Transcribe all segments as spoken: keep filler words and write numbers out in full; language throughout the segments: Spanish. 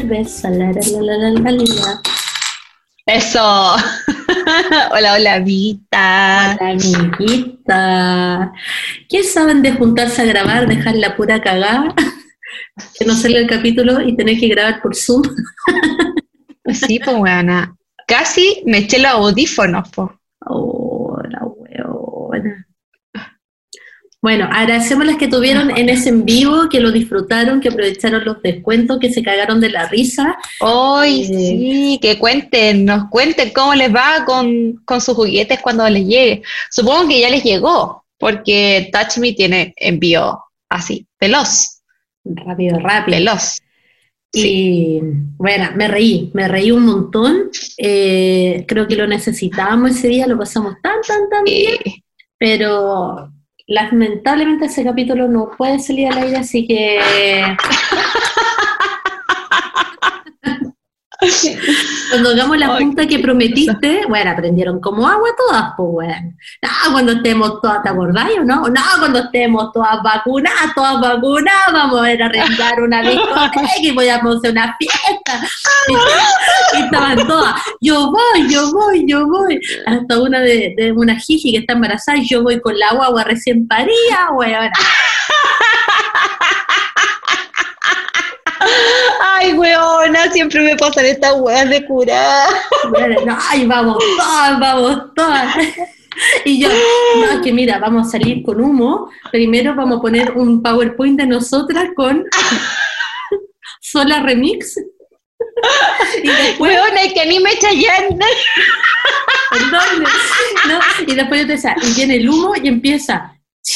cerveza. La, la, la, la, la, la. Eso. Hola, hola, amiguita. Hola, amiguita. ¿Qué saben de juntarse a grabar, dejar la pura cagada? Que no salga el capítulo y tener que grabar por Zoom. Sí, pues, weona. Casi me eché los audífonos, pues. Oh, la weona. Bueno, agradecemos a las que tuvieron en ese en vivo, que lo disfrutaron, que aprovecharon los descuentos, que se cagaron de la risa. Hoy Eh, sí, que cuenten, nos cuenten cómo les va con, con sus juguetes cuando les llegue. Supongo que ya les llegó, porque Touch Me tiene envío así, veloz, Rápido, rápido. veloz. Y Sí. bueno, me reí, me reí un montón. Eh, creo que lo necesitábamos ese día, lo pasamos tan, tan, tan bien. Eh, Pero lamentablemente ese capítulo no puede salir al aire, así que cuando hagamos la Ay, junta que prometiste, bueno, aprendieron como agua todas, pues bueno. No, cuando estemos todas, ¿te acordáis o no? No, cuando estemos todas vacunadas, todas vacunadas, vamos a ir a arrendar una discoteca y voy a hacer una fiesta. Y, y estaban todas, yo voy, yo voy, yo voy. Hasta una de, de una jiji que está embarazada y yo voy con la guagua recién parida, weón. Ay, weona, siempre me pasan estas weas de curar. Bueno, no, ay, vamos todas, vamos todas. Y yo, no, es que mira, vamos a salir con humo. Primero vamos a poner un PowerPoint de nosotras con Sola Remix. Y después, Weona, es que a mí me Chayanne. perdón, ¿no? Y después yo te decía, y viene el humo y empieza.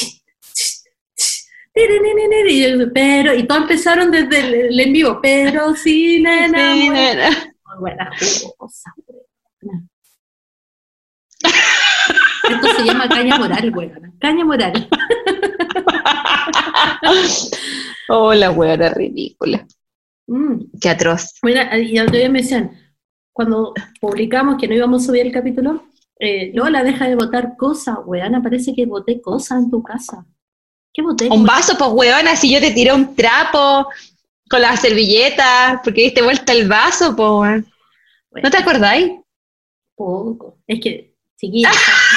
Y yo, pero, y todos empezaron desde el, el en vivo, pero sin enamor. Sí, nena. Muy buena cosa, buena. Esto se llama caña moral, weón. Caña moral. Oh, la weona ridícula. Mm. Qué atroz. Mira, y otro día me decían, cuando publicamos que no íbamos a subir el capítulo, eh, Lola, deja de botar cosas, weón. Parece que boté cosas en tu casa. ¿Qué boté? Un vaso, pues, weona, si yo te tiré un trapo con la servilleta, porque diste vuelta el vaso, pues, weón. Bueno, ¿No te acordáis? poco. Es que, chiquilla.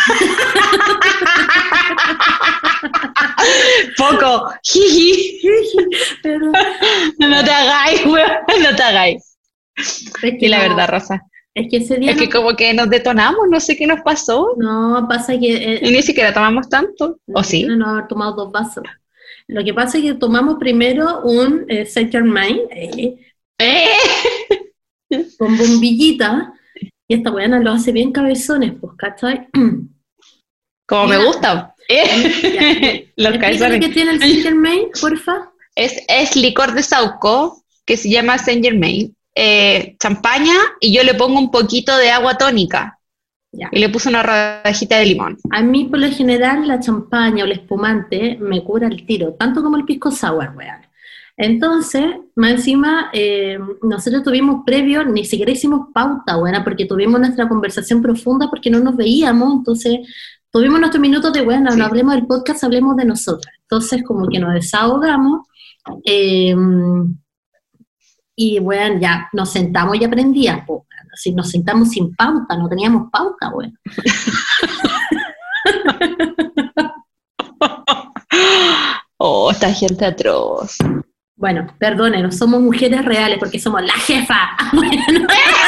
Poco. Jiji. Pero, No te hagáis, weón, no te hagáis. es que Y la no, verdad, Rosa, es que ese día es que no, como que nos detonamos, no sé qué nos pasó, no, pasa que y eh, ni siquiera tomamos tanto, ¿o no, sí? no haber tomado dos vasos. Lo que pasa es que tomamos primero un eh, Saint Germain eh, ¡Eh! con bombillita, y esta weana lo hace bien cabezones, pues, ¿cachai? Como Mira. me gusta. ¿Eh? Los Explícale calzones. qué tiene el Saint Germain, porfa. Es, es licor de Sauco, que se llama Saint Germain, eh, champaña, y yo le pongo un poquito de agua tónica, Ya. y le puse una rodajita de limón. A mí, por lo general, la champaña o el espumante me cura el tiro, tanto como el pisco sour, weón. Entonces, más encima, eh, nosotros tuvimos previo, ni siquiera hicimos pauta, weón, porque tuvimos nuestra conversación profunda porque no nos veíamos, entonces tuvimos nuestros minutos de, bueno, Sí. no hablemos del podcast, hablemos de nosotras. Entonces, como que nos desahogamos, eh, y bueno, ya nos sentamos y aprendíamos, po, así nos sentamos sin pauta, no teníamos pauta, weón. Oh, esta gente atroz. Bueno, perdónenos, somos mujeres reales porque somos la jefa. Bueno.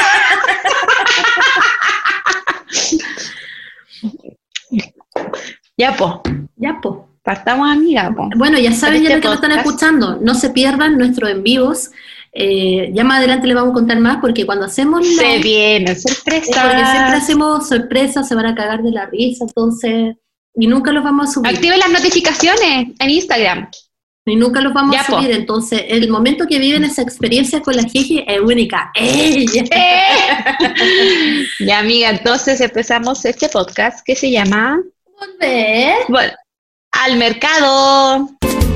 Ya, po, Ya, pues. partamos, amiga, po. Bueno, ya saben ya Este lo que nos están podcast. escuchando, no se pierdan nuestros en vivos. Eh, ya más adelante les vamos a contar más porque cuando hacemos Se live, viene es porque siempre sorpresa. hacemos sorpresas, se van a cagar de la risa, entonces, y nunca los vamos a subir. Activen las notificaciones en Instagram. Y nunca los vamos Ya, a subir, po. entonces el momento que viven esa experiencia con la Gigi es única. ¡Ey! ¡Eh! Ya, amiga, entonces empezamos este podcast que se llama Volver. Bueno, Al Mercado.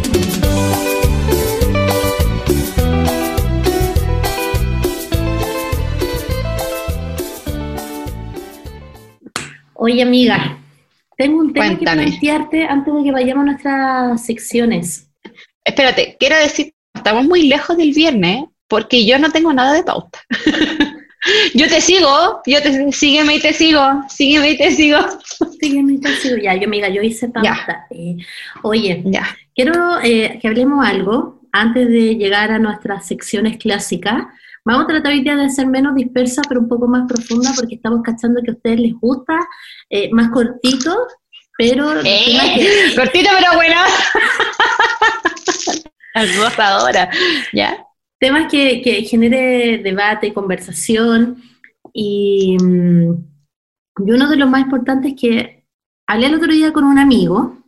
Oye, amiga, tengo un tema Cuéntame. que plantearte antes de que vayamos a nuestras secciones. Espérate, quiero decir, estamos muy lejos del viernes, porque yo no tengo nada de pauta. Yo te sigo, yo te sígueme y te sigo, sígueme y te sigo. Sígueme y te sigo. Ya, yo, amiga, yo hice pauta. Eh, oye, ya. quiero eh, que hablemos algo antes de llegar a nuestras secciones clásicas. Vamos a tratar hoy día de ser menos dispersa, pero un poco más profunda, porque estamos cachando que a ustedes les gusta, eh, más cortito, pero... Eh, que... Cortito pero bueno. Almorzadora, ¿ya? Temas que, que genere debate, conversación, y, y uno de los más importantes que hablé el otro día con un amigo,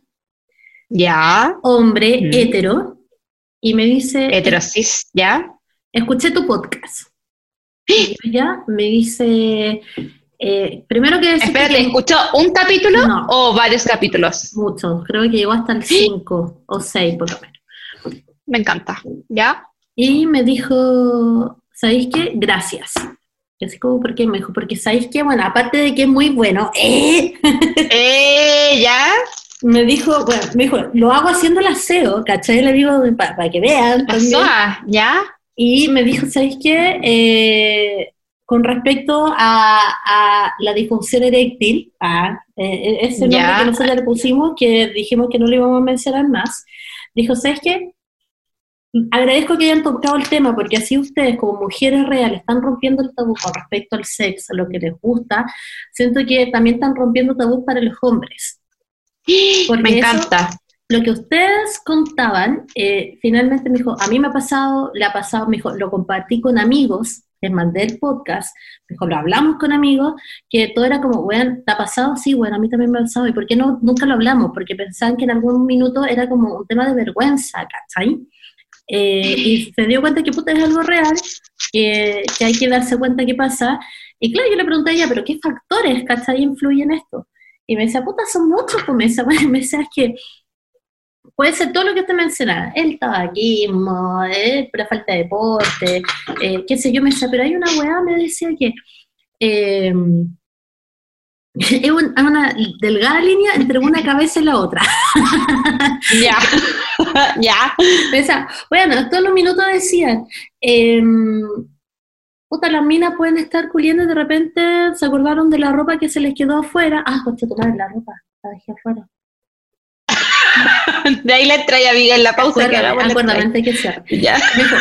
ya, hombre, mm. hetero, y me dice... Heterosis, ¿ya? Escuché tu podcast. Y ella me dice... Eh, primero que decir Espérate, que... ¿escuchó un capítulo no, o varios capítulos? Muchos, creo que llegó hasta el cinco o seis por lo menos. Me encanta, ¿ya? Y me dijo, ¿sabéis qué? Gracias. Y así como, ¿por qué? Me dijo, porque ¿sabéis qué? Bueno, aparte de que es muy bueno, ¿eh? ¿Eh? ¿Ya? Me dijo, bueno, me dijo, lo hago haciendo el aseo, ¿cachai? Le digo, para pa que vean también. ¿Ya? Y me dijo, ¿sabéis qué? Eh, con respecto a, a la disfunción eréctil, a eh, ese nombre ya. que nosotros le pusimos, que dijimos que no lo íbamos a mencionar más, dijo, ¿sabes qué? Agradezco que hayan tocado el tema, porque así ustedes, como mujeres reales, están rompiendo el tabú con respecto al sexo, lo que les gusta. Siento que también están rompiendo tabú para los hombres. Porque me encanta. Eso, lo que ustedes contaban, eh, finalmente me dijo, a mí me ha pasado, le ha pasado, me dijo, lo compartí con amigos, les mandé el podcast, me dijo, lo hablamos con amigos, que todo era como, bueno, ¿te ha pasado? Sí, bueno, a mí también me ha pasado. ¿Y por qué no, nunca lo hablamos? Porque pensaban que en algún minuto era como un tema de vergüenza, ¿cachai? Eh, y se dio cuenta que puta es algo real, que, que hay que darse cuenta qué pasa. Y claro, yo le pregunté a ella, ¿pero qué factores, cachai, influyen en esto? Y me decía, puta, son muchos, pues me decía, bueno, me decía, es que puede ser todo lo que usted menciona, el tabaquismo, eh, la falta de deporte, eh, qué sé yo, me decía, pero hay una weá, me decía que eh, es un, una delgada línea entre una cabeza y la otra. Ya, ya. O sea, bueno, todos los minutos decían, eh, puta, las minas pueden estar culiendo y de repente se acordaron de la ropa que se les quedó afuera. Ah, coche, tu madre, la ropa, la dejé afuera. De ahí la trae amiga en la pausa. Acuérdame, que acuérdame que ser. Ya.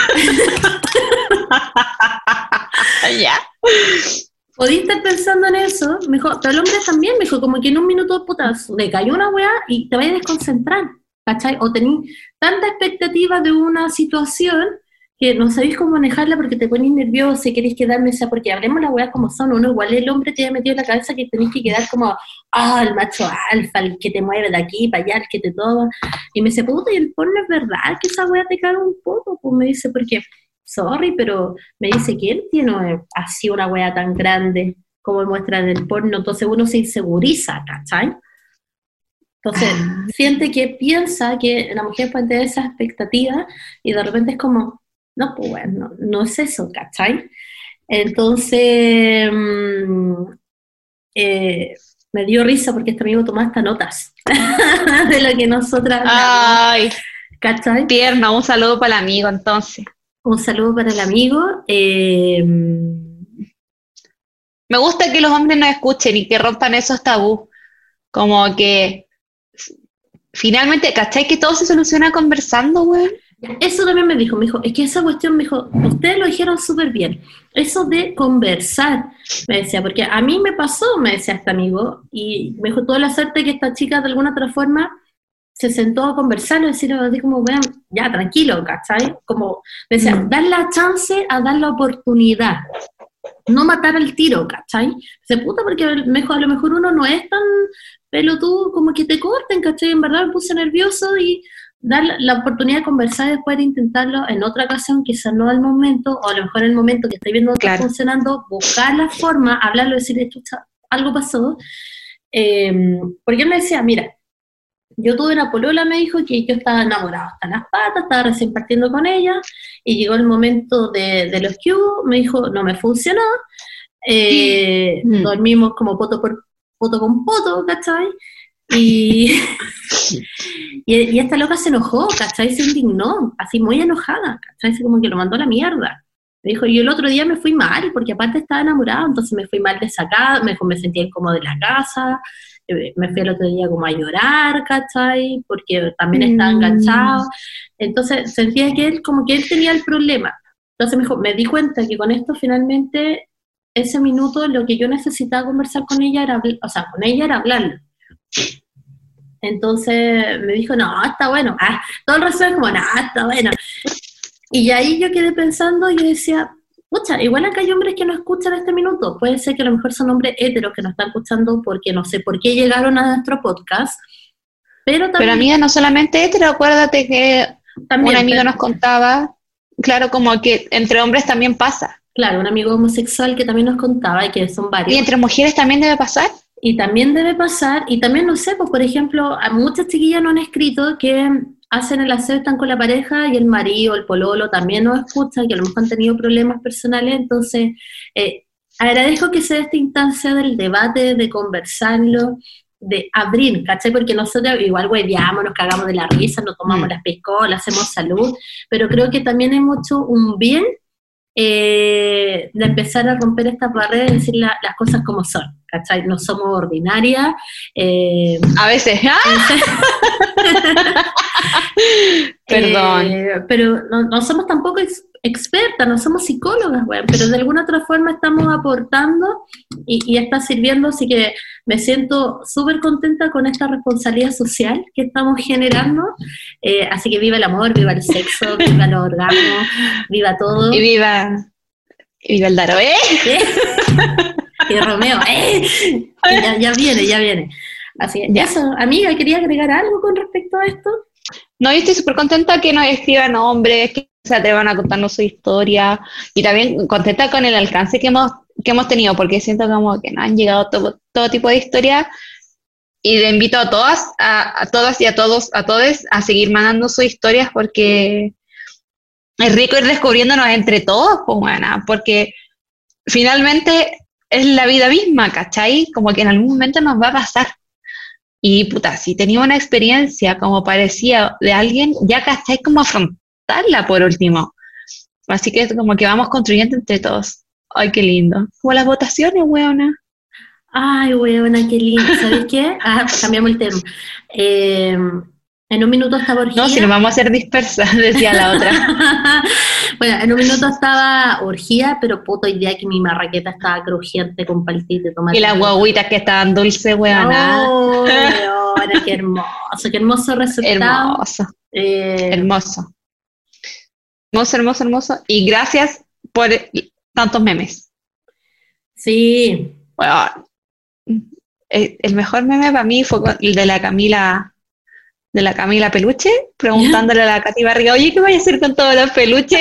Ya. Podí estar pensando en eso, me dijo, pero el hombre también, me dijo, como que en un minuto, puta, le cayó una weá y te vayas a desconcentrar, ¿cachai? O tenés tanta expectativa de una situación que no sabéis cómo manejarla porque te pones nervioso y querés quedarme, o sea, porque hablemos las weas como son, uno igual el hombre te ha metido en la cabeza que tenés que quedar como, ah, el macho alfa, el que te mueve de aquí para allá, el que te toma, y me dice, puta, y el porno es verdad que esa wea te caga un poco, pues me dice, porque... sorry, pero me dice que él tiene así una wea tan grande como muestra en el porno, entonces uno se inseguriza, ¿cachai? Entonces, ah. siente que piensa que la mujer puede tener esas expectativas y de repente es como, no, pues bueno, no, no es eso, ¿cachai? Entonces, mmm, eh, me dio risa porque este amigo tomó hasta notas de lo que nosotras hablamos. Ay, ¿cachai? Tierna, un saludo para el amigo entonces. Un saludo para el amigo. Eh, Me gusta que los hombres nos escuchen y que rompan esos tabús. Como que finalmente, ¿cachai? Que todo se soluciona conversando, güey. Eso también me dijo, me dijo, es que esa cuestión, me dijo, ustedes lo dijeron súper bien. Eso de conversar, me decía, porque a mí me pasó, me decía este amigo, y me dijo, toda la suerte que esta chica de alguna otra forma se sentó a conversar, decir así como, bueno, ya, tranquilo, ¿cachai? Como, me decía, mm. dar la chance a dar la oportunidad, no matar al tiro, ¿cachai? Se puta, porque mejor, a lo mejor uno no es tan pelotudo como que te corten, ¿cachai? En verdad me puse nervioso y dar la, la oportunidad de conversar y después de intentarlo en otra ocasión, quizás no al momento, o a lo mejor en el momento que estoy viendo que claro. está funcionando, buscar la forma, hablarlo, decirle, chucha, algo pasó, eh, porque él me decía, mira, yo tuve una polola, me dijo, que yo estaba enamorado hasta las patas, estaba recién partiendo con ella, y llegó el momento de, de los que hubo, me dijo, no me funcionó, eh, mm. dormimos como poto por poto con poto, ¿cachai? Y, y, y esta loca se enojó, ¿cachai? Se indignó, así muy enojada, ¿cachai? Así como que lo mandó a la mierda. Me dijo, yo el otro día me fui mal, porque aparte estaba enamorado, entonces me fui mal de esa casa, me, me sentía incómodo de la casa, eh, me fui el otro día como a llorar, ¿cachai? Porque también estaba enganchado. Entonces sentía que él, como que él tenía el problema. Entonces me dijo, me di cuenta que con esto finalmente, ese minuto, lo que yo necesitaba conversar con ella era, o sea, con ella era hablarlo. Entonces me dijo, no, está bueno. Ah, todo el resto es como, no, está bueno. Y ahí yo quedé pensando, yo decía, pucha, igual acá hay hombres que no escuchan este minuto. Puede ser que a lo mejor son hombres héteros que nos están escuchando porque no sé por qué llegaron a nuestro podcast. Pero también... Pero amiga, no solamente hétero, acuérdate que también, un amigo pero... nos contaba, claro, como que entre hombres también pasa. Claro, un amigo homosexual que también nos contaba, y que son varios. ¿Y entre mujeres también debe pasar? Y también debe pasar, y también, no sé, pues por ejemplo, a muchas chiquillas no han escrito que hacen el aseo, están con la pareja, y el marido, el pololo, también nos escucha, que a lo mejor han tenido problemas personales, entonces eh, agradezco que sea esta instancia del debate, de conversarlo, de abrir, ¿cachai? Porque nosotros igual hueveamos, nos cagamos de la risa, nos tomamos mm. las piscolas, hacemos salud, pero creo que también hay mucho un bien Eh, de empezar a romper estas barreras y decir la, las cosas como son, ¿cachai? No somos ordinarias. Eh, a veces, ¿ah? Perdón. Eh, pero no, no somos tampoco ex, expertas, no somos psicólogas, bueno, pero de alguna otra forma estamos aportando y, y está sirviendo, así que me siento súper contenta con esta responsabilidad social que estamos generando, eh, así que viva el amor, viva el sexo, viva los orgasmos, viva todo. Y viva, y viva el Daro, ¿eh? ¿Eh? Y Romeo, ¿eh? Ya, ya viene, ya viene. Así que ya. Eso, amiga, ¿quería agregar algo con respecto a esto? No, yo estoy súper contenta que nos escriban hombres, que se atrevan a contarnos su historia, y también contenta con el alcance que hemos que hemos tenido, porque siento como que nos han llegado todo, todo tipo de historias, y le invito a todas, a, a todas y a todos, a todos, a seguir mandando sus historias, porque es rico ir descubriéndonos entre todos, pues bueno, porque finalmente es la vida misma, ¿cachai? Como que en algún momento nos va a pasar. Y puta, si tenía una experiencia como parecía de alguien, ya cachai como afrontarla por último. Así que es como que vamos construyendo entre todos. Ay, qué lindo. Como las votaciones, weona. Ay, weona, qué lindo. ¿Sabes qué? Ah, cambiamos el tema. Eh, en un minuto estaba orgía. No, si nos vamos a hacer dispersas, decía la otra. Bueno, en un minuto estaba orgía, pero puto, hoy día que mi marraqueta estaba crujiente con paltito de tomate. Y las guaguitas que estaban dulces, weona. Oh, weona, qué hermoso, qué hermoso resultado. Hermoso. Eh, hermoso. Hermoso, hermoso, hermoso. Y gracias por tantos memes. Sí. Bueno, el, el mejor meme para mí fue el de la Camila, de la Camila Peluche, preguntándole a la Katy Barriga, oye, ¿qué voy a hacer con todos los peluches?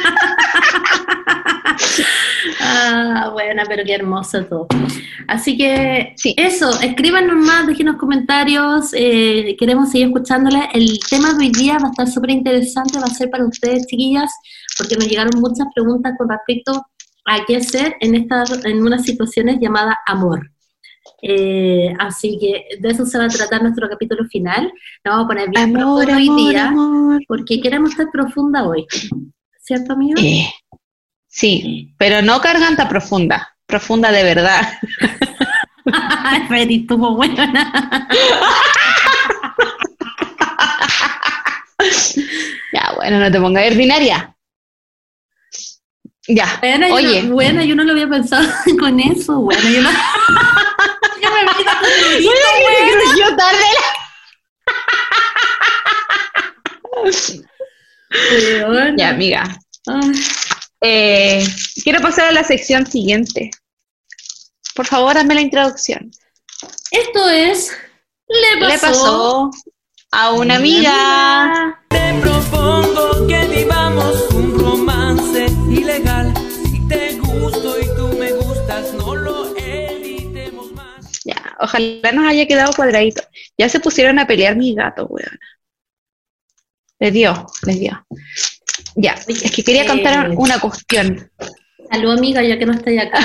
Ah, bueno, pero qué hermoso todo. Así que sí. Eso, escríbanos más, déjenos comentarios, eh, queremos seguir escuchándoles. El tema de hoy día va a estar súper interesante, va a ser para ustedes, chiquillas, porque nos llegaron muchas preguntas con respecto a qué hacer en, esta, en unas situaciones llamadas amor. Eh, así que de eso se va a tratar nuestro capítulo final. Nos vamos a poner bien amor, profundo amor, hoy día, amor. Porque queremos estar profunda hoy. ¿Cierto, amigo? Eh, sí, pero no garganta profunda, profunda de verdad. Freddy, estuvo buena. Ya, bueno, no te pongas ordinaria. Ya, buena, oye. Yo no, buena, yo no lo había pensado con eso, bueno, yo no... ya me metí con el grito, bueno. Yo tarde la... bueno. Ya, amiga. Eh, quiero pasar a la sección siguiente. Por favor, hazme la introducción. Esto es... Le pasó, Le pasó a una amiga. Te propongo que vivamos un romance ilegal. Si te gusto y tú me gustas, no lo evitemos más. Ya, ojalá nos haya quedado cuadradito. Ya se pusieron a pelear mis gatos, weón. Les dio, les dio. Ya, es que quería contar eh, una cuestión. Salud, amiga, ya que no estoy acá.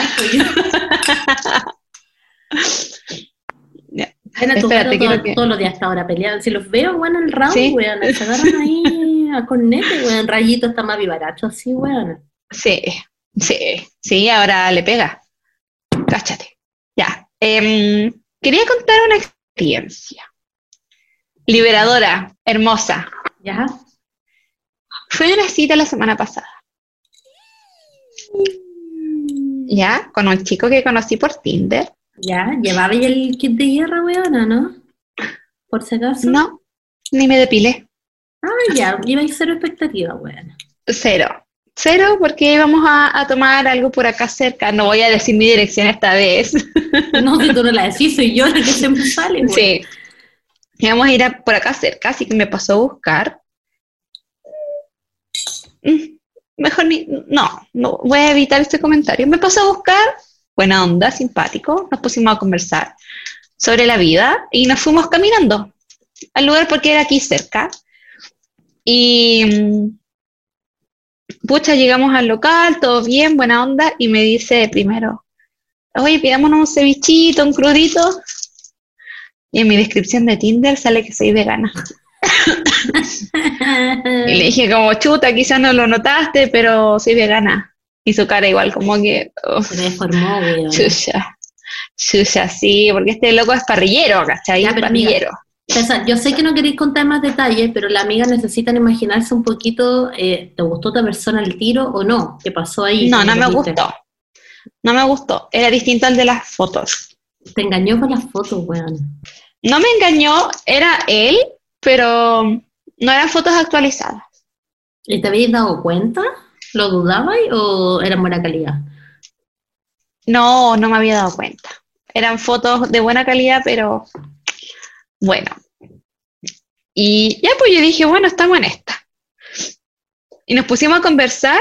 Ya. Bueno, espérate, todo, que... todos los días hasta ahora peleando. Si los veo, bueno, el round, ¿sí? Weón, se agarran ahí a cornete, weón. Rayito está más vivaracho así, weón. Sí, sí, sí, ahora le pega. Cáchate. Ya. Em, quería contar una experiencia liberadora, hermosa. ¿Ya? Fue a una cita la semana pasada, ¿ya? Con un chico que conocí por Tinder. ¿Ya? ¿Llevaba ya el kit de guerra, weona, no? Por si acaso. No, ni me depilé. Ah, ya, iba a ser expectativa, weona. Cero. Cero porque íbamos a, a tomar algo por acá cerca. No voy a decir mi dirección esta vez. No, si tú no la decís, soy yo la que siempre sale, weón. Sí. Íbamos a ir a por acá cerca, así que me pasó a buscar. Mm, Mejor ni... No, no, voy a evitar este comentario. Me pasó a buscar, buena onda, simpático. Nos pusimos a conversar sobre la vida y nos fuimos caminando al lugar porque era aquí cerca. Y... mm, pucha, llegamos al local, todo bien, buena onda, y me dice primero, oye, pidámonos un cevichito, un crudito. Y en mi descripción de Tinder sale que soy vegana. Y le dije como, chuta, quizás no lo notaste, pero soy vegana. Y su cara igual como que, uf, Se deformó, weón. chucha, chucha, sí, porque este loco es parrillero, ¿cachai? Ya, Es pero parrillero. César, yo sé que no queréis contar más detalles, pero las amigas necesitan imaginarse un poquito, eh, ¿te gustó otra persona al tiro o no? ¿Qué pasó ahí? No, cuando no lo me viste? gustó. No me gustó. Era distinto al de las fotos. Te engañó con las fotos, weón. No me engañó, era él, pero no eran fotos actualizadas. ¿Y te habéis dado cuenta? ¿Lo dudabais o era buena calidad? No, no me había dado cuenta. Eran fotos de buena calidad, pero bueno. Y ya pues yo dije, bueno, estamos en esta. Y nos pusimos a conversar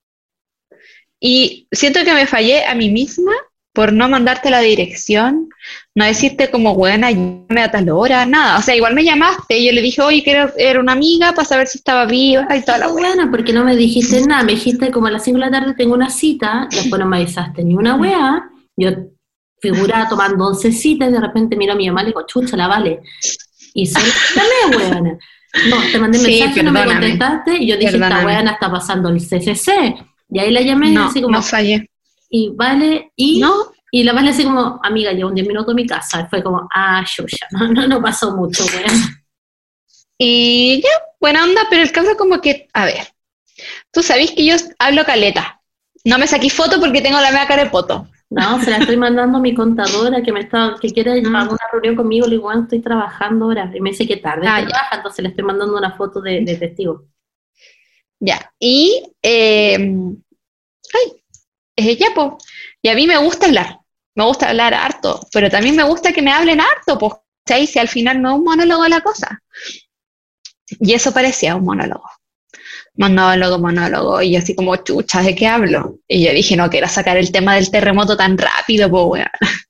y siento que me fallé a mí misma por no mandarte la dirección, no decirte como, buena, llámame a tal hora, nada. O sea, igual me llamaste y yo le dije, oye, que era, era una amiga para saber si estaba viva y toda la Qué wea. buena, porque no me dijiste nada, me dijiste como a las cinco de la tarde tengo una cita, después no me avisaste ni una weá, yo figuraba tomando oncecitas y de repente miro a mi mamá y le digo, chucha, la vale. Y solo, dame weona. No, te mandé Sí, mensaje, no me perdóname. contestaste y yo dije, esta Perdóname. weona está pasando el C C C. Y ahí la llamé No, así como, no fallé. y vale, y... No, Y la vale así como, amiga, llevo un diez minutos a mi casa. Y fue como, ah, chucha, no, no, no pasó mucho, weón. y ya, buena onda, pero el caso como que, a ver, tú sabés que yo hablo caleta. No me saqué foto porque tengo la media cara de poto. No, se la estoy mandando a mi contadora que me está, que quiere ir a una reunión conmigo, le digo, bueno, estoy trabajando ahora. Y me dice que tarde Ah, ya. trabaja, entonces le estoy mandando una foto de, de testigo. Ya, y, eh, ay, eh, ya, po. Y a mí me gusta hablar, me gusta hablar harto, pero también me gusta que me hablen harto, pues, ¿cachai? Si al final no es un monólogo la cosa. Y eso parecía un monólogo. Monólogo, monólogo, y yo así como, chucha, ¿de qué hablo? Y yo dije, no quiero sacar el tema del terremoto tan rápido, pues, weón.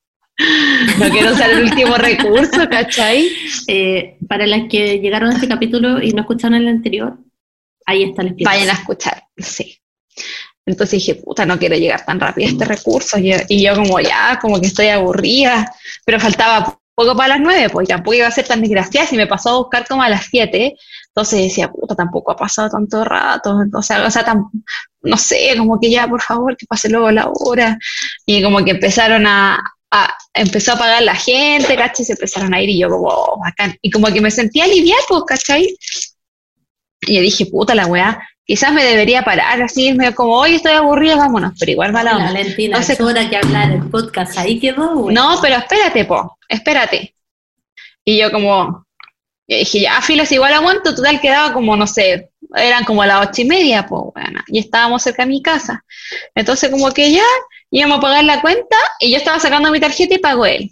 No quiero usar el último recurso, ¿cachai? Eh, para las que llegaron a este capítulo y no escucharon el anterior, ahí está la explicación. Vayan a escuchar, sí. Entonces dije, puta, no quiero llegar tan rápido a este recurso. Y yo, y yo como ya, como que estoy aburrida, pero faltaba poco para las nueve, pues y tampoco iba a ser tan desgraciada si me pasó a buscar como a las siete. Entonces decía, puta, tampoco ha pasado tanto rato. Entonces, o sea, tan, no sé, como que ya, por favor, que pase luego la hora. Y como que empezaron a, a empezó a pagar la gente, ¿cachai? Se empezaron a ir y yo como, oh, bacán. Y como que me sentía aliviada, pues, ¿cachai? Y yo dije, puta la weá, quizás me debería parar así, me como, hoy estoy aburrida, vámonos, pero igual va la La onda. Valentina, Entonces, es hora que hablar el podcast, ahí quedó, güey. no, pero espérate, po, espérate. Y yo como, yo dije, ya, filas, igual aguanto, total quedaba como, no sé, eran como las ocho y media, pues, bueno, y estábamos cerca de mi casa. Entonces como que ya, íbamos a pagar la cuenta, y yo estaba sacando mi tarjeta y pagó él.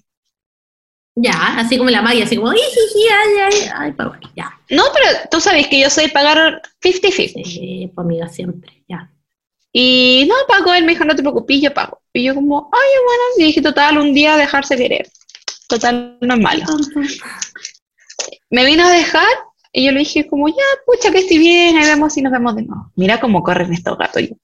Ya, así como la magia, así como, ¡ijiji, ay, ay, ay, pa' bueno, ya! No, pero tú sabes que yo soy pagar cincuenta cincuenta. Sí, pues amiga, siempre, ya. Y no, pagó él, me dijo, no te preocupes, yo pago. Y yo como, ay, bueno, y dije, total, un día dejarse querer. Total, no es malo. Me vino a dejar y yo le dije como, ya, pucha, que estoy bien, ahí vemos si nos vemos de nuevo. Mira cómo corren estos gatos. Yo.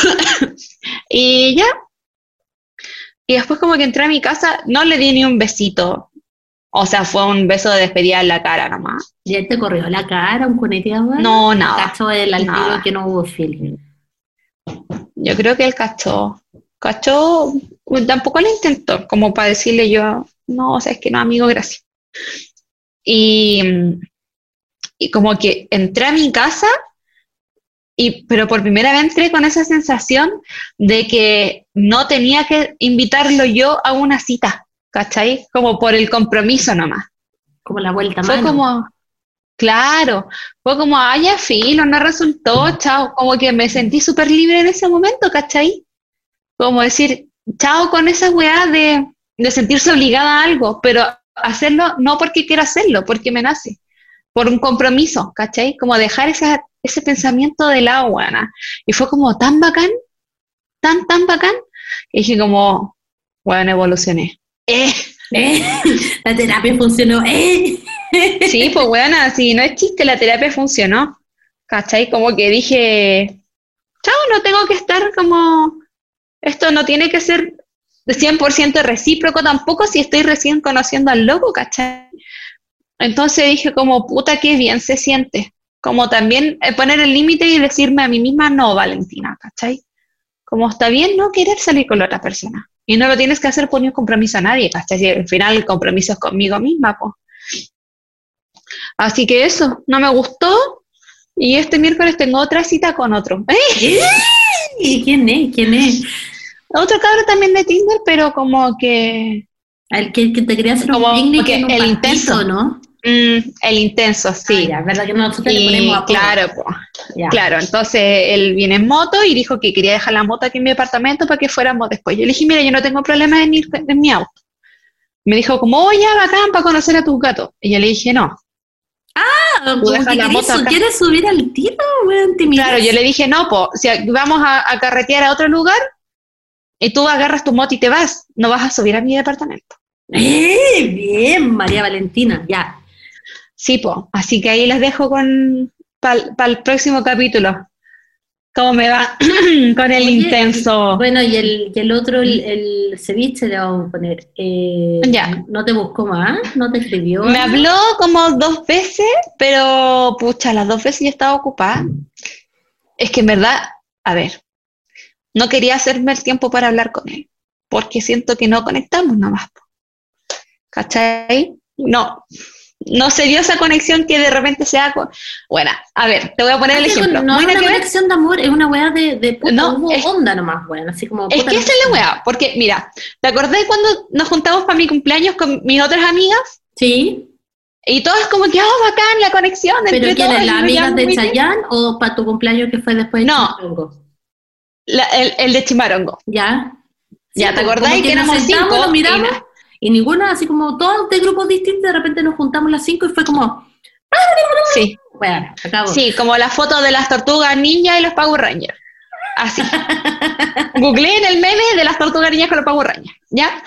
Y ya. Y después como que entré a mi casa, no le di ni un besito. O sea, fue un beso de despedida en la cara nomás. ¿Y él te corrió la cara, un cuneteado? No, nada. Cacho el al nada. tiro que no hubo feeling. yo creo que él cachó, cachó, tampoco lo intentó, como para decirle yo, no, o sea, es que no, amigo, gracias. Y, y como que entré a mi casa, y, pero por primera vez entré con esa sensación de que no tenía que invitarlo yo a una cita, ¿cachai? Como por el compromiso nomás. Como la vuelta a Fue mano. como, claro, fue como, ay, ya filo, no resultó, chao. Como que me sentí súper libre en ese momento, ¿cachai? Como decir, chao con esa weá de, de sentirse obligada a algo, pero hacerlo no porque quiero hacerlo, porque me nace, por un compromiso, ¿cachai? Como dejar esa, ese pensamiento de lado, weá. Y fue como tan bacán, tan, tan bacán, que dije como, bueno, evolucioné. ¡Eh! ¿Eh? La terapia funcionó. ¿Eh? Sí, pues buena, si no es chiste, la terapia funcionó, ¿cachai? Como que dije, chao, no tengo que estar como, esto no tiene que ser de cien por ciento recíproco tampoco si estoy recién conociendo al loco, ¿cachai? Entonces dije como, puta, qué bien se siente, como también eh, poner el límite y decirme a mí misma, no, Valentina, ¿cachai? Como está bien no querer salir con la otra persona, y no lo tienes que hacer por un compromiso a nadie, ¿cachai? Si al final el compromiso es conmigo misma, pues. Así que eso, no me gustó, y este miércoles tengo otra cita con otro. ¡Eh! ¿Y quién es? ¿Quién es? Otro cabrón también de Tinder, pero como que... El que, que te quería hacer Como un picnic que en un el pastito, intenso. ¿no? mm, el intenso, sí. Ah, ya, es verdad que nosotros le Y ponemos apodo. claro, po, Ya. claro, entonces él viene en moto y dijo que quería dejar la moto aquí en mi apartamento para que fuéramos después. Yo le dije, mira, yo no tengo problema en ir en mi auto. Me dijo como, oye, bacán, para conocer a tus gatos. Y yo le dije, no. Ah, Tú como dejas que la querés moto su- acá. ¿Quieres subir al tiro, weón? ¿Te miras? Claro, yo le dije, no, po, si vamos a, a carretear a otro lugar y tú agarras tu moto y te vas, no vas a subir a mi departamento. ¡Eh! Bien, María Valentina, ya. Sí, po, así que ahí les dejo con para el próximo capítulo. ¿Cómo me va con el Oye, intenso? Bueno, y el, y el otro, el, el ceviche le vamos a poner. Eh, Ya. ¿No te buscó más? ¿No te escribió? Me habló como dos veces, pero pucha, las dos veces yo estaba ocupada. Es que en verdad, a ver, no quería hacerme el tiempo para hablar con él, porque siento que no conectamos nomás, po. ¿Cachai? No, no se dio esa conexión que de repente se da. co- Bueno, a ver, te voy a poner el Es que ejemplo. no Muy es nada una que ver. conexión de amor, es una weá de, de puta, No, hubo es- onda nomás, weón, así como... Es puta, que no esa es la sé. weá, porque mira, ¿te acordás cuando nos juntamos para mi cumpleaños con mis otras amigas? Sí, Y todas como que, oh, bacán, la conexión pero entre ¿quiénes? todas, y ¿Las nos amigas llevamos de muy bien. Chayanne o para tu cumpleaños que fue después de No. Chimarongo? La- el, el de Chimarongo. ¿Ya? Ya, ¿te pues, acordás como que nos éramos sentamos, cinco? nos miramos, Y na- y ninguna, así como todos de grupos distintos, de repente nos juntamos las cinco y fue como, Sí, bueno, acabo. sí, como la foto de las tortugas ninja y los Power Rangers. Así. Googleen el meme de las tortugas ninjas con los Power Rangers, ¿ya?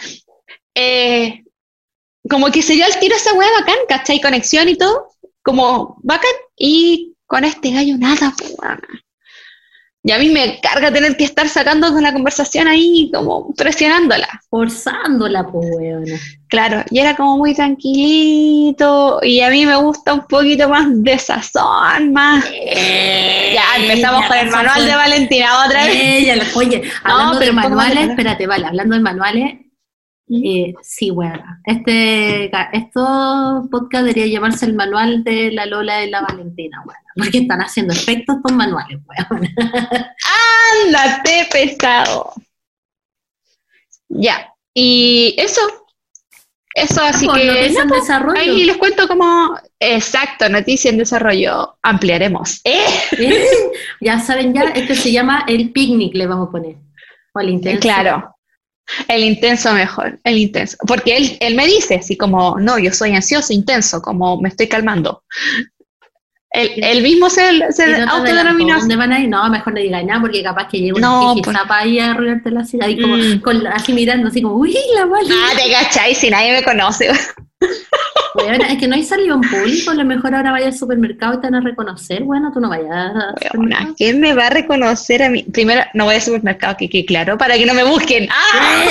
Eh, como que se dio al tiro esa weá bacán, ¿cachai? Conexión y todo, como bacán, y con este gallo nada, pues, weón. Y a mí me carga tener que estar sacando con la conversación ahí, como presionándola. Forzándola, pues, weona. Claro, y era como muy tranquilito, y a mí me gusta un poquito más de sazón, más... Ya, empezamos con el manual de Valentina otra vez. Ella, la- oye, hablando pero de un poco más de manuales, color. espérate, vale, hablando de manuales, eh, sí, weona. Este, ca- estos podcast debería llamarse el manual de la Lola y la Valentina, weona. Porque están haciendo efectos estos manuales, weona. Ándate, pesado. Ya, y eso, eso, así Pues, que noticia en no, pues, desarrollo. ahí les cuento como, exacto, noticia en desarrollo, ampliaremos. ¡Eh! ¿Eh? Ya saben ya, este se llama el picnic, le vamos a poner. O el intenso. Claro, el intenso mejor, el intenso, porque él, él me dice así como, no, yo soy ansioso, intenso, como me estoy calmando. Él, él mismo se, Y se no te adelanto, autodenominó. ¿dónde van a ir? No, mejor no digas nada porque capaz que llega No, una pues. zapa ahí a arruinarte la cita. Y como, Mm. con, así mirando, así como, uy, la vale. Ah, te cachai, si nadie me conoce. Bueno, es que no hay salido en público, a lo mejor ahora vayas al supermercado y te van a reconocer. Bueno, tú no vayas al Weona, supermercado. ¿quién me va a reconocer a mí? Primero, no voy al supermercado, que quede claro, para que no me busquen. ¡Ah!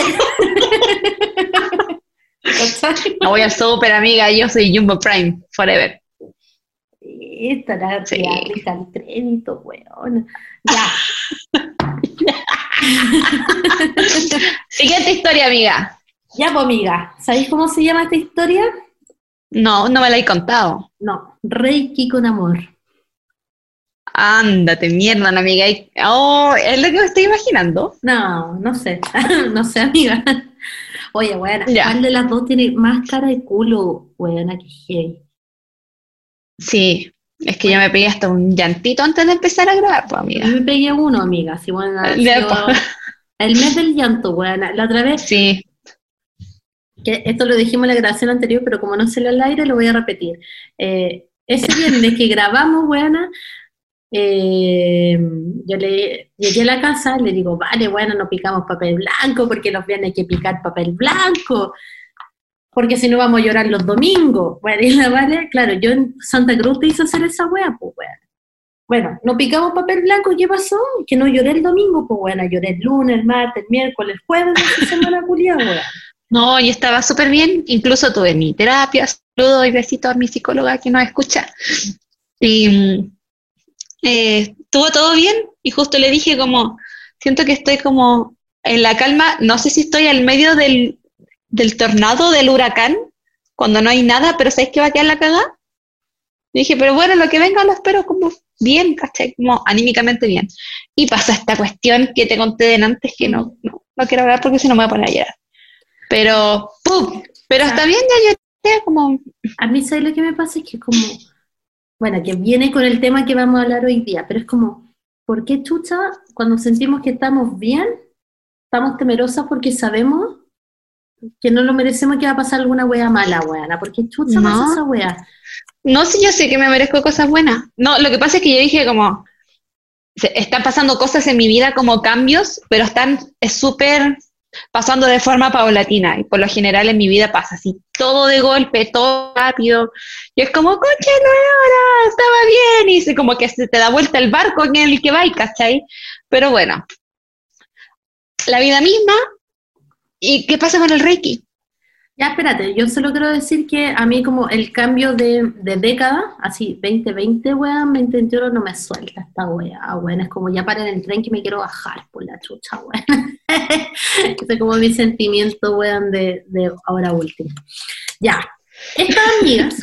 ¿Cachai? No voy al super, amiga, yo soy Jumbo Prime, forever. esta, la, Sí. la rica al crédito, weón. Ya, Siguiente historia, amiga. ya, pues, amiga, ¿sabéis cómo se llama esta historia? No, no me la he contado. No, Reiki con amor. Ándate, mierda, una amiga. Y- Oh, es lo que me estoy imaginando. No, no sé, no sé, amiga. Oye, weón, Ya. ¿cuál de las dos tiene más cara de culo, weón? Que heavy. Sí, es que yo me pegué hasta un llantito antes de empezar a grabar, pues, Yo amiga. me pegué uno, amiga, sí, bueno, ha Ya, sido pues. el mes del llanto, weón. La otra vez, Sí, que esto lo dijimos en la grabación anterior, pero como no salió al aire, lo voy a repetir. Eh, ese viernes que grabamos, weona, eh, yo le llegué a la casa, le digo, vale, bueno, no picamos papel blanco, porque los viernes hay que picar papel blanco, porque si no vamos a llorar los domingos. Bueno, y la vale, claro, yo en Santa Cruz te hice hacer esa wea, pues weón. Bueno, no picamos papel blanco, ¿qué pasó? Que no lloré el domingo, pues bueno, lloré el lunes, el martes, el miércoles, el jueves de esa semana culiada, weón. no, yo estaba súper bien, incluso tuve mi terapia, saludo y besitos a mi psicóloga que nos escucha. Y mm, eh, estuvo todo bien y justo le dije como, siento que estoy como en la calma, no sé si estoy al medio del, del tornado, del huracán, cuando no hay nada, pero ¿sabéis que va a quedar la cagada? Y dije, pero bueno, lo que venga lo espero como bien, ¿cachai? Como anímicamente bien. Y pasa esta cuestión que te conté de antes que no, no, no quiero hablar porque si no me voy a poner a llorar. Pero, ¡pum! Pero está bien, ya yo como, A mí, ¿sabes lo que me pasa? Es que como, bueno, que viene con el tema que vamos a hablar hoy día, pero es como, ¿por qué chucha, cuando sentimos que estamos bien, estamos temerosas porque sabemos que no lo merecemos, que va a pasar alguna wea mala, weana? ¿Por qué chucha No. pasa esa wea? no sé, yo sé que me merezco cosas buenas. No, lo que pasa es que yo dije como, se, están pasando cosas en mi vida como cambios, pero están es súper pasando de forma paulatina. Y por lo general en mi vida pasa así, todo de golpe, todo rápido. Y es como, concha no era, estaba bien. Y es como que se te da vuelta el barco en el que va, ¿cachai? Pero bueno, la vida misma. ¿Y qué pasa con el Reiki? Ya, espérate, yo solo quiero decir que a mí como el cambio de, de década, así veinte veinte, weón, veinte veintiuno no me suelta esta wea, weón, es como ya para en el tren que me quiero bajar por la chucha, weón. Ese es como mi sentimiento, weón, de, de ahora último. Ya, estas amigas,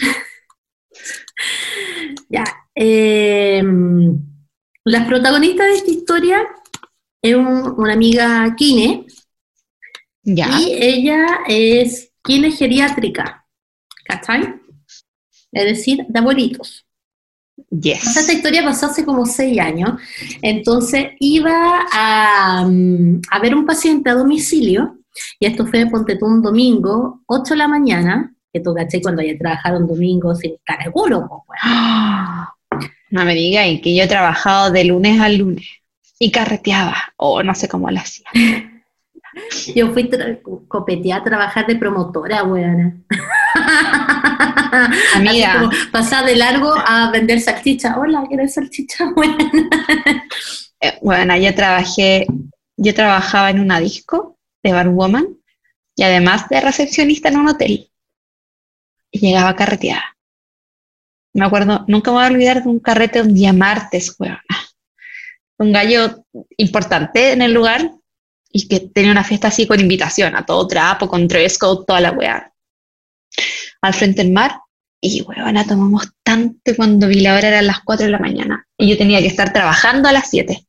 ya, eh, las protagonistas de esta historia es un- una amiga Kine, Ya, y ella es kine geriátrica, ¿cachai? Es decir, de abuelitos. O sea, esta yes. historia pasó hace como seis años. Entonces iba a, mm, a ver un paciente a domicilio, y esto fue, ponte tú, un domingo, ocho de la mañana, que tú, ¿cachai? Cuando ya trabajaron domingo sin cara de culo, pues, weón. Ah, no me digas que yo he trabajado de lunes a lunes y carreteaba, o no sé cómo lo hacía. Yo fui tra- copeteada a trabajar de promotora, weona. Amiga. Así como pasar de largo a vender salchicha. Hola, ¿quieres salchicha? Weona. Eh, bueno, yo trabajé, yo trabajaba en una disco de barwoman y además de recepcionista en un hotel. Y llegaba carreteada. Me acuerdo, nunca me voy a olvidar de un carrete un día martes, weón. Un gallo importante en el lugar y que tenía una fiesta así con invitación a todo trapo, con dress code, toda la weá. Al frente del mar. Y weona, tomamos tanto cuando vi la hora eran las cuatro de la mañana. Y yo tenía que estar trabajando a las siete.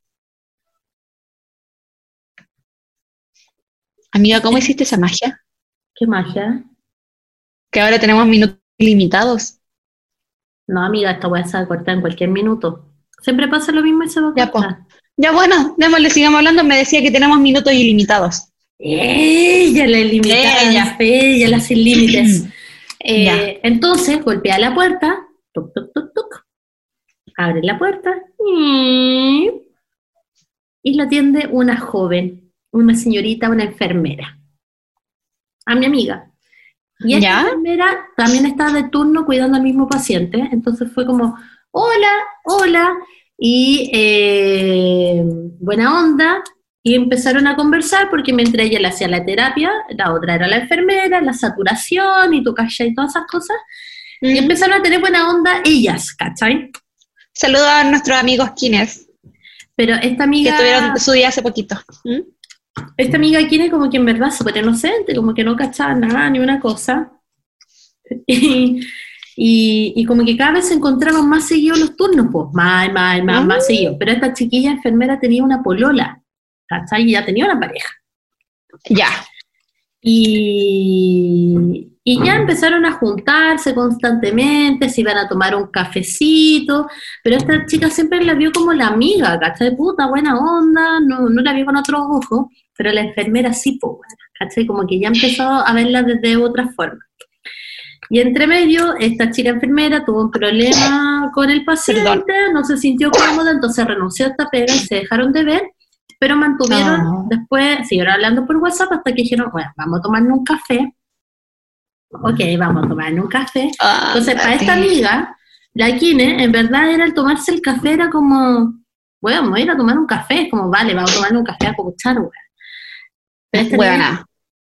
Amiga, ¿cómo hiciste esa magia? ¿Qué magia? Que ahora tenemos minutos limitados. No, amiga, esta weá se va a cortar en cualquier minuto. Siempre pasa lo mismo y se va a Ya, po. cortar. Ya bueno, démosle, sigamos hablando. Me decía que tenemos minutos ilimitados. Ella, la ilimitada, Ella. ella, la sin límites. Eh, Ya. entonces, golpea la puerta, tuc, tuc, tuc, tuc, abre la puerta, y la atiende una joven, una señorita, una enfermera, a mi amiga. Y esta ¿Ya? enfermera también estaba de turno cuidando al mismo paciente, entonces fue como, hola, hola, y eh, buena onda, y empezaron a conversar porque mientras ella le hacía la terapia, la otra era la enfermera, la saturación y tu cacha y todas esas cosas, Y Mm. empezaron a tener buena onda ellas, ¿cachai? Saludos a nuestros amigos Kines, Pero esta que amiga, estuvieron su día hace poquito. ¿Mm? esta amiga Kine como que en verdad súper inocente, como que no cachaba nada, ni una cosa. Y, y, y como que cada vez se encontraban más seguidos los turnos, pues, más, más, más, Ah. más seguidos. Pero esta chiquilla enfermera tenía una polola, ¿cachai? Y ya tenía una pareja. Ya. Y, y ya empezaron a juntarse constantemente, se iban a tomar un cafecito, pero esta chica siempre la vio como la amiga, ¿cachai? Puta, buena onda, no, no la vio con otros ojos, pero la enfermera sí, pues, bueno, ¿cachai? Como que ya empezó a verla desde otra forma. Y entre medio, esta chica enfermera tuvo un problema con el paciente, Perdón. no se sintió cómoda, entonces renunció a esta pega y se dejaron de ver, pero mantuvieron, No. después siguieron hablando por WhatsApp hasta que dijeron, bueno, vamos a tomarnos un café. Ok, vamos a tomarnos un café. Entonces, para esta Ándate. amiga, la Kine, en verdad era el tomarse el café, era como, bueno, vamos a ir a tomar un café, es como, vale, vamos a tomar un café a copuchar, weón. Pero esta Buena. niña,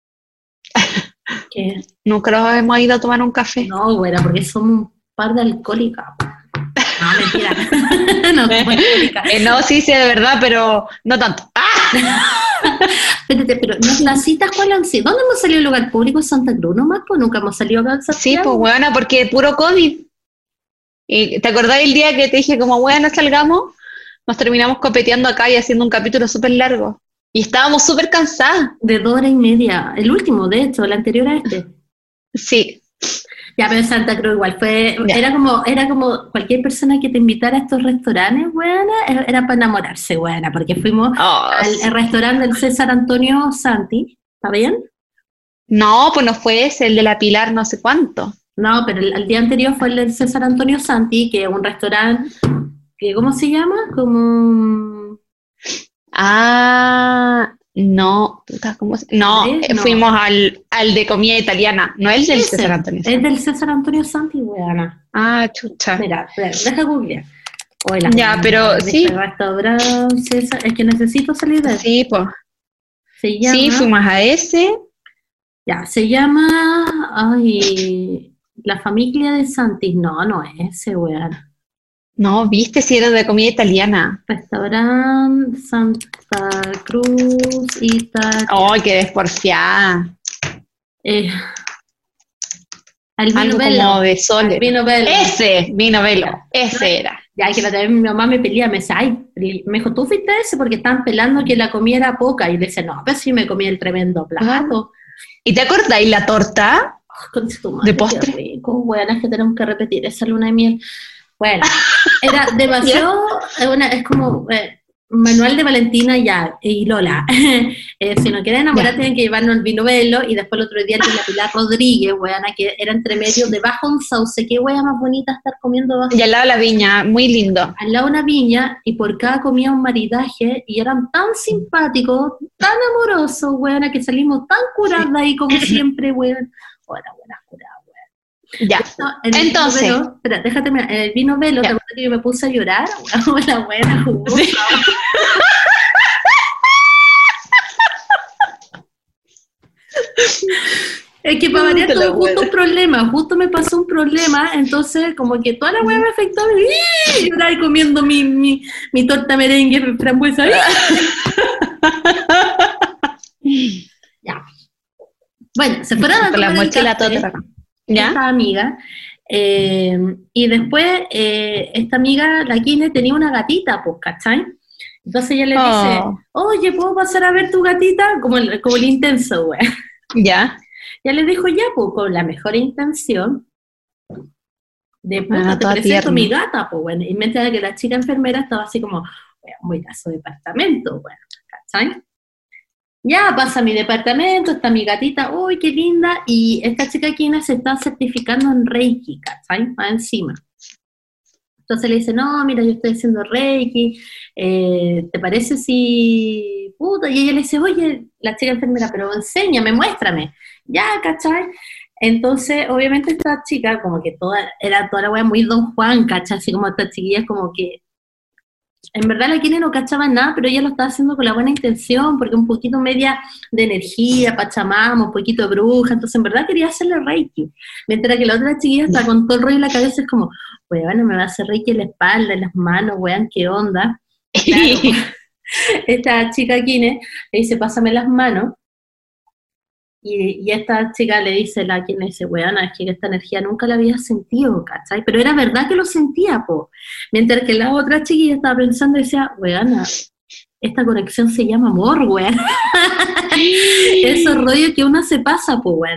que, Nunca nos hemos ido a tomar un café. no, güera, porque somos un par de alcohólicas, weón. No, mentira. No, somos alcohólicas. Eh, no, sí, sí, de verdad, pero no tanto. ¡Ah! Espérate, pero nuestras citas, ¿cuáles han sido? ¿Dónde hemos salido en lugar público? ¿En Santa Cruz nomás? Pues nunca hemos salido acá en Sí, Santiago. pues buena, porque puro COVID. Y ¿te acordás el día que te dije como, bueno, salgamos? Nos terminamos copeteando acá y haciendo un capítulo súper largo. Y estábamos súper cansadas. De dos horas y media. El último, de hecho, el anterior a este. Sí. Ya, pero en Santa Cruz igual fue, Ya. era como, era como cualquier persona que te invitara a estos restaurantes, buena, era para enamorarse, buena, porque fuimos Oh, al, sí. al restaurante del César Antonio Santi, ¿está bien? No, pues no fue ese, el de la Pilar no sé cuánto. No, pero el, el día anterior fue el del César Antonio Santi, que es un restaurante, que ¿cómo se llama? Como... Ah, no, puta, ¿cómo se- No, ¿Andrés? eh, No. fuimos al, al de comida italiana, no el del Ese, César Antonio. es del César Antonio Santi, buena. Ah, chucha. Mira, espera, deja googlear. Hola, Ya, pero sí. Restaurante César, es que necesito salir de Sí, pues. Se llama... Sí, fuimos a ese. Ya, se llama, ay, la familia de Santis, no, no es ese, weón. No, viste si era de comida italiana. Restaurante Santa Cruz, Italia, Ay, qué desporfiada. eh, Albino Algo Bello, como de Sole. Albino Bello. Ese, vino velo, ese era. Ya, que la otra vez mi mamá me pelea, me dice, ay, me dijo, ¿tú fuiste ese? Porque estaban pelando que la comida era poca, y le dice, no, pero sí me comí el tremendo plato. ¿Y te acordáis la torta? Oh, con tu madre, ¿De postre? qué rico, bueno, es que tenemos que repetir esa luna de miel. Bueno, era demasiado, es una- es como eh, manual de Valentina ya, y Lola. Eh, si no quieren enamorar Ya. tienen que llevarnos el vino velo, y después el otro día el de la Pilar Rodríguez, weana, que era entre medio, debajo de un sauce, qué wea más bonita estar comiendo bajo, Y al lado de la viña, muy lindo. al lado de una viña, y por cada comida un maridaje, y eran tan simpáticos, tan amorosos, weana, que salimos tan curadas ahí como siempre, weón. Hola, buenas curadas. Ya. No, en el Entonces. vino velo, espera, déjate mirar, en el vino velo, Ya. ¿te acuerdas que yo me puse a llorar? La buena jugosa. Sí. Es que para variar Te todo lo justo puedo. un problema, justo me pasó un problema, entonces como que toda la weá me afectó, y llorar comiendo mi, mi, mi torta merengue frambuesa. Ya. Bueno, se fueron a Con la tomar el mochila café. toda. ¿Ya? Esta amiga, eh, y después eh, esta amiga, la Kine, tenía una gatita, pues, ¿cachai? Entonces ella le dice, Oh. oye, ¿puedo pasar a ver tu gatita? Como el, como el intenso, güey. Ya. Ya le dijo, ya, pues, con la mejor intención de, puta, Ah, te toda presento tierna. mi gata, pues, bueno. Y mientras que la chica enfermera estaba así como, bueno, voy a su departamento, bueno, ¿cachai? Ya pasa a mi departamento, está mi gatita, uy, qué linda, y esta chica Kina se está certificando en Reiki, ¿cachai? Más encima. Entonces le dice, no, mira, yo estoy haciendo Reiki, eh, ¿te parece si...? Puta, y ella le dice, oye, la chica enfermera, pero enséñame, muéstrame. Ya, ¿cachai? Entonces, obviamente esta chica, como que toda, era toda la wea muy Don Juan, ¿cachai? Así como esta chiquilla es como que en verdad la Kine no cachaba nada, pero ella lo estaba haciendo con la buena intención, porque un poquito media de energía, pachamama, un poquito de bruja, entonces en verdad quería hacerle Reiki. Mientras que la otra chiquilla está con todo el rollo en la cabeza, es como, weón, me va a hacer Reiki en la espalda, en las manos, weón, ¿qué onda? Claro, esta chica Kine le dice, pásame las manos, y, y esta chica le dice, la Kine dice, weón, es que esta energía nunca la había sentido, ¿cachai? Pero era verdad que lo sentía, po. Mientras que la otra chiquilla estaba pensando y decía, weón, esta conexión se llama amor, weón. Esos rollos que uno se pasa, po, weón.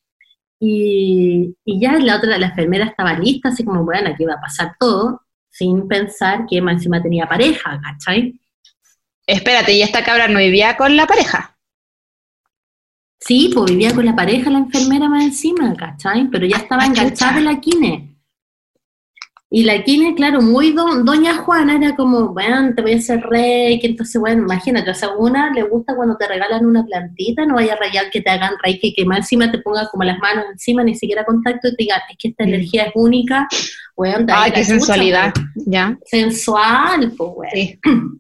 Y, y ya la otra, la enfermera estaba lista, así como, bueno, aquí va a pasar todo, sin pensar que más encima tenía pareja, ¿cachai? Espérate, ¿y esta cabra no vivía con la pareja? Sí, pues vivía con la pareja la enfermera más encima, ¿cachai? Pero ya estaba Ah, enganchada chucha. de la Kine. Y la Kine, claro, muy do- doña Juana, era como, bueno, te voy a hacer reiki, entonces, bueno, imagínate, o sea, una le gusta cuando te regalan una plantita, no vaya a rayar que te hagan reiki, que más encima te pongan como las manos encima, ni siquiera contacto, y te digan, es que esta Mm. energía es única, weón, te Ay, la qué chucha, sensualidad, po. ya. Sensual, pues, weón. Sí.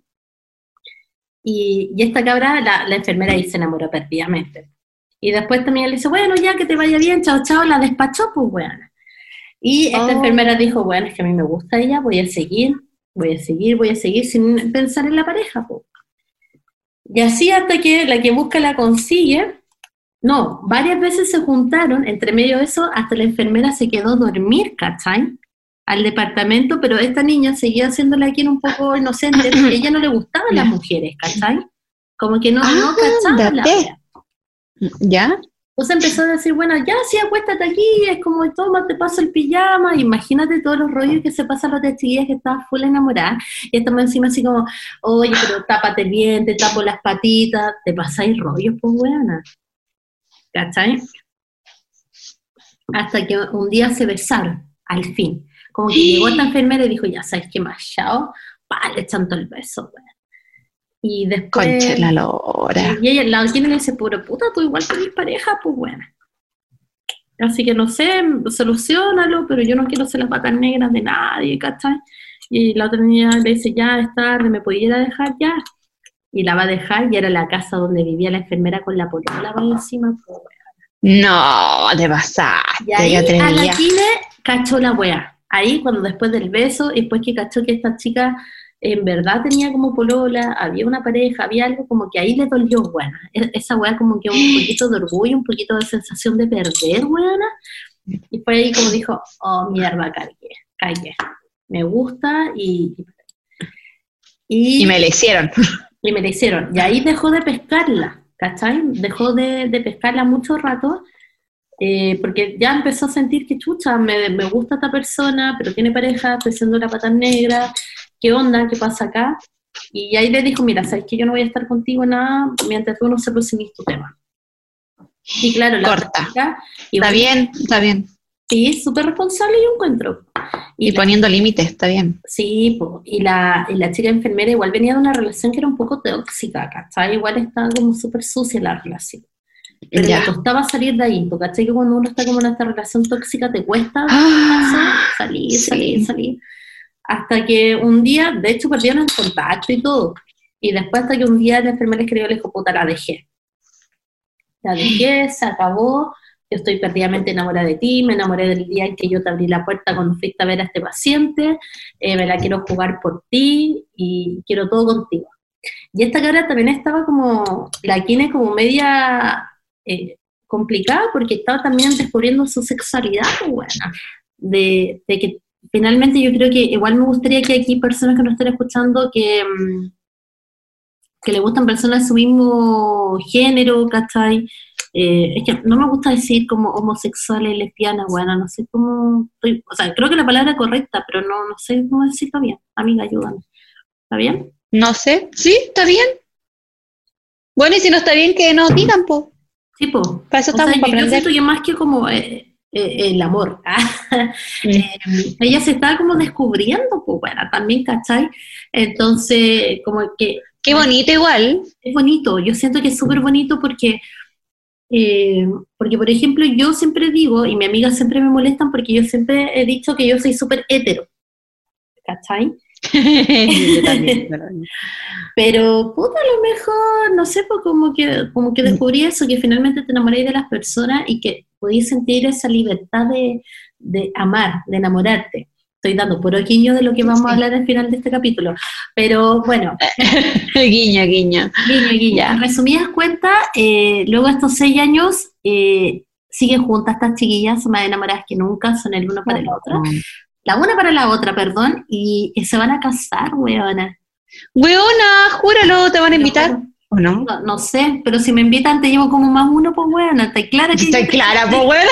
Y, y esta cabra, la, la enfermera ahí se enamoró perdidamente. Y después también le dice, bueno, ya que te vaya bien, chao, chao, la despachó, pues, weón. Y esta Oh. enfermera dijo, bueno, es que a mí me gusta ella, voy a seguir, voy a seguir, voy a seguir sin pensar en la pareja, po. Y así hasta que la que busca la consigue. No, varias veces se juntaron, entre medio de eso, hasta la enfermera se quedó a dormir, ¿cachai? Al departamento, pero esta niña seguía haciéndola aquí un poco inocente, porque a ella no le gustaban las mujeres, ¿cachai? Como que no, no cachaba la Ándate. wea. ¿Ya? Entonces empezó a decir, bueno, ya sí, acuéstate aquí, es como, toma, te paso el pijama, imagínate todos los rollos que se pasan las otras chiquillas que estaban full enamoradas, y estamos encima así como, oye, pero tápate bien, te tapo las patitas, te pasáis rollos, pues, weona, ¿cachai? Hasta que un día se besaron, al fin, como que llegó esta enfermera y dijo, ya sabes qué más, chao, pa, le echan todo el beso, weón. Y después... Concha la lora. Y ella, la quien le dice, pero puta, tú igual tenés pareja, pues bueno. Así que no sé, solucionalo, pero yo no quiero ser las patas negras de nadie, ¿cachai? Y la otra niña le dice, ya es tarde, ¿me podía ir a dejar ya? Y la va a dejar, y era la casa donde vivía la enfermera con la polola va encima, pues bueno. No, te pasaste, Y ahí qué a la atrevida. Kine cachó la wea. Ahí, cuando después del beso, y después que cachó que esta chica en verdad tenía como polola, había una pareja, había algo como que ahí le dolió, weona. E- Esa weá como que un poquito de orgullo, un poquito de sensación de perder, weona. Y fue ahí como dijo, oh, mierda, calle, calle. Me gusta y... Y, Y me le hicieron. y me la hicieron. Y ahí dejó de pescarla, ¿cachai? Dejó de, de pescarla mucho rato, eh, porque ya empezó a sentir que chucha, me, me gusta esta persona, pero tiene pareja, estoy siendo la pata negra, ¿qué onda? ¿Qué pasa acá? Y ahí le dijo, mira, sabes que yo no voy a estar contigo nada mientras tú no soluciones tu tema. Y claro, la Corta. otra chica, Está igual, bien, está bien. sí, súper responsable yo encuentro. Y, la- poniendo límites, está bien. Sí, po, y la, y la chica enfermera igual venía de una relación que era un poco tóxica, ¿cachai? Igual estaba como súper sucia la relación. Pero Ya. le costaba salir de ahí, porque ¿cachai? Que cuando uno está como en esta relación tóxica te cuesta Ah, salir, sí. salir, salir. Hasta que un día, de hecho perdieron el contacto y todo. Y después hasta que un día la enfermera escribió y le dijo, puta, la dejé. La dejé, se acabó, yo estoy perdidamente enamorada de ti, me enamoré del día en que yo te abrí la puerta cuando fuiste a ver a este paciente, eh, me la quiero jugar por ti y quiero todo contigo. Y esta cara también estaba como, la Kine como media eh, complicada porque estaba también descubriendo su sexualidad, pues, buena, de, de que finalmente yo creo que igual me gustaría que aquí personas que nos estén escuchando que, mm, que le gustan personas de su mismo género, ¿cachai? Eh, es que no me gusta decir como homosexuales, lesbianas, bueno, no sé cómo, estoy, o sea, creo que la palabra es correcta, pero no, no sé cómo decirlo bien. Amiga, ayúdame. ¿Está bien? No sé. Sí, está bien. Bueno, y si no está bien, que nos digan, po. Sí, pues. Para eso O sea, estamos, yo, para yo aprender. siento que más que como eh, eh, el amor, Mm. eh, ella se estaba como descubriendo, pues bueno, también, ¿cachai? Entonces, como que Qué bonito igual. es bonito, yo siento que es súper bonito porque, eh, porque, por ejemplo, yo siempre digo, y mi amiga siempre me molestan porque yo siempre he dicho que yo soy súper hetero, ¿cachai? Yo también, pero- Pero, puta, a lo mejor, no sé, pues como que, como que descubrí eso, que finalmente te enamoré de las personas y que podías sentir esa libertad de, de amar, de enamorarte. Estoy dando puro guiño de lo que vamos a Sí. hablar al final de este capítulo. Pero bueno, Guiño, guiño. guiño, guiño. Ya. En resumidas cuentas, eh, luego de estos seis años, eh, siguen juntas estas chiquillas, son más enamoradas que nunca, son el uno para el otro. La una para la otra, perdón, y, y se van a casar, weona. Weona, júralo, ¿te van a invitar? ¿O no? No, no sé, pero si me invitan te llevo como más uno, pues weona, está clara que Estoy clara, pues weona.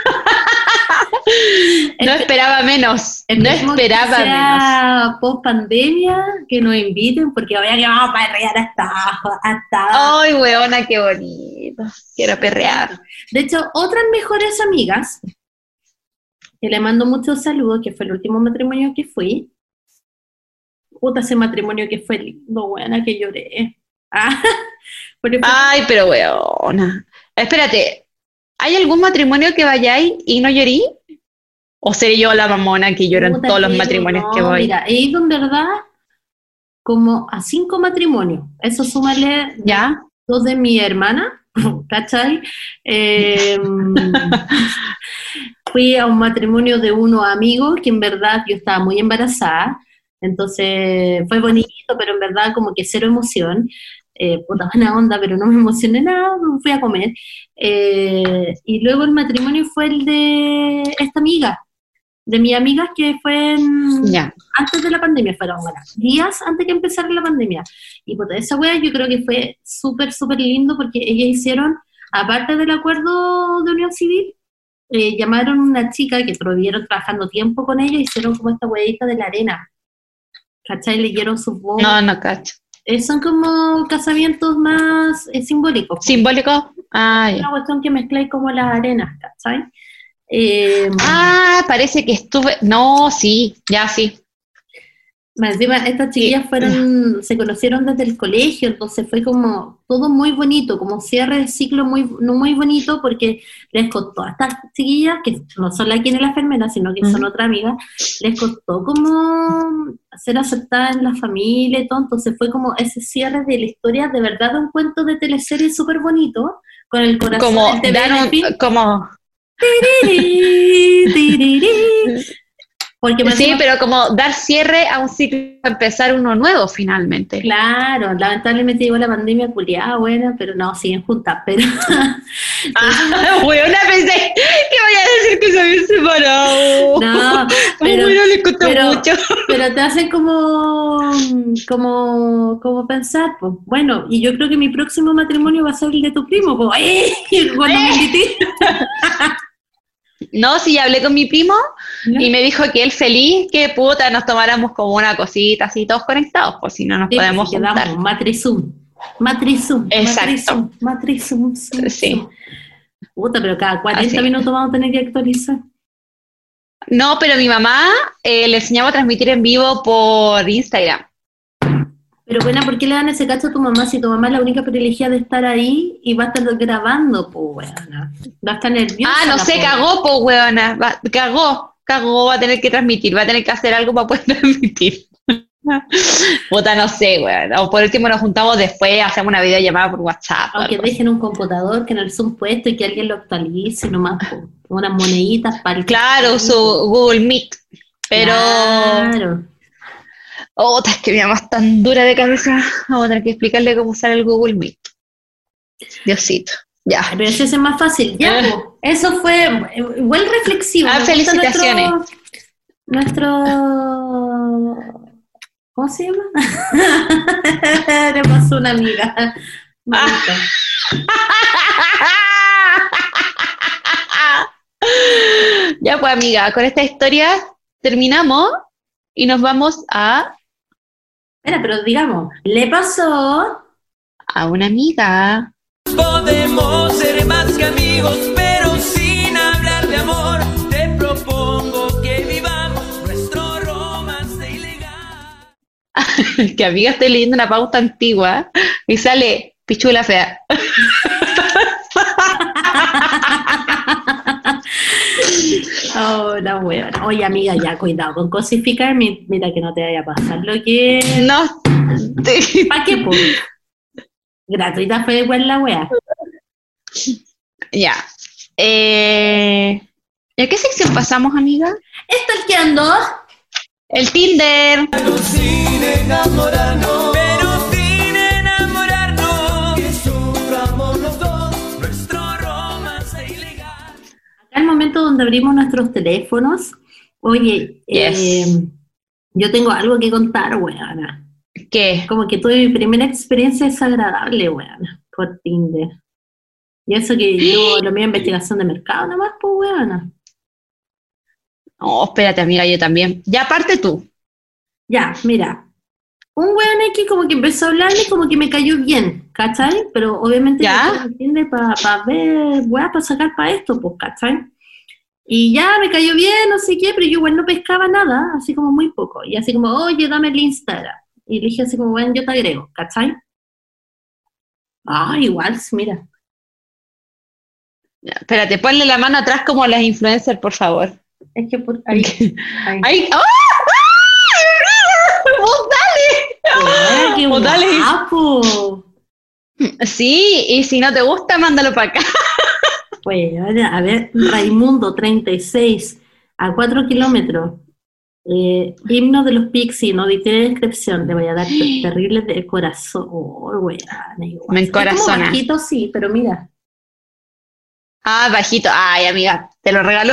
No esperaba menos. No Esperemos que esperaba menos. sea post pandemia, que nos inviten, porque vaya que vamos a perrear hasta hasta. Ay, weona, qué bonito. Quiero perrear. De hecho, otras mejores amigas, que le mando muchos saludos, que fue el último matrimonio que fui. Puta, ese matrimonio que fue lindo, buena, que lloré. Ah, porque fue- Ay, pero weona. Espérate, ¿hay algún matrimonio que vayáis y no llorí? ¿O seré yo la mamona que llora en puta, todos los que matrimonios no, que voy? Mira, he ido en verdad como a cinco matrimonios. Eso súmale ¿Ya? dos de mi hermana, ¿cachai? Eh, fui a un matrimonio de unos amigos que en verdad yo estaba muy embarazada, entonces fue bonito, pero en verdad como que cero emoción. Eh, puta buena onda, pero no me emocioné nada, fui a comer. Eh, y luego el matrimonio fue el de esta amiga, de mi amiga que fue en- Ya. antes de la pandemia, fueron bueno, días antes que empezara la pandemia. Y puta, esa wea yo creo que fue súper, súper lindo porque ellas hicieron, aparte del acuerdo de unión civil, eh, llamaron a una chica que estuvieron trabajando tiempo con ella, hicieron como esta huevita de la arena, ¿cachai? Leyeron sus votos. No, no cacho. Eh, son como casamientos más eh, simbólicos. ¿Simbólico? Ah, ya. Una cuestión que mezcláis como las arenas, ¿cachai? Eh, Ah, parece que estuve. No, sí, ya sí. Más encima, estas chiquillas fueron, se conocieron desde el colegio, entonces fue como todo muy bonito, como cierre de ciclo muy, no muy bonito, porque les costó a estas chiquillas, que no son la quien es la enfermera, sino que son Ujú. otra amiga, les costó como ser aceptada en la familia y todo, entonces fue como ese cierre de la historia, de verdad un cuento de teleserie súper bonito, con el corazón Como en T V dar en un. fin. Como. Tirirí, tirirí. Porque me Sí, encima- pero como dar cierre a un ciclo, empezar uno nuevo finalmente. Claro, lamentablemente llegó la pandemia culiada, buena, pero no, siguen juntas, pero Ah, weona, pensé que vaya a decir que se habían separado. no, pero, Bueno, le costó pero- mucho. pero te hacen como, como, como pensar, pues, bueno, y yo creo que mi próximo matrimonio va a ser el de tu primo, pues, ¡eh! Cuando me invité. No, sí, hablé con mi primo ¿No? y me dijo que él feliz que puta nos tomáramos como una cosita así todos conectados, pues si no nos Sí, podemos pues, quedamos, juntar. Matrizum, Matrizum, Exacto. Matrizum, Matrizum, zum, Sí. zum. Puta, pero cada cuarenta Así. minutos vamos a tener que actualizar. No, pero mi mamá eh, le enseñaba a transmitir en vivo por Instagram. Pero buena, ¿por qué le dan ese cacho a tu mamá si tu mamá es la única privilegiada de estar ahí y va a estar grabando, pues, buena? Va a estar nerviosa. Ah, no la sé, pobre. cagó, po, weona. Va- cagó, cagó, va a tener que transmitir, va a tener que hacer algo para poder transmitir. Puta, no sé, weón. O por último nos juntamos después, hacemos una videollamada por WhatsApp. o Aunque algo así. dejen un computador que en el Zoom puesto y que alguien lo actualice nomás, po, unas moneditas para el... Claro, su Google Meet. Pero, Claro. oh, es que mi mamá es tan dura de cabeza. Vamos a tener que explicarle cómo usar el Google Meet. Diosito, ya. Ay, pero ese es más fácil. Ya, Eh. po, eso fue eh, igual reflexivo. Ah, Me gusta felicitaciones. Nuestro... nuestro- ¿Cómo se llama? Le pasó una amiga. Me Ah. gusta. Ya pues amiga, con esta historia terminamos y nos vamos a, Espera, pero digamos, le pasó... a una amiga. Podemos ser más que amigos, pero sin hablar de amor. Te propongo que vivamos nuestro romance ilegal. Que amiga, estoy leyendo una pauta antigua y sale Pichula Fea. Oh, la huevona. Oye, amiga, ya, cuidado con cosificar. mi- Mira que no te vaya a pasar lo que... No. ¿Para qué, po? Gratuita fue igual la wea. Ya. Eh, ¿y a qué sección pasamos, amiga? Stalkeando. El Tinder. Sin enamorarnos, pero sin enamorarnos, que suframos los dos nuestro romance ilegal. Acá el momento donde abrimos nuestros teléfonos. Oye, Yes. eh, yo tengo algo que contar, weona. ¿Qué? Como que tuve mi primera experiencia desagradable, weona, por Tinder. Y eso que yo, lo mío, investigación de mercado nomás, pues, weona. No, espérate, amiga, yo también. Ya parte tú. Ya, mira. Un weón aquí como que empezó a hablarme como que me cayó bien, ¿cachai? Pero obviamente ¿Ya? yo entiende para pa ver, weá, para sacar para esto, pues, ¿cachai? Y ya me cayó bien, no sé qué, pero yo igual no pescaba nada, así como muy poco. Y así como, oye, dame el Instagram. Y le dije así como, bueno, yo te agrego, ¿cachai? Ah, igual, mira. Ya, espérate, ponle la mano atrás como las influencers, por favor. Es que por ahí, ahí. ¡Ay! ¡Ah! ¡Ah! ¡Vos Weá, qué Pues dale. guapo. dale! Sí, y si no te gusta, mándalo para acá. Bueno, a ver, Raimundo, treinta y seis, a cuatro kilómetros. Eh, himno de los Pixies, no dicté descripción, le voy a dar ter- terribles de corazón. Oh, weá, igual. Me Es como encorazona. bajito, sí, pero mira. Ah, bajito. Ay, amiga, te lo regalo.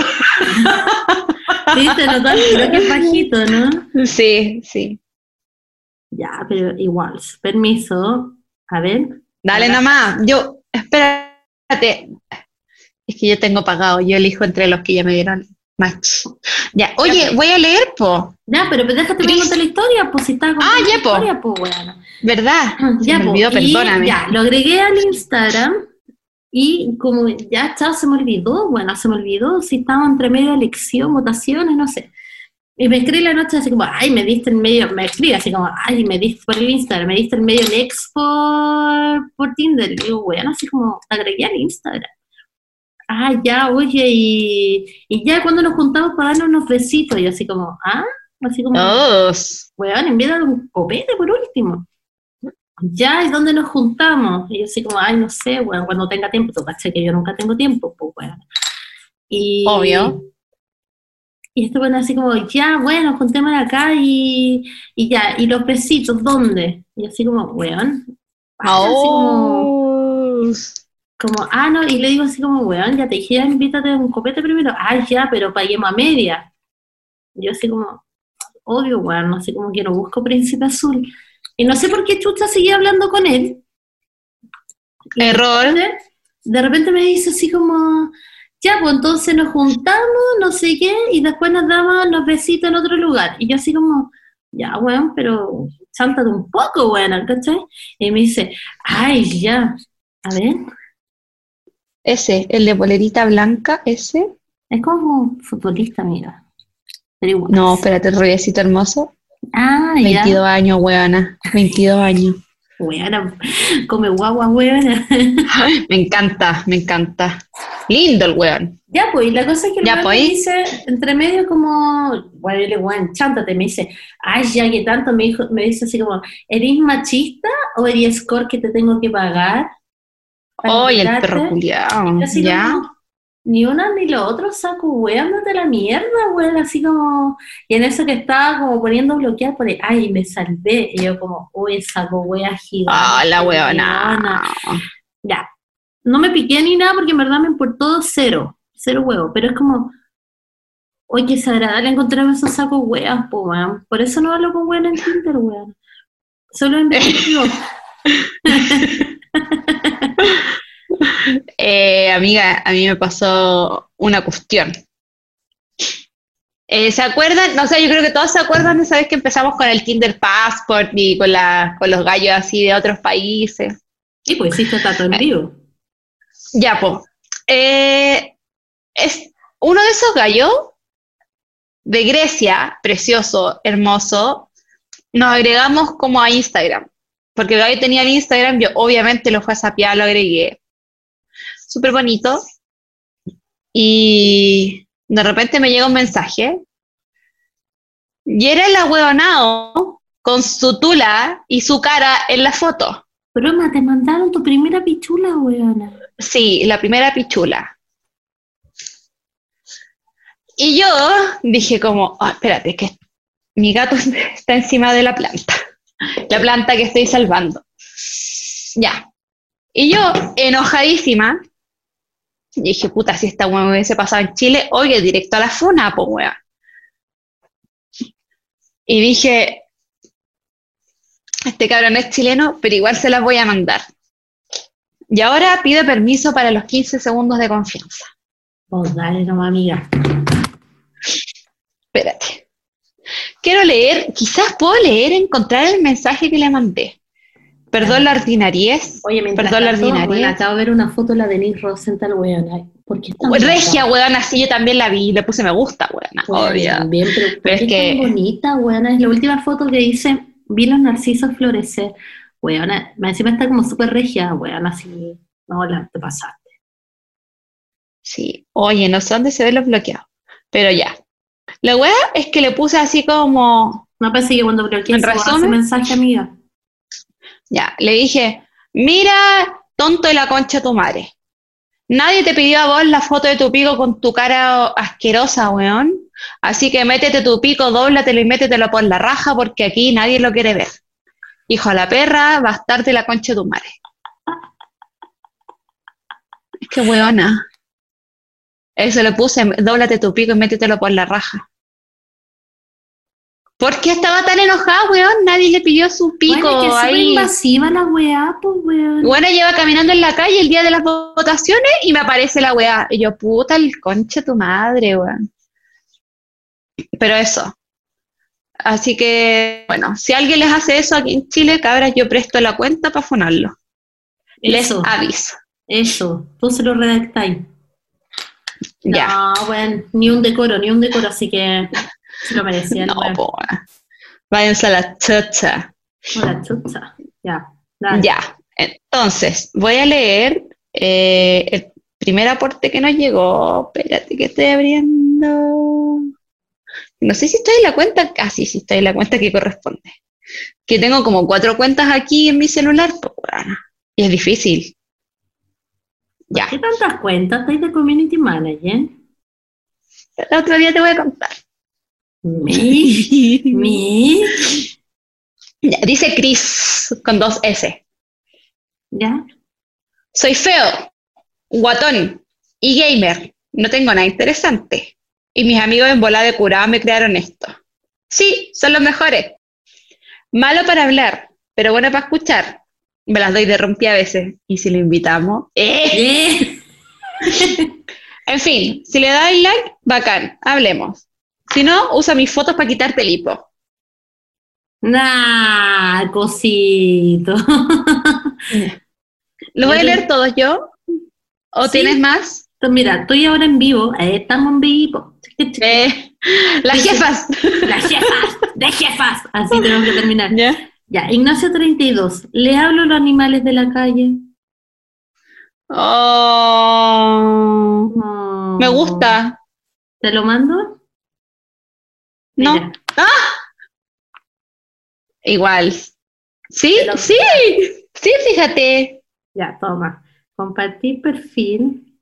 Sí, te lo doy, creo que es bajito, ¿no? Sí, sí. Ya, pero igual, permiso. A ver. Dale Ahora- nomás. Yo, espérate. Es que yo tengo pagado. Yo elijo entre los que ya me dieron match. Ya, oye, voy a leer, po. Ya, pero pues déjate Cris. contar la historia, pues si estás contando Ah, ya, la po. historia, pues bueno. ¿Verdad? Se Ya, me po, olvidó, y perdóname. ya, lo agregué al Instagram y como ya, chao, se me olvidó, bueno, se me olvidó si estaba entre medio de elección, votaciones, no sé. Y me escribe la noche así como, ay, me diste en medio, me escribe así como, ay, me diste por el Instagram, me diste en medio next por, por Tinder. Y digo, bueno, así como, te agregué al Instagram. Ah, ya, oye, y, y ya cuando nos juntamos para darnos unos besitos, y así como, ah, así como, Dos. weón, en vez de dar un copete por último. Ya, ¿y dónde nos juntamos? Y yo así como, ay, no sé, weón, cuando tenga tiempo, tú caché que yo nunca tengo tiempo, pues, weón. Y, Obvio. Y esto bueno, así como, ya, bueno, juntémonos acá y, y ya, y los besitos, ¿dónde? Y así como, weón, así como, Oh. como, ah, no, y le digo así como, weón, ya te dije, ya invítate a un copete primero, ah, ya, pero paguemos a media. Y yo así como, obvio, weón, no sé, como que no busco príncipe azul. Y no sé por qué chucha seguía hablando con él. Y Error. De, de repente me dice así como, ya, pues entonces nos juntamos, no sé qué, y después nos damos los besitos en otro lugar. Y yo así como, ya, weón, pero chántate un poco, weón, ¿cachai? Y me dice, ay, ya, a ver, Ese, el de polerita blanca, ese. es como un futbolista, mira. Pero igual. No, espérate, el rubiecito hermoso. Ah, ya. veintidós años, weona. veintidós años. Weona, come guagua, weona. Me encanta, me encanta. Lindo el weón. Ya, pues, y la cosa es que el Ya, weón pues. me dice, entre medio como, bueno, yo le digo, weón, chántate, me dice, ay, ya que tanto, me, dijo, me dice así como, ¿eres machista o eres score que te tengo que pagar? para Oye, el invitarte?" perro culiao. Y así ¿Ya? como, ni una ni lo otro, saco, weón, de la mierda, weón, así como, y en eso que estaba como poniendo bloquear, por ahí, ay, me salvé, y yo como, uy, saco, wea gigante. Ah, la weona. weona. Ya, no me piqué ni nada porque en verdad me importó cero, cero huevo, pero es como, oye, qué desagradable encontrarme esos sacos weas, po, weón. Por eso no hablo con weón en Tinder, weón. Solo en vivo. Eh, amiga, a mí me pasó una cuestión. Eh, ¿se acuerdan? No sé, yo creo que todos se acuerdan de esa vez que empezamos con el Tinder Passport y con, la, con los gallos así de otros países. Sí, pues hiciste tato en vivo. Ya, pues. Eh, es uno de esos gallos de Grecia, precioso, hermoso, nos agregamos como a Instagram. Porque el gallo tenía el Instagram, yo obviamente lo fue a sapear, lo agregué. Súper bonito. Y De repente me llega un mensaje y era el ahueonao con su tula y su cara en la foto. Broma, te mandaron tu primera pichula, weona. Sí, la primera pichula. Y yo dije como, ah, espérate, es que mi gato está encima de la planta. La planta que estoy salvando. Ya. Y yo, enojadísima, dije, puta, si esta weá me hubiese pasado en Chile, oye, directo a la funa, pues weá. Y dije, este cabrón es chileno, pero igual se las voy a mandar. Y ahora pide permiso para los quince segundos de confianza. Pues dale nomás, amiga. Espérate. Quiero leer, quizás puedo leer, encontrar el mensaje que le mandé. Perdón la ordinariez. Oye, mientras Perdón la tanto, bueno, ordinariez. acabo de ver una foto de la Denise Rosenthal, weona. ¿Por qué está Regia, weón, así yo también la vi, le puse me gusta, weón, obvio. Bien, pero ¿por Pero qué es que- tan bonita, weona? Es la última foto que hice, vi los narcisos florecer. Weona, encima está como súper regia, weona, así. No, la te pasaste. Sí, oye, no sé dónde se ven los bloqueados, pero ya. La weá es que le puse así como, No pensé que cuando bloqueé ¿En ese resumen? mensaje, amiga. ya, le dije, mira, tonto de la concha tu madre. Nadie te pidió a vos la foto de tu pico con tu cara asquerosa, weón. Así que métete tu pico, dóblatelo y métetelo por la raja porque aquí nadie lo quiere ver. Hijo a la perra, bastarde la concha de tu madre. Es que weona. Eso le puse, dóblate tu pico y métetelo por la raja. ¿Por qué estaba tan enojada, weón? Nadie le pidió su pico Bueno, es que es súper ahí. invasiva la weá, pues, weón. Bueno, lleva caminando en la calle el día de las votaciones y me aparece la weá. Y yo, puta, el conche tu madre, weón. Pero eso. Así que, bueno, si alguien les hace eso aquí en Chile, cabras, yo presto la cuenta para funarlo. Les Eso, aviso. eso. Tú se lo redactáis. Ya. No, bueno, ni un decoro, ni un decoro, así que se lo merecían. No, weón. po, weón. Váyanse a la chocha. Hola, chucha. Ya, dale. Ya. Entonces, voy a leer eh, el primer aporte que nos llegó. Espérate que estoy abriendo. No sé si estoy en la cuenta. Ah, sí, sí, estoy en la cuenta que corresponde. Que tengo como cuatro cuentas aquí en mi celular. Pues, bueno, y es difícil. Ya. ¿Qué tantas cuentas estáis de community manager? El otro día te voy a contar. ¿Mi? ¿Mi? Ya, dice Chris con dos S. ¿Ya? Soy feo, guatón y gamer. No tengo nada interesante. Y mis amigos en bola de curado me crearon esto. Sí, son los mejores. Malo para hablar, pero bueno para escuchar. Me las doy de rompi a veces. Y si lo invitamos. ¡Eh! ¿Eh? En fin, si le dais like, bacán, hablemos. Si no, usa mis fotos para quitarte el hipo. Nah, cosito. ¿Lo voy a leer todos yo? ¿O Sí. tienes más? Entonces, mira, estoy ahora en vivo, eh, estamos en vivo. Eh, las jefas. Las jefas, de jefas. Así tenemos que terminar. ¿Ya? Ya, Ignacio treinta y dos. ¿Le hablo a los animales de la calle? Oh, No. me gusta. ¿Te lo mando? No. Mira, Igual. Sí, Te lo- sí, sí, fíjate. ya, toma. Compartir perfil.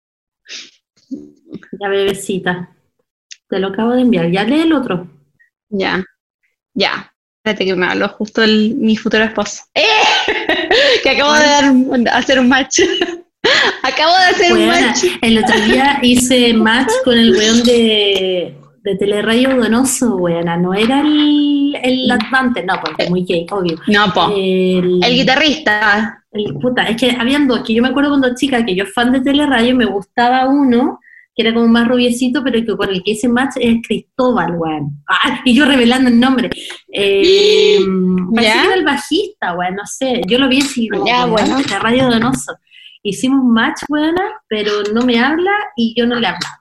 Ya, bebecita. Te lo acabo de enviar. Ya lee el otro. Ya, ya. Espérate que me habló justo el, mi futuro esposo. ¡Eh! Que acabo de dar, un- hacer un match. Acabo de hacer un Weona, match. el otro día hice match con el weón de, de Telerayo Donoso, weona. No era el, el Advante, no, porque es muy gay, obvio. No, po. El, El guitarrista. el- puta, es que habían dos, que yo me acuerdo cuando chica, que yo fan de Telerayo, me gustaba uno, que era como más rubiecito, pero que con el que hice match es Cristóbal, weón. Ah, y yo revelando el nombre. Eh, parece ¿Ya? que era el bajista, weón, no sé. Yo lo vi así, como, Ya, weón, bueno. Telerayo Donoso. Hicimos match, weona, pero no me habla y yo no le hablo.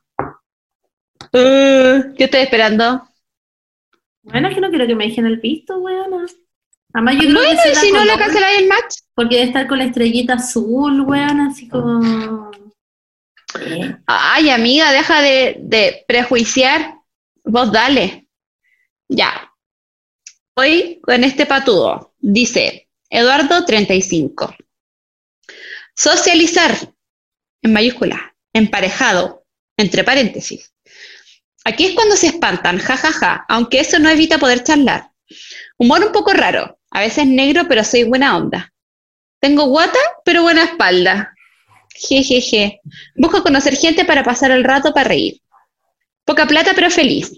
Uh, ¿qué estoy esperando? Bueno, es que no quiero que me dejen el visto, weona. Además, yo creo Bueno, que se y da si no le color, canceláis el match. porque debe estar con la estrellita azul, weona, así como... Eh, Ay, amiga, deja de, de prejuiciar. Vos dale. Ya. Hoy con este patudo. Dice Eduardo treinta y cinco. Socializar, en mayúscula, emparejado, entre paréntesis. Aquí es cuando se espantan, jajaja, ja, ja, aunque eso no evita poder charlar. Humor un poco raro, a veces negro, pero soy buena onda. Tengo guata, pero buena espalda. Jejeje. Busco conocer gente para pasar el rato para reír. Poca plata, pero feliz.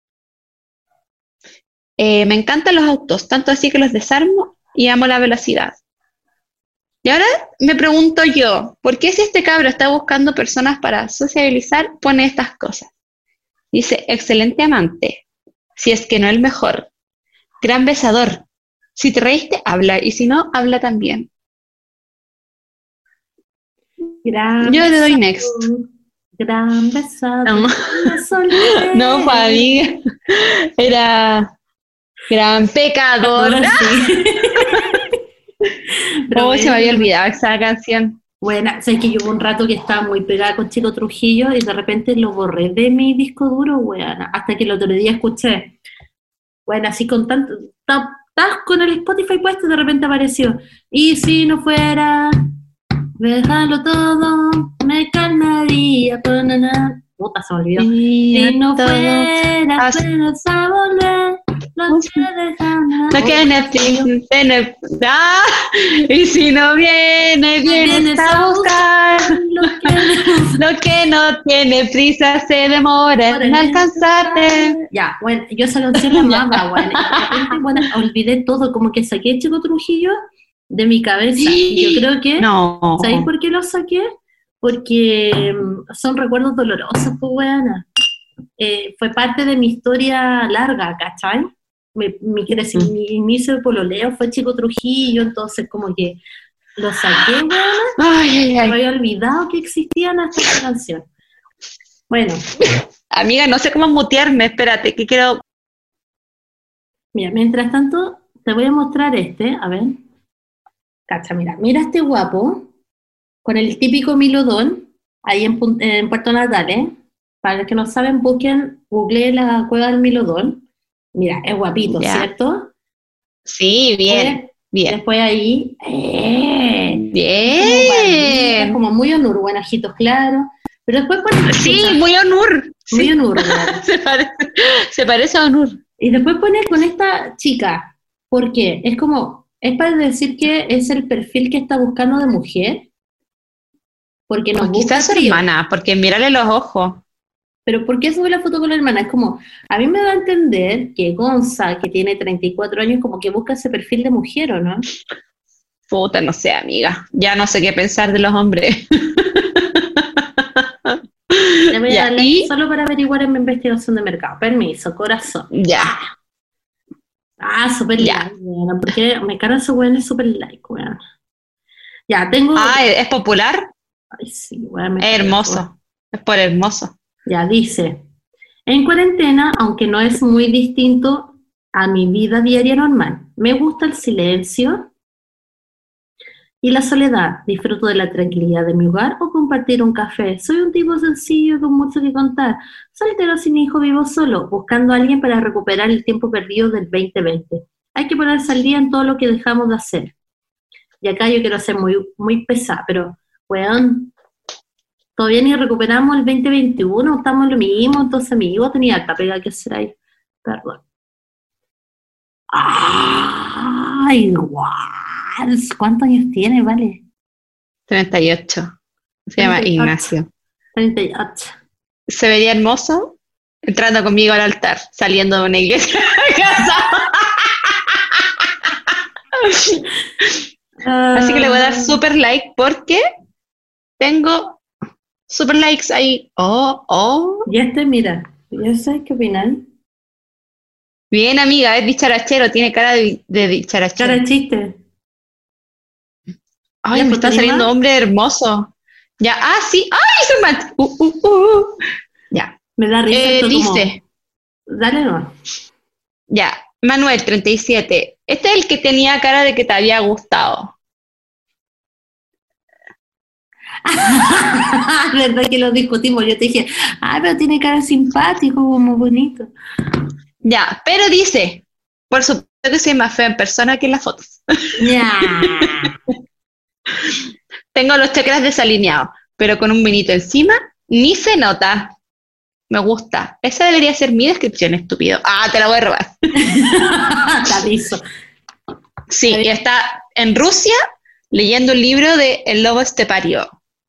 Eh, me encantan los autos, tanto así que los desarmo y amo la velocidad. Y ahora me pregunto yo, ¿por qué si este cabro está buscando personas para sociabilizar, pone estas cosas? Dice, excelente amante, si es que no el mejor. Gran besador. Si te reíste, habla, y si no, habla también. gran Yo le doy besador, next. Gran besador. No, Me solté. no, pues, amiga. Era gran pecador. Sí. Pero Oh, se me bueno, había olvidado esa canción. bueno, sé que yo hubo un rato que estaba muy pegada con Chico Trujillo y de repente lo borré de mi disco duro, weón, hasta que el otro día escuché, bueno, así con tanto, estás con el Spotify puesto y de repente apareció, y si no fuera, déjalo todo, me calmaría, panana. Puta, se me olvidó. Si no fuera, apenas a volver, lo que dejamos. No que Netflix, tiene- ah, y si no viene, vienes a buscar. lo que Lo que no tiene prisa se demora en alcanzarte. Ya, bueno, yo esa canción la amaba, bueno, y de repente, bueno, olvidé todo, como que saqué Chico Trujillo de mi cabeza, y yo creo que, No. ¿sabéis por qué lo saqué? Porque mm, son recuerdos dolorosos, pues, weona. Eh, fue parte de mi historia larga, ¿cachai? Mi, mi, creci- Mm. mi inicio de pololeo fue Chico Trujillo, entonces como que lo saqué, weona, Ay, ay, me ay. había olvidado que existían hasta esta canción. Bueno, Amiga, no sé cómo mutearme, espérate, que quiero. mira, mientras tanto, te voy a mostrar este, a ver. Cacha, mira, mira este guapo, con el típico Milodón, ahí en, Pun- en Puerto Natales. Para los que no saben, busquen, googleen la cueva del Milodón. Mira, es guapito, Ya. ¿cierto? Sí, bien, Después, bien. después ahí, eh, como Bien. barbita, como muy honor, buen ojitos claros. Pero después pone, Sí, escucha, muy Onur. muy Sí, honor, weón. se parece, se parece a Onur. Y después pone con esta chica. ¿Por qué? Es como, es para decir que es el perfil que está buscando de mujer. Porque nos O busca quizás su trío. hermana, porque mírale los ojos. Pero ¿por qué sube la foto con la hermana? Es como, a mí me da a entender que Gonza, que tiene treinta y cuatro años, como que busca ese perfil de mujer, ¿o no? Puta, no sé, amiga. Ya no sé qué pensar de los hombres. Le voy a Ya, dar like y- solo para averiguar en mi investigación de mercado. Permiso, corazón. Ya. Ah, super Ya. like, weón. Porque me carga ese weón, es super like, weón. Ya, tengo... Ah, ¿es popular? Ay, sí, weón, me Es carga, hermoso. weón. Es por hermoso. Ya, dice, en cuarentena, aunque no es muy distinto a mi vida diaria normal, me gusta el silencio y la soledad. Disfruto de la tranquilidad de mi hogar o compartir un café. Soy un tipo sencillo con mucho que contar. Soltero sin hijo, vivo solo, buscando a alguien para recuperar el tiempo perdido del veinte veinte. Hay que ponerse al día en todo lo que dejamos de hacer. Y acá yo quiero ser muy, muy pesada, pero, weón, todavía ni recuperamos el veinte veintiuno, estamos en lo mismo, entonces amigo, tenía harta pega que hacer ahí. Perdón. Ay, guau. ¿Cuántos años tiene, vale? treinta y ocho. Se llama treinta y ocho. Ignacio. treinta y ocho. Se vería hermoso entrando conmigo al altar, saliendo de una iglesia casado. Así que le voy a dar super like porque tengo super likes ahí. Oh, oh. Y este, mira, ¿ya sabes qué opinan? Bien, amiga, es dicharachero, tiene cara de, de dicharachero. Cara de chiste. Ay, ¿Ya, me pues, está tenés saliendo más? hombre hermoso. Ya, ah, sí. ¡Ay, hizo match! Uh, uh, uh. Ya. Me da risa Eh, esto dice, como... Dale, no. ya, Manuel, treinta y siete. Este es el que tenía cara de que te había gustado. verdad que lo discutimos, yo te dije, ah, pero tiene cara simpático, como bonito. Ya, pero dice, por supuesto que soy más fea en persona que en las fotos. Ya. Tengo los chakras desalineados, pero con un vinito encima, ni se nota. Me gusta. Esa debería ser mi descripción, estúpido. Ah, te la voy a robar. Te aviso. Sí, y está en Rusia leyendo un libro de El lobo estepario.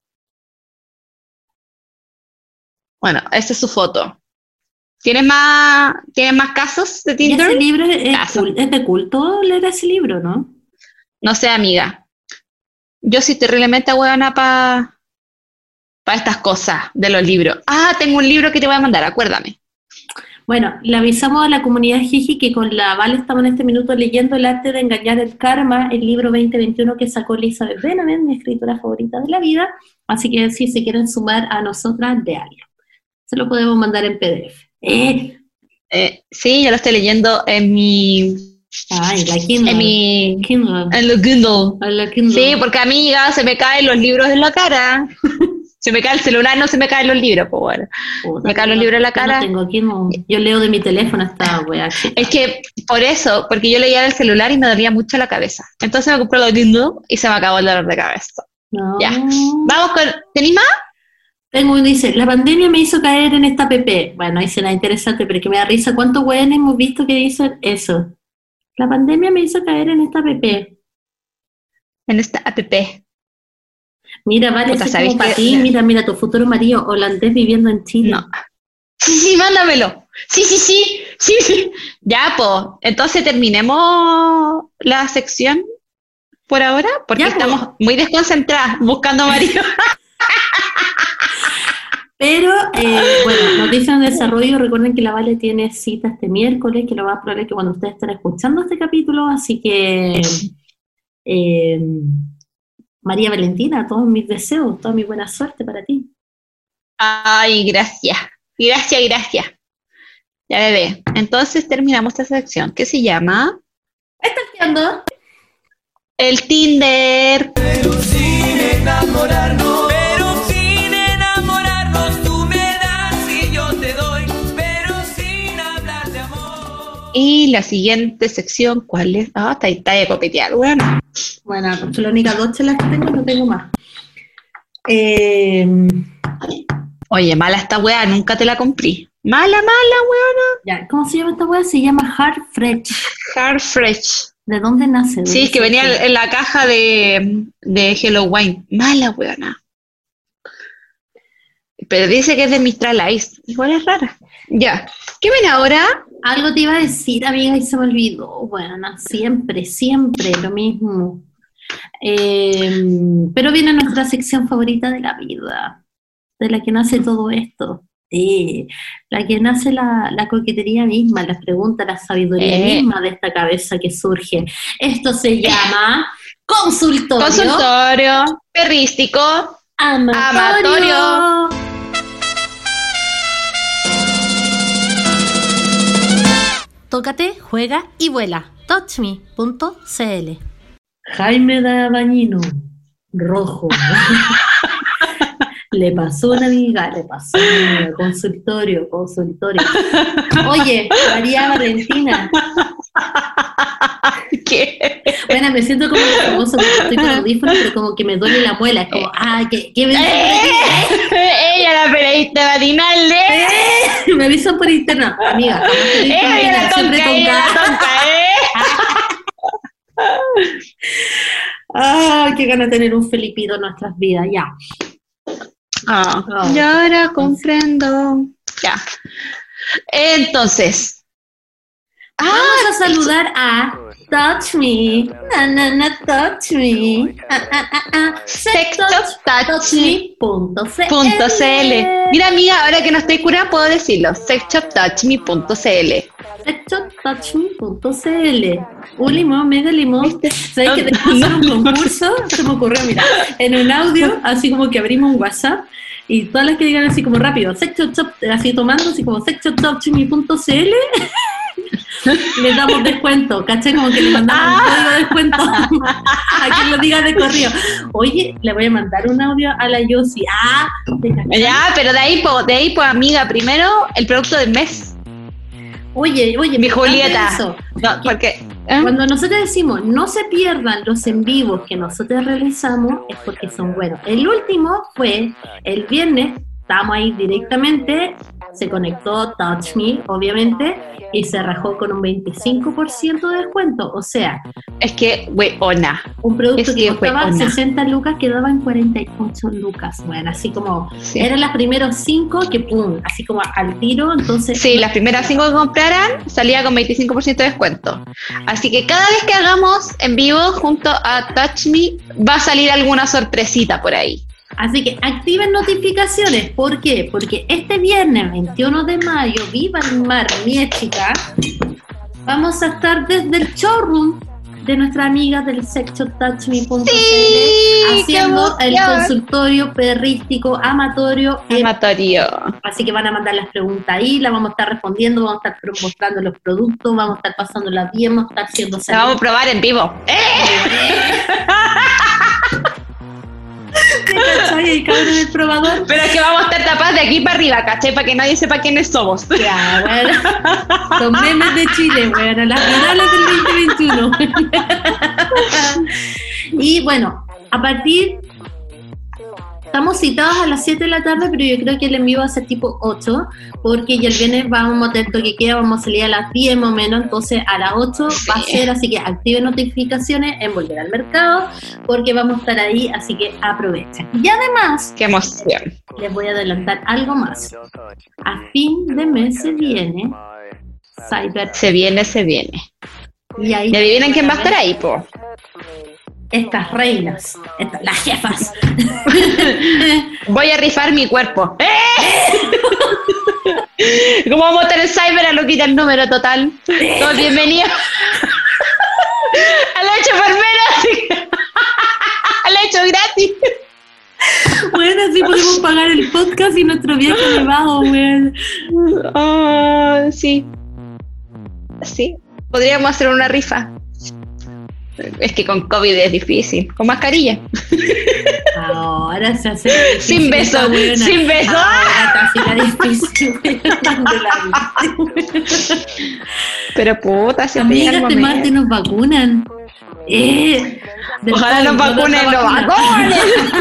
Bueno, esa es su foto. ¿Tienes más, ¿tienes más casos de ¿Y Tinder? ese libro es, es, Caso. cul- es de culto leer ese libro, no? No sé, amiga. Yo soy terriblemente buena para pa estas cosas de los libros. Ah, tengo un libro que te voy a mandar, acuérdame. Bueno, le avisamos a la comunidad Jiji que con la Vale estamos en este minuto leyendo El arte de engañar el karma, el libro veinte veintiuno que sacó Elizabeth Benavent, mi escritora favorita de la vida. Así que si se quieren sumar a nosotras, de algo. Se lo podemos mandar en P D F. Eh, Eh, sí, yo lo estoy leyendo en mi... ay, la Kindle. En mi... Kindle. En lo Kindle. A la Kindle. Sí, porque amiga, se me caen los libros en la cara. Se me cae el celular, no se me caen los libros, pues bueno. Puta, me caen los yo libros en la yo cara. No tengo Kindle. Yo leo de mi teléfono esta wea. Es que por eso, porque yo leía el celular y me dolía mucho la cabeza. Entonces me compré los Kindle y se me acabó el dolor de cabeza. No. Ya. Vamos con... ¿Tenís más? Tengo uno dice, la pandemia me hizo caer en esta app. Bueno, dice nada interesante, pero es que me da risa. ¿Cuántos weones hemos visto que dicen eso? La pandemia me hizo caer en esta app. En esta app. Mira, vale, Puta, así ¿sabéis como para qué? ti. Mira, mira, tu futuro marido holandés viviendo en Chile. No. Sí, sí, mándamelo. Sí, sí, sí. Sí, sí. Ya, pues. Entonces terminemos la sección por ahora, porque Ya, po. estamos muy desconcentradas buscando marido. Pero, eh, bueno, noticias de desarrollo. Recuerden que la Vale tiene cita este miércoles, que lo más probable es que cuando ustedes estén escuchando este capítulo, así que... Eh, María Valentina, todos mis deseos, toda mi buena suerte para ti. Ay, gracias. Gracias, gracias. Ya, bebé. Entonces terminamos esta sección que se llama ¿Estás El Tinder. Pero sin enamorarnos, pero sin enamorarnos, tú me das y yo te doy, pero sin hablar de amor. Y la siguiente sección, ¿cuál es? Ah, está ahí, está ahí de copetear, bueno. Bueno, son las únicas dos chelas que tengo, no tengo más. Eh, Oye, mala esta weá, nunca te la compré. Mala, mala, weona. ya, ¿cómo se llama esta wea? Se llama Hard Fresh. Hard Fresh. ¿De dónde nace? ¿De Sí, es que dónde venía surge? en la caja de, de Hello Wine. Mala, weona. Pero dice que es de Mistral Ice. Igual es rara. Ya. ¿Qué ven ahora? Algo te iba a decir, amiga, y se me olvidó. Bueno, siempre, siempre lo mismo. Eh, pero viene nuestra sección favorita de la vida, de la que nace todo esto. Sí, la que nace la, la coquetería misma, las preguntas, la sabiduría Eh. misma de esta cabeza que surge. Esto se llama consultorio, Consultorio perrístico. amatorio. amatorio. Tócate, juega y vuela. touchme punto c l. Jaime Dabañino, rojo. Le pasó una amiga, le pasó una amiga, consultorio, consultorio. Oye, María Valentina. ¿Qué? Bueno, me siento como el famoso porque estoy con audífonos, pero como que me duele la muela. Es como, ah, ¿qué, qué me dicen por aquí? Ella la periodista matinal de... Eh, me avisan por internet. Amiga, jamás te dije ¡Ella matinal, la siempre tonca, con ella la K. tonca, eh! Ah, qué gana tener un Felipito en nuestras vidas, ya. Ah, Oh. y ahora comprendo. Ya. Entonces. Vamos Ah, a saludar a Touch Me, na, na, na, Touch Me, ah, ah, ah, ah, sextouch punto c l. punto cl. Mira, amiga, ahora que no estoy curada puedo decirlo. sexshoptouchme punto cl. sexshoptouchme punto c l. Un limón, mega limón. ¿Viste? ¿Sabes que tenemos que hacer un concurso? Se me ocurrió, mira, en un audio, así como que abrimos un WhatsApp y todas las que digan así como rápido, sexshop, así tomando, así como sexshoptouchme punto c l. le damos descuento, ¿cachai? Como que le mandamos ah. un código de descuento a quien lo diga de correo. Oye, le voy a mandar un audio a la Yossi. Ah, ya, pero de ahí, po, de ahí, pues, amiga, primero el producto del mes. Oye, oye, mi Julieta. Eso, no, porque ¿eh? Cuando nosotros decimos no se pierdan los en vivos que nosotros realizamos, es porque son buenos. El último fue el viernes. Estábamos ahí directamente, se conectó Touch Me, obviamente, y se rajó con un veinticinco por ciento de descuento. O sea, es que, weona. Un producto es que, que costaba weona. sesenta lucas quedaba en cuarenta y ocho lucas. Bueno, así como, sí. Eran las primeros cinco que pum, así como al tiro, entonces. Sí, las primeras cinco que compraran salía con veinticinco por ciento de descuento. Así que cada vez que hagamos en vivo junto a Touch Me, va a salir alguna sorpresita por ahí. Así que activen notificaciones. ¿Por qué? Porque este viernes veintiuno de mayo, viva el mar, mi chica, vamos a estar desde el showroom de nuestra amiga del sexshop touch me punto c l sí, haciendo el consultorio perrístico amatorio. Amatorio. Así que van a mandar las preguntas ahí, las vamos a estar respondiendo, vamos a estar mostrando los productos, vamos a estar pasándolas bien, vamos a estar haciendo... La vamos a probar en vivo. ¡Eh! ¿Cachai? El cabrón del probador. Pero es que vamos a estar tapadas de aquí para arriba, ¿cachai? Para que nadie sepa quiénes somos. Ya, bueno. Los memes de Chile, bueno, las virales del veinte veintiuno. Y bueno, a partir... Estamos citados a las siete de la tarde, pero yo creo que el envío va a ser tipo ocho, porque ya el viernes vamos a tener toque queda, vamos a salir a las diez más o menos, entonces a las ocho sí. Va a ser, así que activen notificaciones en Volver al Mercado, porque vamos a estar ahí, así que aprovechen. Y además, ¡qué emoción! Les voy a adelantar algo más. A fin de mes se viene Cyber. Se viene, se viene. Y ahí ¿y adivinen quién va a estar ahí, po? Estas reinas, estas, las jefas. Voy a rifar mi cuerpo. ¡Eh! ¿Cómo vamos a estar en Cyber a lo quita el número total? Todos bienvenidos al hecho enfermera. Al hecho gratis. Bueno, así podemos pagar el podcast y nuestro viaje elevado, güey. Oh, sí. Sí. Podríamos hacer una rifa. Es que con COVID es difícil. Con mascarilla. Ahora se hace sin beso, sin beso. Ahora casi la difícil. Pero puta, se amigas, te más nos vacunan. Eh, Ojalá nos vacunen, nos vacunen.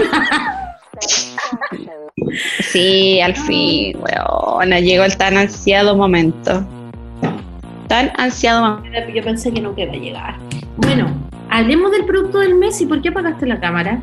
Sí, al fin, weón, llegó el tan ansiado momento. Tan ansiado momento. Yo pensé que nunca iba a llegar. Bueno, hablemos del producto del mes. ¿Y por qué apagaste la cámara?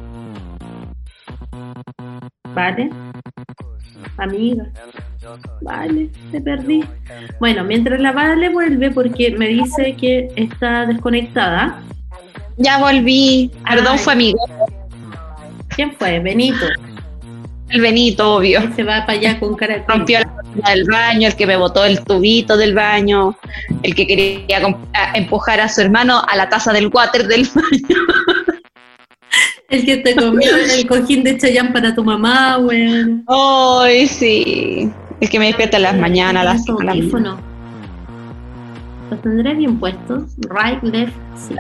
Vale, amiga. Vale, te perdí. Bueno, mientras la Vale vuelve, porque me dice que está desconectada. Ya volví. Perdón, fue amigo. ¿Quién fue? Benito. El Benito, obvio. Él se va para allá con cara de... Rompió la puerta del baño, el que me botó el tubito del baño, el que quería empujar a su hermano a la taza del water del baño. El que te comió el cojín de Chayanne para tu mamá, güey. Ay, sí. El que me despierta en las mañanas. Las audífonos. ¿Los tendré bien puestos? Right, left, sí.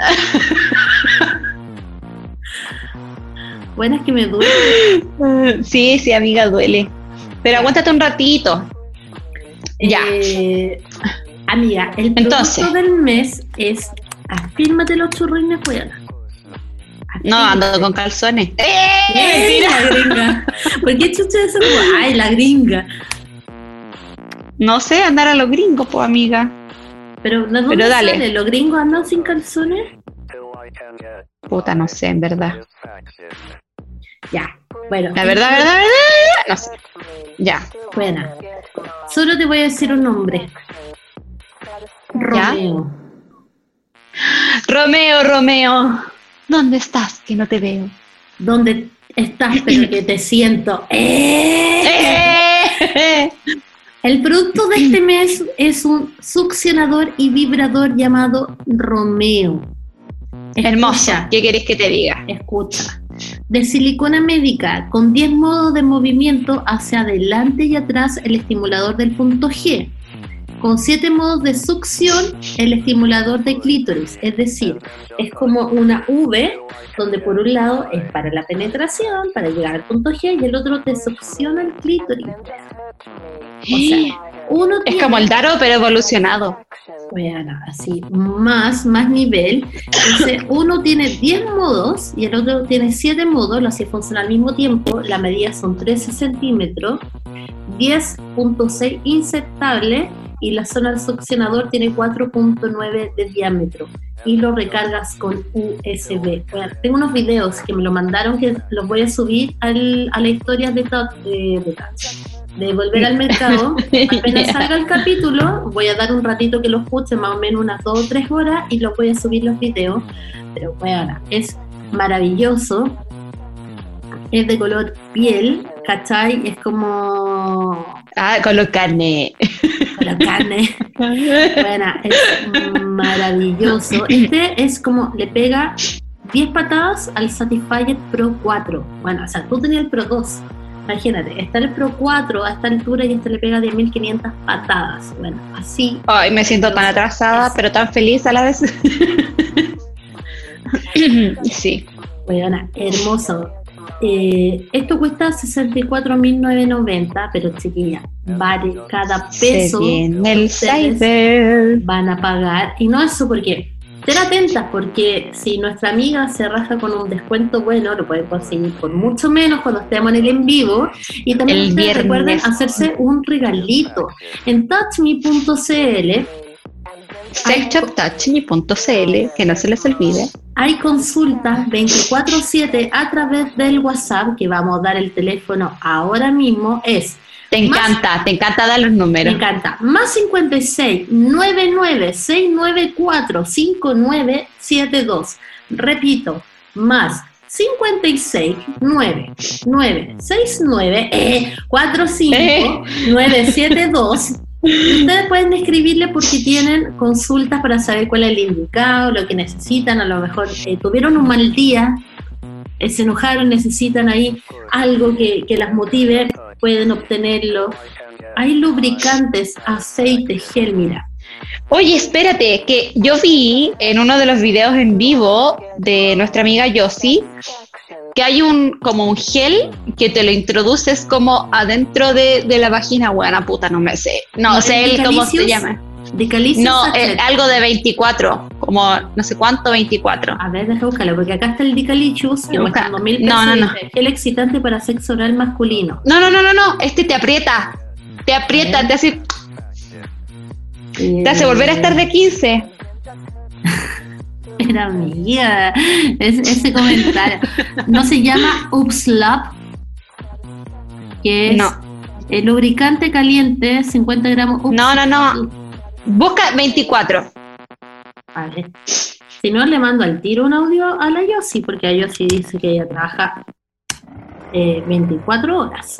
Bueno, es que me duele. Sí, sí, amiga, duele. Pero aguántate un ratito. Ya. Eh, amiga, el Entonces, producto del mes es afírmate los churrines, weona. No, ando con calzones. ¡Eh! ¡Eh! La gringa. ¿Por qué chucha eso? Ay, la gringa. No sé, andar a los gringos, pues, amiga. Pero, ¿de dónde Pero dale. sale? ¿Los gringos andan sin calzones? Puta, no sé, en verdad. Ya, bueno. La verdad, verdad, verdad, no sé. Ya. Buena. Solo te voy a decir un nombre. Romeo. Romeo, Romeo. ¿Dónde estás? Que no te veo. ¿Dónde estás? Pero que te siento. ¡Eh! ¡Eh! El producto de este mes es un succionador y vibrador llamado Romeo. Escucha, hermosa, ¿qué querés que te diga? Escucha. De silicona médica, con diez modos de movimiento hacia adelante y atrás, el estimulador del punto G. con siete modos de succión el estimulador de clítoris, es decir, es como una V, donde por un lado es para la penetración, para llegar al punto G, y el otro te succiona el clítoris. O sea, uno Es tiene, como el Daro, pero evolucionado. bueno, así, más, más nivel. Entonces, uno tiene diez modos y el otro tiene siete modos, los así funcionan al mismo tiempo. La medida son trece centímetros, diez punto seis insertable y la zona del succionador tiene cuatro punto nueve de diámetro y lo recargas con U S B. Bueno, tengo unos videos que me lo mandaron que los voy a subir al, a la historia de, de, de, de Volver al Mercado. Apenas salga el capítulo, voy a dar un ratito que lo escuche, más o menos unas dos o tres horas, y los voy a subir los videos. Pero bueno, es maravilloso. Es de color piel, ¿cachai? Es como... Ah, con los carnes. Con la carne. Bueno, es maravilloso. Este es como, le pega diez patadas al Satisfyer Pro cuatro. Bueno, o sea, tú tenías el Pro dos. Imagínate, está el Pro cuatro a esta altura y este le pega diez mil quinientas patadas. Bueno, así. Ay, me siento tan atrasada, es. pero tan feliz a la vez. Sí. Bueno, hermoso. Eh, esto cuesta sesenta y cuatro mil novecientos noventa, pero chiquilla, vale cada peso. Se viene el ustedes cyber. van a pagar. Y no eso porque, estén atentas, porque si nuestra amiga se raja con un descuento bueno, lo pueden conseguir por mucho menos cuando estemos en el en vivo. Y también El ustedes viernes. recuerden hacerse un regalito en touch me punto c l. sexshoptouchme punto c l, que no se les olvide. Hay consultas veinticuatro siete a través del WhatsApp, que vamos a dar el teléfono ahora mismo. Es Te encanta, te encanta dar los Me números. encanta. Más cincuenta y seis, noventa y nueve, seiscientos noventa y cuatro, cincuenta y nueve setenta y dos. Repito, más cincuenta y seis, noventa y nueve, sesenta y nueve, eh, cuarenta y cinco, novecientos setenta y dos. Ustedes pueden escribirle porque tienen consultas para saber cuál es el indicado, lo que necesitan. A lo mejor eh, tuvieron un mal día, eh, se enojaron, necesitan ahí algo que, que las motive, pueden obtenerlo. Hay lubricantes, aceite, gel, mira. Oye, espérate, que yo vi en uno de los videos en vivo de nuestra amiga Yossi que hay un como un gel que te lo introduces como adentro de, de la vagina. Buena puta, no me sé. No, ¿No sé es el cómo se Decalicious? llama. Decalicious No, Sachet. eh, algo de veinticuatro, como no sé cuánto, veinticuatro. A ver, deja buscarlo, porque acá está el Decalicious, que Busca. cuesta dos mil pesos. No, no, no. dice, gel excitante para sexo oral masculino. No, no, no, no, no, este te aprieta. Te aprieta, te hace, te hace volver a estar de quince. Era mía, es, ese comentario. No se llama Upslap, que es No. el lubricante caliente, cincuenta gramos. Ups- No, no, no. Busca veinticuatro. A ver. Si no, le mando al tiro un audio a la Yossi, porque a Yossi dice que ella trabaja eh, veinticuatro horas.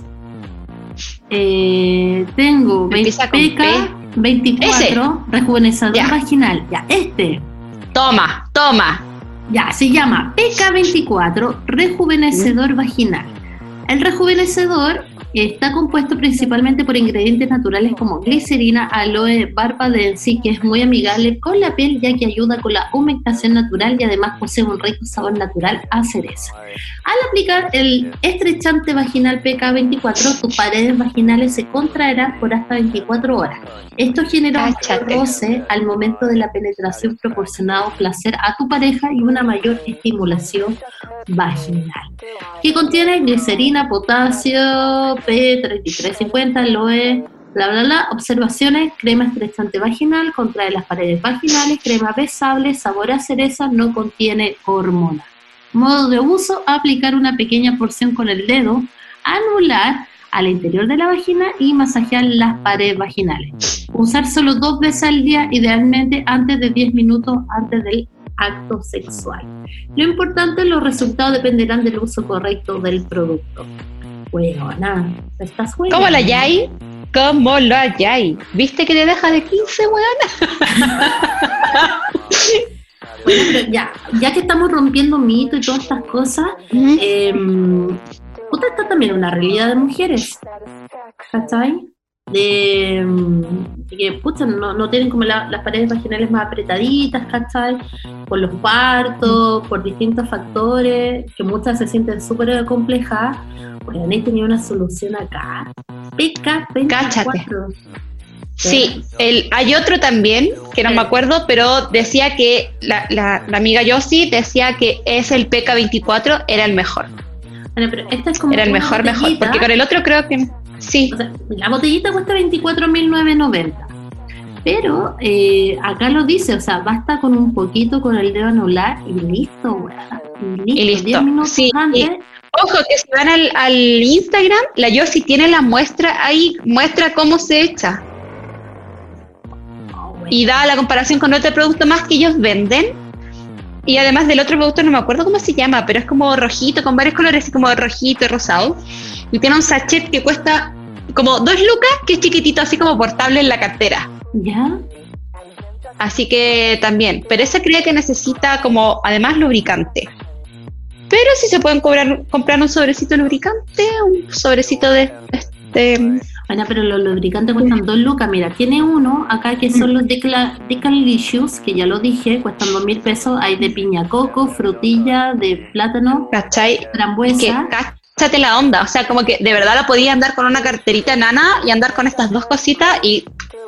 Eh, tengo Empieza con P K veinticuatro, rejuvenecedor Ya. vaginal. Ya, este. Toma, toma. Ya, se llama P K veinticuatro, rejuvenecedor vaginal. El rejuvenecedor está compuesto principalmente por ingredientes naturales como glicerina, aloe, barba de encía, que es muy amigable con la piel, ya que ayuda con la humectación natural y además posee un rico sabor natural a cereza. Al aplicar el estrechante vaginal P K veinticuatro, tus paredes vaginales se contraerán por hasta veinticuatro horas. Esto genera un Cáchate. roce al momento de la penetración, proporcionando placer a tu pareja y una mayor estimulación vaginal. Que contiene glicerina, potasio, P treinta y tres cincuenta, aloe, bla bla bla. Observaciones: crema estrechante vaginal, contrae las paredes vaginales, crema besable, sabor a cereza, no contiene hormona. Modo de uso: aplicar una pequeña porción con el dedo anular al interior de la vagina y masajear las paredes vaginales. Usar solo dos veces al día, idealmente antes de diez minutos antes del acto sexual. Lo importante, los resultados dependerán del uso correcto del producto. Huevona, ¿estás huevona? ¿Cómo la hay? ¿Cómo lo hay? ¿Viste que te deja de quince, weón? Bueno, pero ya, ya que estamos rompiendo mitos y todas estas cosas, eh, puta, está también una realidad de mujeres, ¿cachai? De, porque, pucha, no, no tienen como la, las paredes vaginales más apretaditas, ¿cachai? Por los partos, por distintos factores, que muchas se sienten súper complejas. Bueno, han tenido una solución acá. P K veinticuatro. Sí, el, hay otro también, que no me acuerdo, pero decía que la, la, la amiga Yossi decía que es el P K veinticuatro, era el mejor. Bueno, pero esta es como era el mejor, mejor, porque con el otro creo que sí. O sea, la botellita cuesta veinticuatro mil novecientos noventa, pero eh, acá lo dice, o sea, basta con un poquito con el dedo anular y listo, weá. Y listo, y listo. diez minutos Sí, antes. Y, ojo, que si van al, al Instagram, la Yossi tiene la muestra ahí, muestra cómo se echa. Y da la comparación con otro producto más que ellos venden. Y además del otro producto, no me acuerdo cómo se llama, pero es como rojito, con varios colores, como rojito y rosado. Y tiene un sachet que cuesta como dos lucas, que es chiquitito, así como portable en la cartera. ¿Ya? Así que también. Pero esa creo que necesita como, además, lubricante. Pero si se pueden cobrar, comprar un sobrecito de lubricante, un sobrecito de... este Bueno, pero los lubricantes cuestan dos lucas. Mira, tiene uno acá que son los Decalicious, que ya lo dije, cuestan dos mil pesos. Hay de piña coco, frutilla, de plátano, ¿cachai? frambuesa. Que cáchate la onda, o sea, como que de verdad la podía andar con una carterita nana y andar con estas dos cositas y...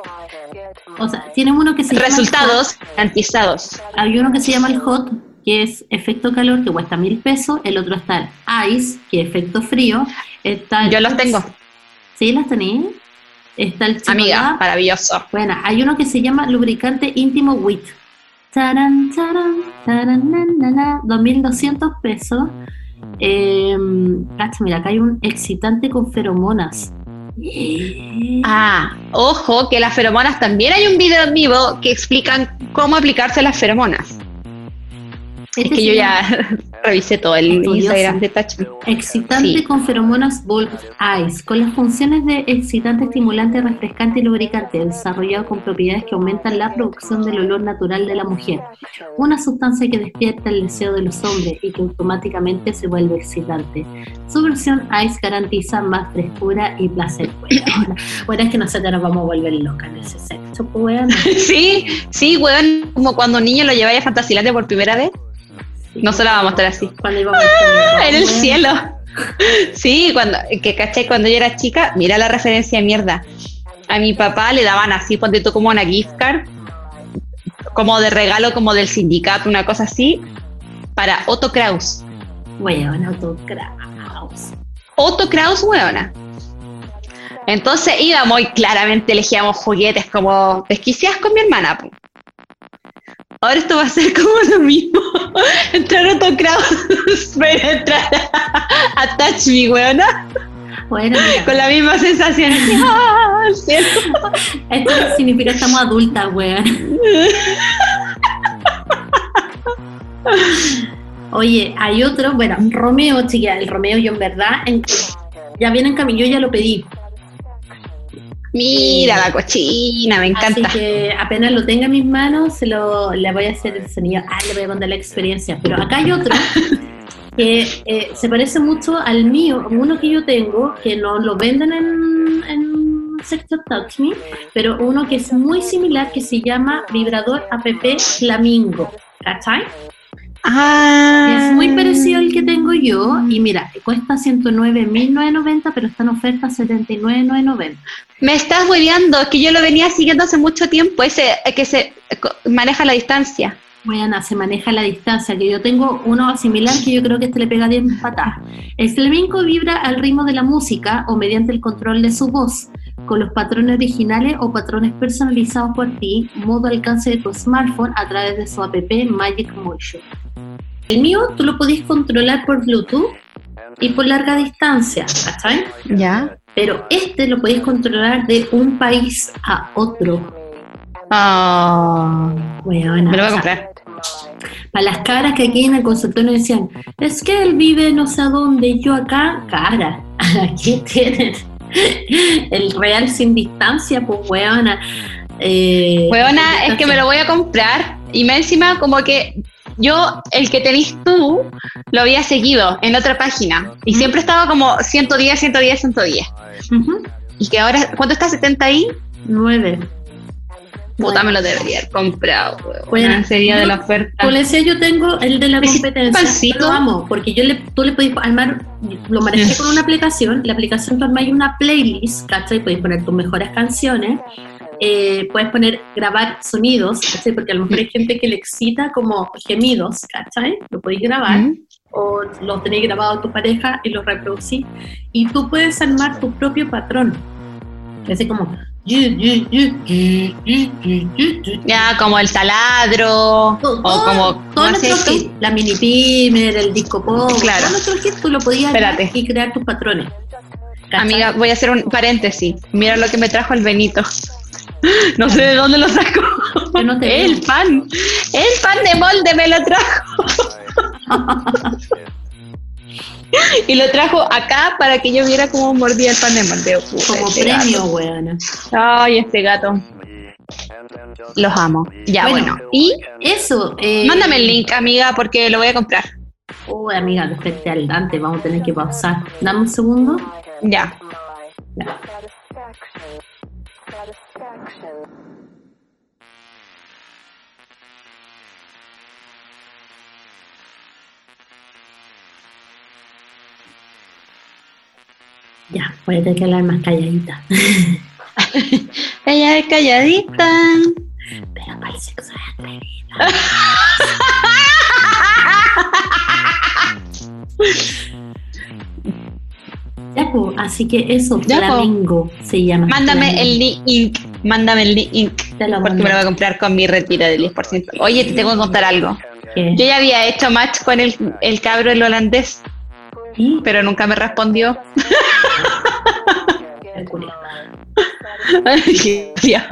O sea, tiene uno que se resultados llama garantizados. Hay uno que se llama el Hot, que es efecto calor, que cuesta mil pesos. El otro está el Ice, que es efecto frío. Está el Yo los tengo. ¿Sí las tenéis? Está el Chico Amiga, Lab. maravilloso. Bueno, hay uno que se llama lubricante íntimo Wit. Taran, taran, taran, na, na, na, dos mil doscientos pesos. Eh, cacha, mira, acá hay un excitante con feromonas. Yeah. Ah, ojo, que las feromonas también hay un video en vivo que explican cómo aplicarse las feromonas. Este es que yo ya revisé todo el Estudiosa. Instagram de Touch Me. Excitante Sí. con feromonas Bulk Ice, con las funciones de excitante, estimulante, refrescante y lubricante, desarrollado con propiedades que aumentan la producción del olor natural de la mujer. Una sustancia que despierta el deseo de los hombres y que automáticamente se vuelve excitante. Su versión Ice garantiza más frescura y placer. Bueno, bueno, es que nosotros nos vamos a volver locas en ese sexo, pues, bueno. Sí, sí, weón, como cuando un niño lo lleváis a Fantasilandia por primera vez. No se la va a mostrar así. Cuando íbamos ¡Ah! a En el cielo. Sí, cuando, que caché, cuando yo era chica, mira la referencia de mierda. A mi papá le daban así, ponte tú como una gift card, como de regalo, como del sindicato, una cosa así, para Otto Kraus. Weona, Otto Kraus. Otto Kraus, weona. Entonces íbamos y claramente elegíamos juguetes como desquiciadas con mi hermana, po. Ahora esto va a ser como lo mismo. Entrar a Otto Kraus, pero entrar a, a Touch Me, weona. Bueno, mira, Con la misma sensación. ¡Ah, ¿cierto? esto significa que estamos adultas, weón. Oye, hay otro, bueno, Romeo, chiquilla, el Romeo yo en verdad, en- ya viene en camino, yo ya lo pedí. Mira la cochina, me encanta. Así que apenas lo tenga en mis manos, se lo, le voy a hacer el sonido, ah, le voy a contar la experiencia. Pero acá hay otro que eh, se parece mucho al mío, uno que yo tengo, que no lo venden en, en Sector Touch Me, pero uno que es muy similar, que se llama Vibrador App Flamingo, ¿cachai? Ah. Es muy parecido al que tengo yo, y mira, cuesta ciento nueve mil novecientos noventa, pero está en oferta setenta y nueve mil novecientos noventa. Me estás hueveando, es que yo lo venía siguiendo hace mucho tiempo, ese eh, que se eh, co- maneja la distancia. Bueno, se maneja la distancia, que yo tengo uno similar que yo creo que este le pega diez patadas. El flamenco vibra al ritmo de la música o mediante el control de su voz, con los patrones originales o patrones personalizados por ti, modo alcance de tu smartphone a través de su app Magic Motion. El mío tú lo podés controlar por Bluetooth y por larga distancia, ¿cachai? Ya. Pero este lo podés controlar de un país a otro. Ah. Weona, Me lo voy a o sea, comprar. para las caras que aquí en el consultorio decían, es que él vive no sé a dónde, yo acá, cara, aquí tienen el real sin distancia, pues weona. Eh, Huevona, es que me lo voy a comprar y me encima como que yo, el que tenés tú, lo había seguido en otra página y Mm. siempre estaba como ciento diez, ciento diez, ciento diez. Ujú. Y que ahora, ¿cuánto está? ¿setenta y? Nueve. Puta, Bueno. me lo debería haber comprado, weón. Bueno, Ese día de yo- la oferta. Como les decía, yo tengo el de la ¿Me hiciste competencia. pancito? Yo lo amo, porque yo le, tú le podés armar, lo manejé con una aplicación. La aplicación tú armas una playlist, ¿cachai? Podéis poner tus mejores canciones. Eh, puedes poner, grabar sonidos, ¿cachai? Porque a lo mejor hay gente que le excita como gemidos, ¿cachai? Lo podéis grabar. ¿Mm? O los tenéis grabado a tu pareja y los reproducís. Y tú puedes armar tu propio patrón. Así como... Ya, como el taladro, Todo, o como, todo ¿cómo nuestro haces tú? hit, la mini pimer, el disco pop, Claro. todo nuestro hit tú lo podías Espérate. armar y crear tus patrones. ¿Cachai? Amiga, voy a hacer un paréntesis. Mira lo que me trajo el Benito. No sé de dónde lo sacó. Yo no te El veo. pan. El pan de molde me lo trajo. Y lo trajo acá para que yo viera cómo mordía el pan de molde. Puta, Como este premio, gato. weona. Ay, este gato. Los amo. Ya, Bueno. bueno. Y Eso. Eh, mándame el link, amiga, porque lo voy a comprar. Uy, amiga, desperté al Dante, vamos a tener que pausar. Dame un segundo. Ya. Ya. Ya, voy a tener que hablar más calladita. Ella es calladita. Pero para el sexo es atrevida. Ya, pues, así que eso, Ya, po. Flamingo se llama. Mándame Flamingo. el link. Mándame el link. Te lo Porque mando. me lo voy a comprar con mi retiro del diez por ciento. Oye, te tengo que contar algo. ¿Qué? Yo ya había hecho match con el, el cabro, el holandés, ¿Y? pero nunca me respondió. Qué curio. Ya.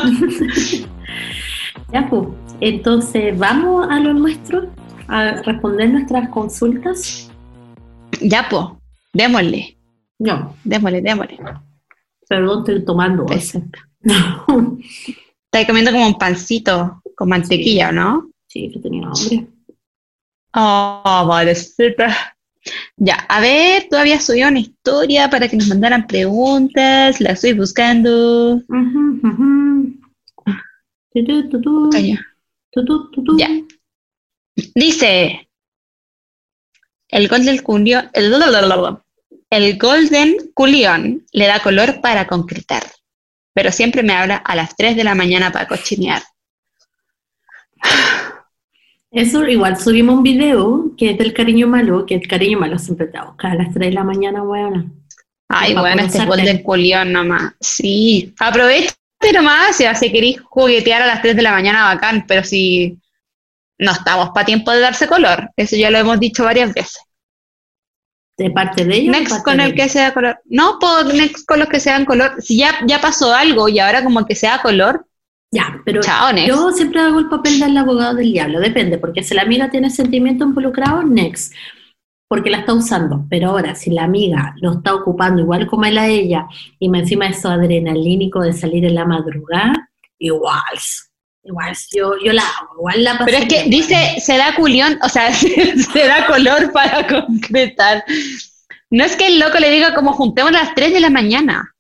Ya, pues, entonces, ¿vamos a lo nuestro? A responder nuestras consultas. Ya, po. Démosle. No, Démosle, démosle. perdón, estoy tomando. Pues. once. Estás comiendo como un pancito con mantequilla, ¿no? Sí, que tenía hambre. Oh, pobrecita. Ya, a ver, tú habías subido una historia para que nos mandaran preguntas. La estoy buscando. Ujú, ujú. Tu, tu, tu, tu. Calla. Tu, tu, tu, tu. Ya. Dice, el Golden Culión, el, el Golden Culión le da color para concretar, pero siempre me habla a las tres de la mañana para cochinear. Eso, igual subimos un video que es del cariño malo, que el cariño malo siempre te va a buscar a las tres de la mañana, weona. Ay, Pa' bueno, este es conocerte. Golden Culión nomás. Sí, aprovecha nomás, si si queréis juguetear a las tres de la mañana, bacán, pero si no estamos para tiempo de darse color, eso ya lo hemos dicho varias veces. De parte de ellos. de Next parte con de el ellos. que sea color. No, por next con los que sean color. Si ya, ya pasó algo y ahora como que sea color, Ya, pero chao, next. yo siempre hago el papel del abogado del diablo, depende, porque si la amiga tiene sentimiento involucrado, next, porque la está usando, pero ahora si la amiga lo está ocupando igual como él a ella, y me encima eso adrenalínico de salir en la madrugada, igual, igual, yo, yo la hago, igual la Pero es que pasaría. dice, se da culión, o sea, se da color para concretar. No es que el loco le diga como juntemos a las tres de la mañana.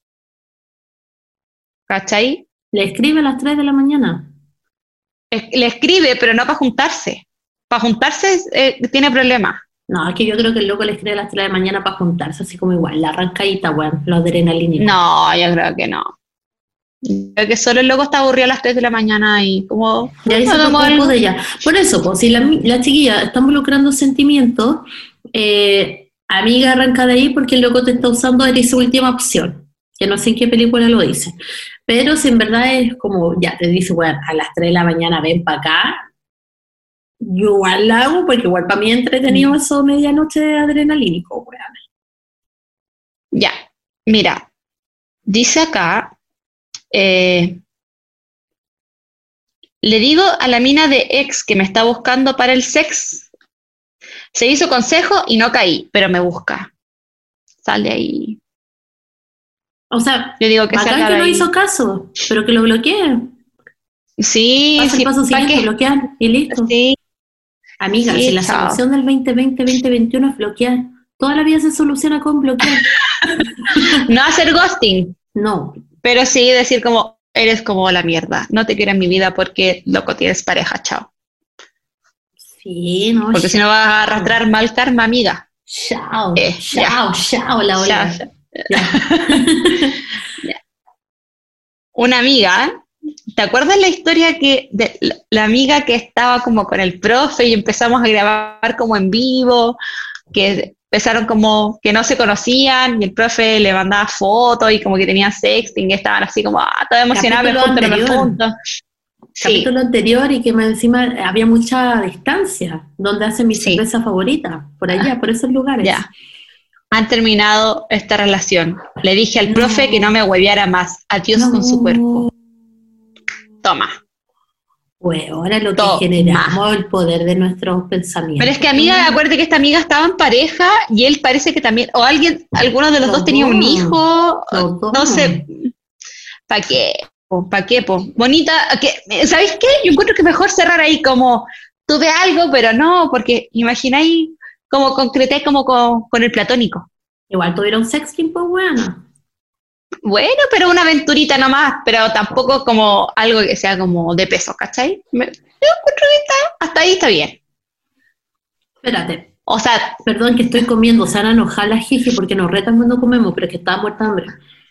¿Cachai? Le escribe a las tres de la mañana. Es- Le escribe, pero no para juntarse. Para juntarse eh, tiene problemas. No, es que yo creo que el loco le escribe a las tres de la mañana para juntarse, así como igual, la arrancadita, weón, lo adrenalínico. No, yo creo que no. Creo que solo el loco está aburrido a las tres de la mañana y como... Ya hizo hagamos tu cuerpo algo. de ella. Por eso, pues, si la, la chiquilla está involucrando sentimientos, eh, amiga, arranca de ahí porque el loco te está usando, eres su última opción. Que no sé en qué película lo dice. Pero si en verdad es como, ya te dice, bueno, a las tres de la mañana ven para acá, yo igual la hago porque igual para mí es entretenido eso medianoche adrenalínico, weón. Ya, mira, dice acá, eh, le digo a la mina de ex que me está buscando para el sex, se hizo consejo y no caí, pero me busca. Sal de ahí. O sea, Yo digo que bacán salga que de no ahí. hizo caso, pero que lo bloquee. Sí, Pasa sí, el paso ¿pa' siguiente, qué? bloquear y listo. Sí, Amiga, Sí, si la chao. solución del veinte veinte veinte veintiuno es bloquear, toda la vida se soluciona con bloquear. no hacer ghosting, No, pero sí decir como, eres como la mierda, no te quiero en mi vida porque, loco, tienes pareja, chao. Sí, no. Porque si no vas a chao. arrastrar mal karma, amiga. Chao, Eh, chao, chao, la Chao, ola. chao. Ya. Una amiga, ¿te acuerdas la historia que de la, la amiga que estaba como con el profe y empezamos a grabar como en vivo, que empezaron como que no se conocían y el profe le mandaba fotos y como que tenían sexting y estaban así como, ah, todo emocionado, me Capítulo junto, no me anterior. junto. Sí, Capítulo anterior y que más encima había mucha distancia, donde hacen mi Sí. cerveza favorita, por allá, por esos lugares. ya. Han terminado esta relación. Le dije al No. profe que no me hueviara más. Adiós No. con su cuerpo. Toma. Pues ahora lo que Toma. generamos, el poder de nuestros pensamientos. Pero es que amiga, acuérdate que esta amiga estaba en pareja y él parece que también, o alguien, alguno de los Los dos tenía un dos. hijo, Los dos. no sé, ¿para qué? ¿Para qué? Po? Bonita, que, ¿sabéis qué? Yo encuentro que mejor cerrar ahí como, tuve algo, pero no, porque imagináis como concreté como con, con el platónico. Igual tuvieron sexting, pues bueno. Bueno, pero una aventurita nomás, pero tampoco como algo que sea como de peso, ¿cachai? Me, yo encuentro que está, hasta ahí está bien. Espérate, O sea, perdón que estoy comiendo, se van a enojar las jiji porque nos retan cuando comemos, pero es que estaba muerta de hambre.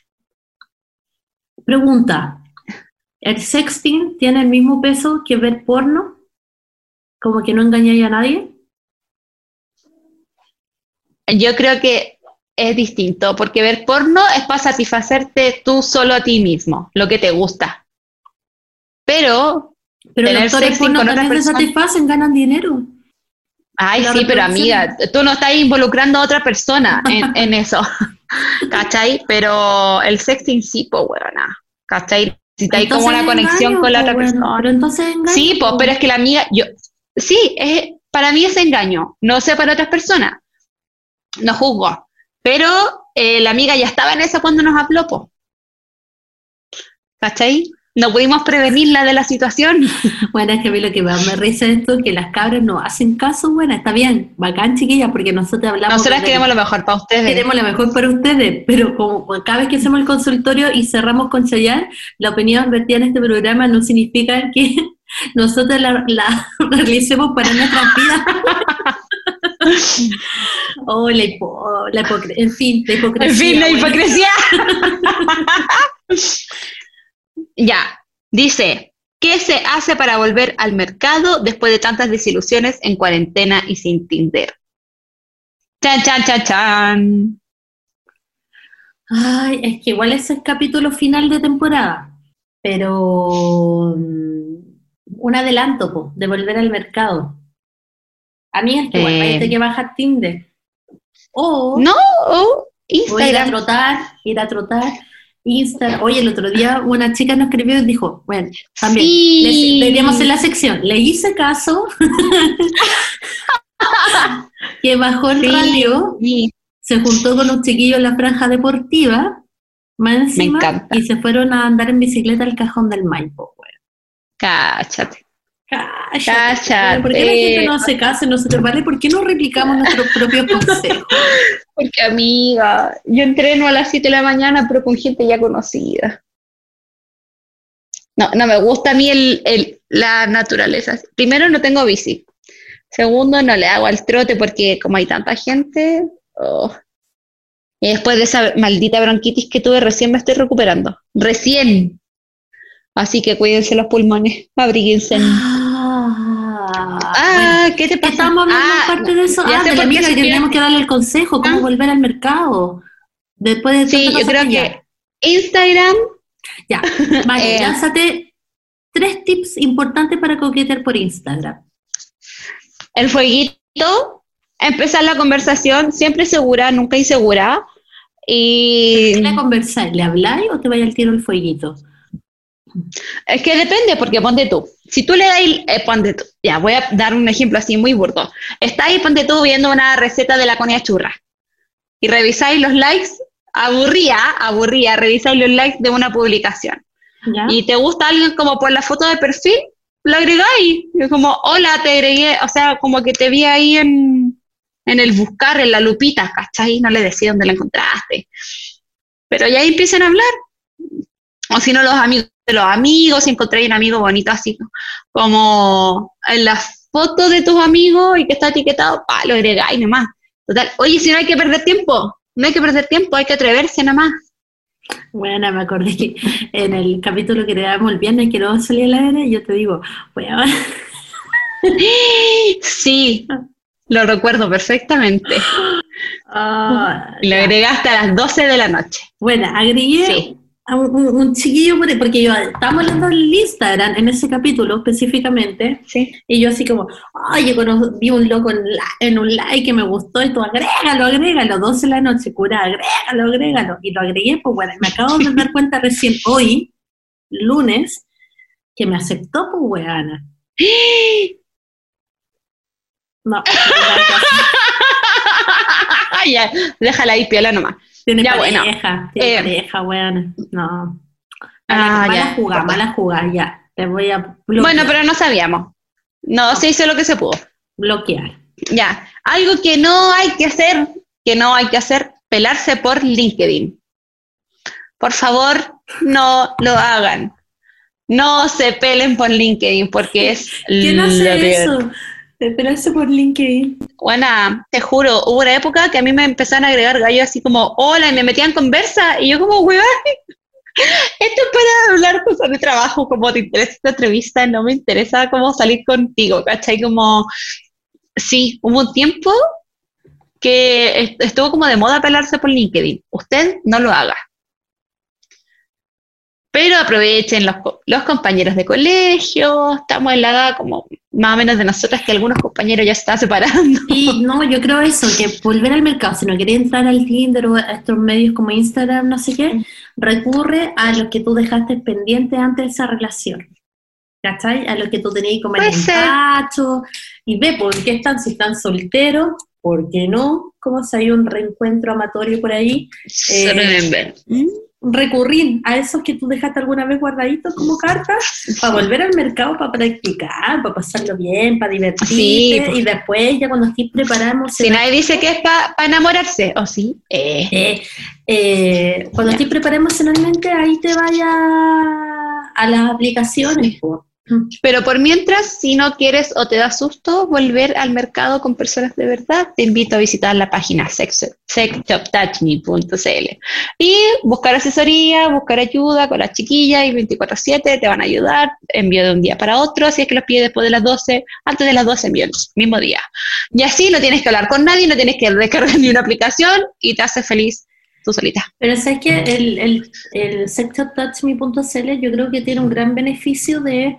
Pregunta, ¿el sexting tiene el mismo peso que ver porno? ¿Como que no engañáis a nadie? yo creo que es distinto, porque ver porno es para satisfacerte tú solo a ti mismo, lo que te gusta. Pero, Pero tener los actores sexting porno con otra también se persona. satisfacen, ganan dinero. Ay, La sí, pero reproducción. amiga, tú no estás involucrando a otra persona en, en eso, ¿cachai? Pero el sexting sí, pues, buena, ¿cachai? Si hay como una Entonces conexión engaño, con la pues, otra bueno, persona. pero entonces engaño. Sí, pues, pues. pero es que la amiga, yo, sí, es, para mí es engaño, no sé para otras personas, no juzgo, pero eh, la amiga ya estaba en esa cuando nos habló, pues, ¿cachai? No pudimos prevenirla de la situación. Bueno, es que a mí lo que más me risa es esto, que las cabras no hacen caso, bueno, está bien, bacán chiquillas, porque nosotros hablamos... Nosotras de- queremos lo mejor para ustedes. Queremos lo mejor para ustedes, pero como cada vez que hacemos el consultorio y cerramos con Chayanne, la opinión vertida en este programa no significa que nosotros la, la realicemos para nuestras vidas. Oh, la, hipo, la hipocresía, en fin, la hipocresía. En fin, la bueno. hipocresía. Ya, dice, ¿qué se hace para volver al mercado después de tantas desilusiones en cuarentena y sin Tinder? Chan, chan, chan, chan. Ay, es que igual es el capítulo final de temporada, pero mm, un adelanto po, de volver al mercado. A mí es que igual Eh. hay que bajar Tinder. O, No, oh, o ir a Instagram. trotar, ir a trotar, Instagram. Oye, el otro día una chica nos escribió y dijo, bueno, también, Sí. les- deberíamos hacer la sección. Le hice caso, que bajó el Sí. radio, Sí. se juntó con un chiquillo en la franja deportiva, más encima, encanta. y se fueron a andar en bicicleta al cajón del Maipo, güey. Cáchate. Cállate, Cállate. güey. ¿Por qué la gente no hace caso en nosotros, vale? ¿Por qué no replicamos nuestros propios consejos? Porque amiga, yo entreno a las siete de la mañana, pero con gente ya conocida. No, no me gusta a mí el, el, la naturaleza. Primero, no tengo bici. Segundo, no le hago al trote porque como hay tanta gente... oh. Y después de esa maldita bronquitis que tuve, recién me estoy recuperando. Recién. Así que cuídense los pulmones, abríguense. Ah, Ah, ¿qué te bueno, pasa? estábamos hablando Ah, parte de eso. ya Ah, sé de la por qué amiga que suspiro. teníamos que darle el consejo, cómo Ah. volver al mercado. Después de Sí, tanta yo cosa creo ya. que Instagram, Ya, vale, Eh. lánzate tres tips importantes para coquetear por Instagram. el fueguito, empezar la conversación, siempre segura, nunca insegura. Y ¿Qué le conversáis? ¿Le habláis o te vaya al tiro el fueguito? es que depende, porque ponte tú. Si tú le das, eh, ponte tú, ya, voy a dar un ejemplo así muy burdo. Estáis, ponte tú, viendo una receta de la Conia Churra y revisáis los likes, aburría, aburría, revisáis los likes de una publicación. ¿Ya? Y te gusta alguien como por la foto de perfil, lo agregáis. Y es como, hola, te agregué, o sea, como que te vi ahí en, en el buscar, en la lupita, ¿cachai? No le decía dónde la encontraste. Pero ya ahí empiezan a hablar. O si no, los amigos de los amigos, si encontráis un amigo bonito así como en las fotos de tus amigos y que está etiquetado, pa, lo agregáis nomás. Total, oye, si no hay que perder tiempo, no hay que perder tiempo, hay que atreverse nomás. Bueno, me acordé que en el capítulo que grabamos el viernes que no salía al aire, yo te digo, bueno, Sí, lo recuerdo perfectamente. ah, Lo ya. agregaste a las doce de la noche. Bueno, agregué Sí. a un, un- un chiquillo por ahí, porque yo estábamos hablando del Instagram en ese capítulo específicamente, Sí. y yo así como, ay, yo cono- vi un loco en, la- en un like que me gustó, y tú agrégalo, agrégalo, doce de la noche, cura, agrégalo, agrégalo, y lo agregué, pues bueno, me acabo de dar cuenta recién hoy, lunes, que me aceptó, pues weana. No, no hay que hacer. Ya, déjala ahí, piola nomás. Tiene Ya, bueno. pareja, tiene Eh, pareja, weana, no. Ah, Mala ya, jugada, importa. mala jugada, ya, te voy a Bueno, bloquear, pero no sabíamos. No, se hizo lo que se pudo. bloquear. Ya, algo que no hay que hacer, que no hay que hacer, pelarse por LinkedIn. Por favor, no lo hagan. No se pelen por LinkedIn porque es ¿Quién lo hace peor. eso? Esperarse por LinkedIn. Buena, te juro, hubo una época que a mí me empezaron a agregar gallos así como, hola, y me metían en conversa, y yo como, weón, esto es para hablar cosas de trabajo, como te interesa esta entrevista, no me interesa cómo salir contigo, ¿cachai? Como, sí, hubo un tiempo que est- estuvo como de moda pelarse por LinkedIn. Usted no lo haga. Pero aprovechen los, co- los compañeros de colegio, estamos en la edad como más o menos de nosotras que algunos compañeros ya se están separando. Y no, yo creo eso, que volver al mercado, si no quería entrar al Tinder o a estos medios como Instagram, no sé qué, recurre a lo que tú dejaste pendiente antes de esa relación. ¿Cachai? A lo que tú tenías como en Puede el ser. empacho, y ve por qué están, si están solteros, ¿por qué no? Como si hay un reencuentro amatorio por ahí, Se Eh, remember. ¿Mm? recurrir a esos que tú dejaste alguna vez guardaditos como cartas para volver al mercado, para practicar, para pasarlo bien, para divertirte, Sí, pues. y después ya cuando estés preparado Si nadie dice que es para enamorarse, ¿o sí? Eh, eh, eh, cuando Ya. estés preparado emocionalmente, ahí te vaya a las aplicaciones. Sí. po. Pero por mientras, si no quieres o te da susto volver al mercado con personas de verdad, te invito a visitar la página sex shop touch me punto c l y buscar asesoría, buscar ayuda con las chiquillas y veinticuatro siete te van a ayudar, envío de un día para otro, si es que los pides después de las doce, antes de las doce envío el mismo día. Y así no tienes que hablar con nadie, no tienes que descargar ni una aplicación y te hace feliz tú solita. Pero sabes que el, el, el sex shop touch me punto c l yo creo que tiene un gran beneficio de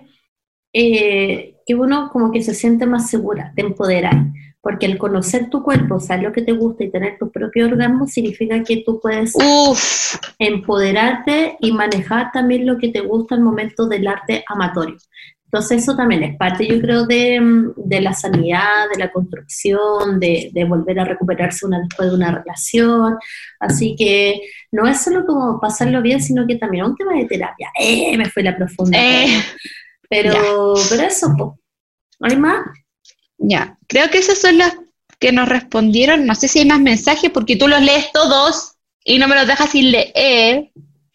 eh, que uno como que se siente más segura, te empoderar, porque el conocer tu cuerpo, saber lo que te gusta y tener tu propio orgasmo significa que tú puedes Uf, empoderarte y manejar también lo que te gusta al momento del arte amatorio. Entonces eso también es parte, yo creo, de, de la sanidad, de la construcción, de, de volver a recuperarse una, después de una relación. Así que no es solo como pasarlo bien, sino que también es un tema de terapia. ¡Eh! Me fue la profunda. eh, Pero, pero eso, po. ¿No hay más? ya, creo que esas son las que nos respondieron. No sé si hay más mensajes porque tú los lees todos y no me los dejas sin leer.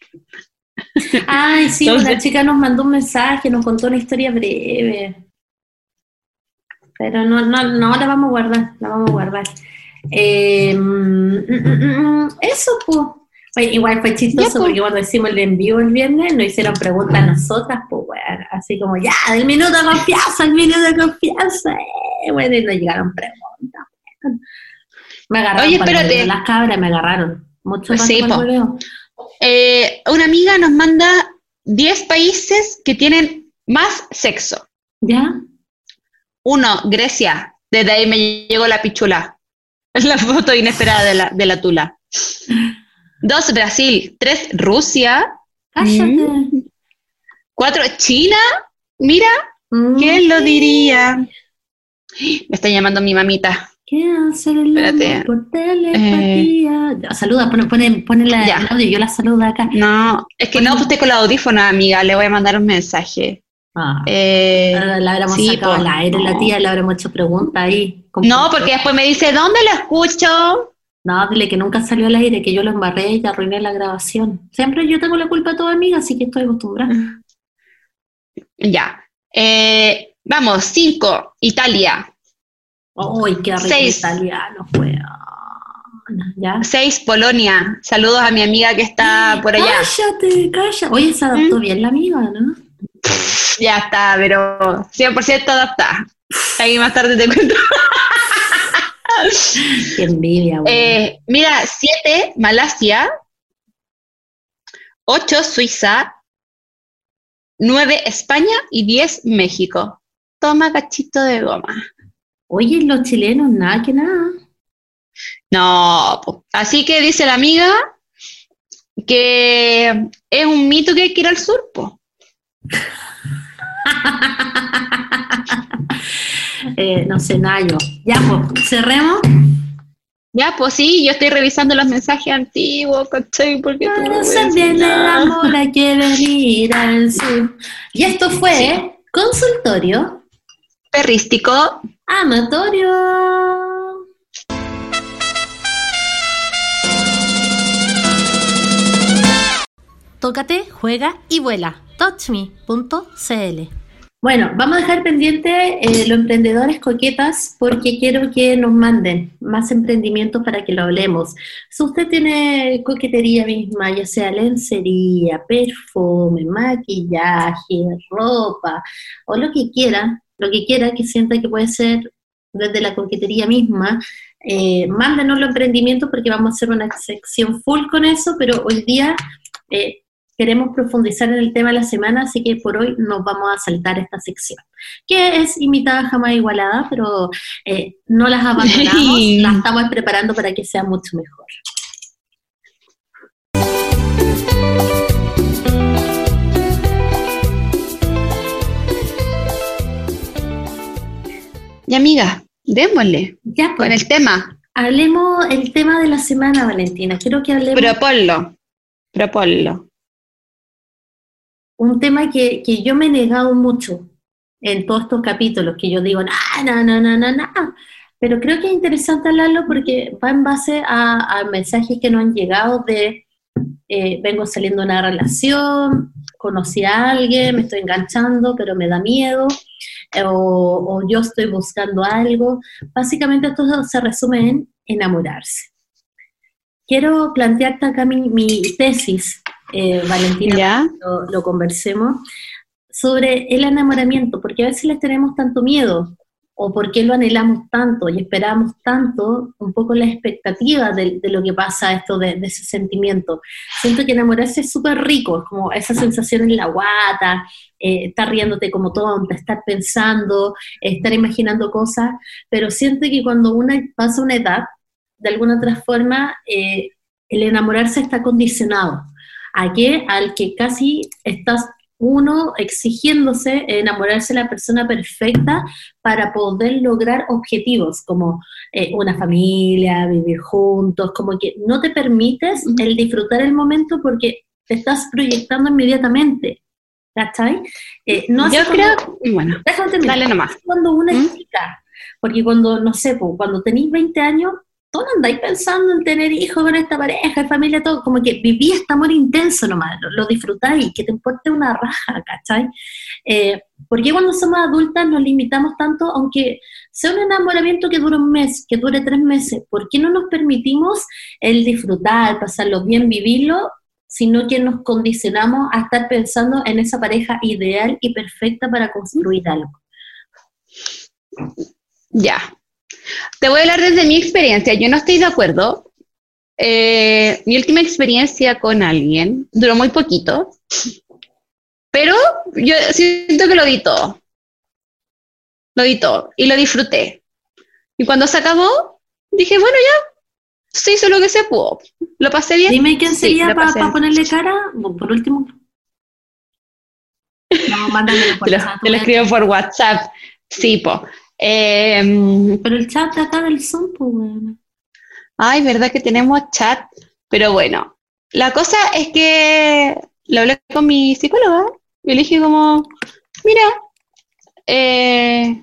Ay, sí, Entonces- una chica nos mandó un mensaje, nos contó una historia breve. Pero no, no, no la vamos a guardar, la vamos a guardar. Eh, mm, mm, mm, eso, pues. Oye, igual fue chistoso Ya, po. porque cuando hicimos el envío el viernes nos hicieron preguntas a nosotras, pues bueno, así como ya, del minuto de confianza, el minuto de confianza, eh, bueno, y nos llegaron preguntas. Bueno. Me agarraron Oye, para el espérate. hueveo, las cabras me agarraron. Mucho más Sí, para el po. hueveo. Eh, una amiga nos manda diez países que tienen más sexo. ¿Ya? Uno, Grecia. Desde ahí me llegó la pichula. Es la foto inesperada de la, de la tula. Dos, Brasil. Tres, Rusia. Cállate. Cuatro, China. Mira, Mm. ¿quién lo diría? Me está llamando mi mamita. ¿Qué hacer el Espérate. amor por telepatía? Ya, saluda, pone, pone, pone la, Ya. el audio, yo la saludo acá. No, es que no, pues estoy con la audífono, amiga. Le voy a mandar un mensaje. Ah, Eh, la habremos sí, sacado po. al aire, la No. tía, le habremos hecho preguntas ahí. Con- no, porque después me dice, ¿dónde lo escucho? No, dile que nunca salió al aire, que yo lo embarré y arruiné la grabación. Siempre yo tengo la culpa a toda amiga, así que estoy acostumbrada. Ya. Eh, vamos, cinco, Italia. ¡Uy, qué rico Seis. italiano, weón! ¿Ya? Seis, Polonia. Saludos a mi amiga que está por allá. Cállate, cállate. Oye, se adaptó ¿Mm? bien la amiga, ¿no? Ya está, pero cien por ciento adaptada. Ahí más tarde te cuento. Qué envidia, weón. Eh, mira, siete, Malasia. Ocho, Suiza. Nueve, España. Y diez, México. Toma cachito de goma. Oye, los chilenos, nada que nada. No, po. Así que dice la amiga que es un mito que hay que ir al sur, po. eh, no sé, nada yo. Ya, pues, cerremos. Ya, pues sí, yo estoy revisando los mensajes antiguos, ¿cachai? Porque tú Para no ser ves bien el nada. amor hay que venir al sur. Y esto fue Sí. Consultorio Perrístico. Amatorio. Tócate, juega y vuela. touchme punto c l. Bueno, vamos a dejar pendiente eh, los emprendedores coquetas porque quiero que nos manden más emprendimientos para que lo hablemos. Si usted tiene coquetería misma, ya sea lencería, perfume, maquillaje, ropa o lo que quiera, lo que quiera que sienta que puede ser desde la coquetería misma, eh, mándenos los emprendimientos porque vamos a hacer una sección full con eso, pero hoy día... Eh, queremos profundizar en el tema de la semana, así que por hoy nos vamos a saltar esta sección, que es imitada jamás igualada, pero eh, no las abandonamos, las estamos preparando para que sea mucho mejor. Y amiga, démosle Ya, con pues, el tema. hablemos el tema de la semana, Valentina. Quiero que hablemos Proponlo. Proponlo. un tema que, que yo me he negado mucho en todos estos capítulos, que yo digo, no, no, no, no, no, no. Pero creo que es interesante hablarlo porque va en base a, a mensajes que nos han llegado de eh, vengo saliendo de una relación, conocí a alguien, me estoy enganchando, pero me da miedo, eh, o, o yo estoy buscando algo. Básicamente esto se resume en enamorarse. Quiero plantearte acá mi, mi tesis, eh, Valentina, ¿Ya? para que lo, lo conversemos, sobre el enamoramiento, porque a veces les tenemos tanto miedo, o por qué lo anhelamos tanto y esperamos tanto, un poco la expectativa de, de lo que pasa esto de, de ese sentimiento. Siento que enamorarse es súper rico, es como esa sensación en la guata, eh, estar riéndote como tonta, estar pensando, eh, estar imaginando cosas, pero siento que cuando uno pasa una edad, de alguna otra forma, eh, el enamorarse está condicionado. ¿A qué? Al que casi estás uno exigiéndose enamorarse de la persona perfecta para poder lograr objetivos, como eh, una familia, vivir juntos, como que no te permites el disfrutar el momento porque te estás proyectando inmediatamente, ¿cachai? Eh, no Yo hace creo, cuando- bueno, déjame terminar. dale nomás. Cuando uno ¿Mm? es chica, porque cuando, no sé, po, cuando tenéis veinte años, todos andáis pensando en tener hijos con esta pareja, familia, todo, como que viví este amor intenso nomás, lo, lo disfrutáis, que te importe una raja, ¿cachai? Eh, ¿Por qué cuando somos adultas nos limitamos tanto, aunque sea un enamoramiento que dure un mes, que dure tres meses? ¿Por qué no nos permitimos el disfrutar, pasarlo bien, vivirlo, sino que nos condicionamos a estar pensando en esa pareja ideal y perfecta para construir algo? Ya. Te voy a hablar desde mi experiencia. Yo no estoy de acuerdo. Eh, mi última experiencia con alguien duró muy poquito, pero yo siento que lo di todo. Lo di todo y lo disfruté. Y cuando se acabó, dije, bueno, ya, se hizo lo que se pudo. ¿Lo pasé bien? Dime quién Sí, sería lo para pasé. ponerle cara. Bueno, por último. No, mándamelo por Te lo, chat, te lo weón. escribo por WhatsApp. Sí, po. Eh, Pero el chat de acá del Zoom, pues, bueno. Ay, verdad que tenemos chat, pero bueno, la cosa es que lo hablé con mi psicóloga y le dije como, mira, eh,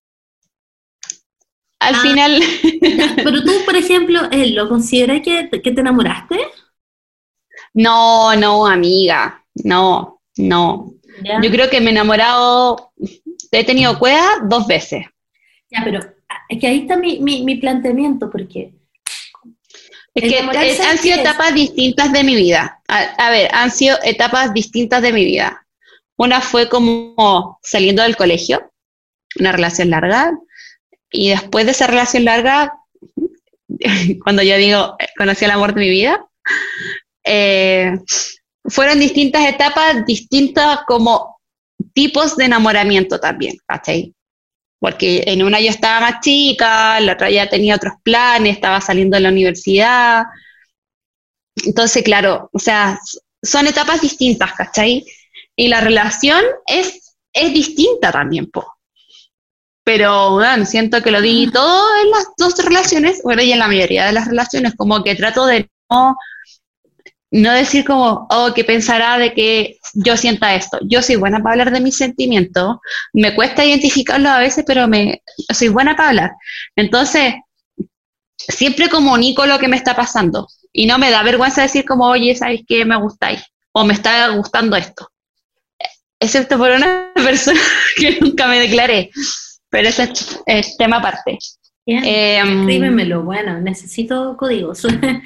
al Ah. final, Ya, pero tú, por ejemplo, él, ¿lo consideras que, que te enamoraste? no, no, amiga, no, no, ¿Ya? Yo creo que me he enamorado, he tenido cueva dos veces. Ya, pero ah, es que ahí está mi, mi, mi planteamiento, porque Es que enamorarse eh, han sido es- etapas distintas de mi vida. A, a ver, han sido etapas distintas de mi vida. Una fue como saliendo del colegio, una relación larga, y después de esa relación larga, cuando yo digo, eh, conocí el amor de mi vida, eh, fueron distintas etapas, distintas como tipos de enamoramiento también, ¿cachai? Porque en una yo estaba más chica, la otra ya tenía otros planes, estaba saliendo de la universidad. Entonces, claro, o sea, s- son etapas distintas, ¿cachai? Y la relación es, es distinta también, po. Pero, bueno, siento que lo di todo en las dos relaciones, bueno, y en la mayoría de las relaciones, como que trato de no, no decir como, oh, ¿qué pensará de que yo sienta esto? Yo soy buena para hablar de mis sentimientos, me cuesta identificarlos a veces, pero me, soy buena para hablar. Entonces, siempre comunico lo que me está pasando y no me da vergüenza decir como, oye, ¿sabes qué? Me gustáis o me está gustando esto. Excepto por una persona que nunca me declaré, pero ese es, es tema aparte. Bien, Em, escríbemelo, bueno, necesito códigos.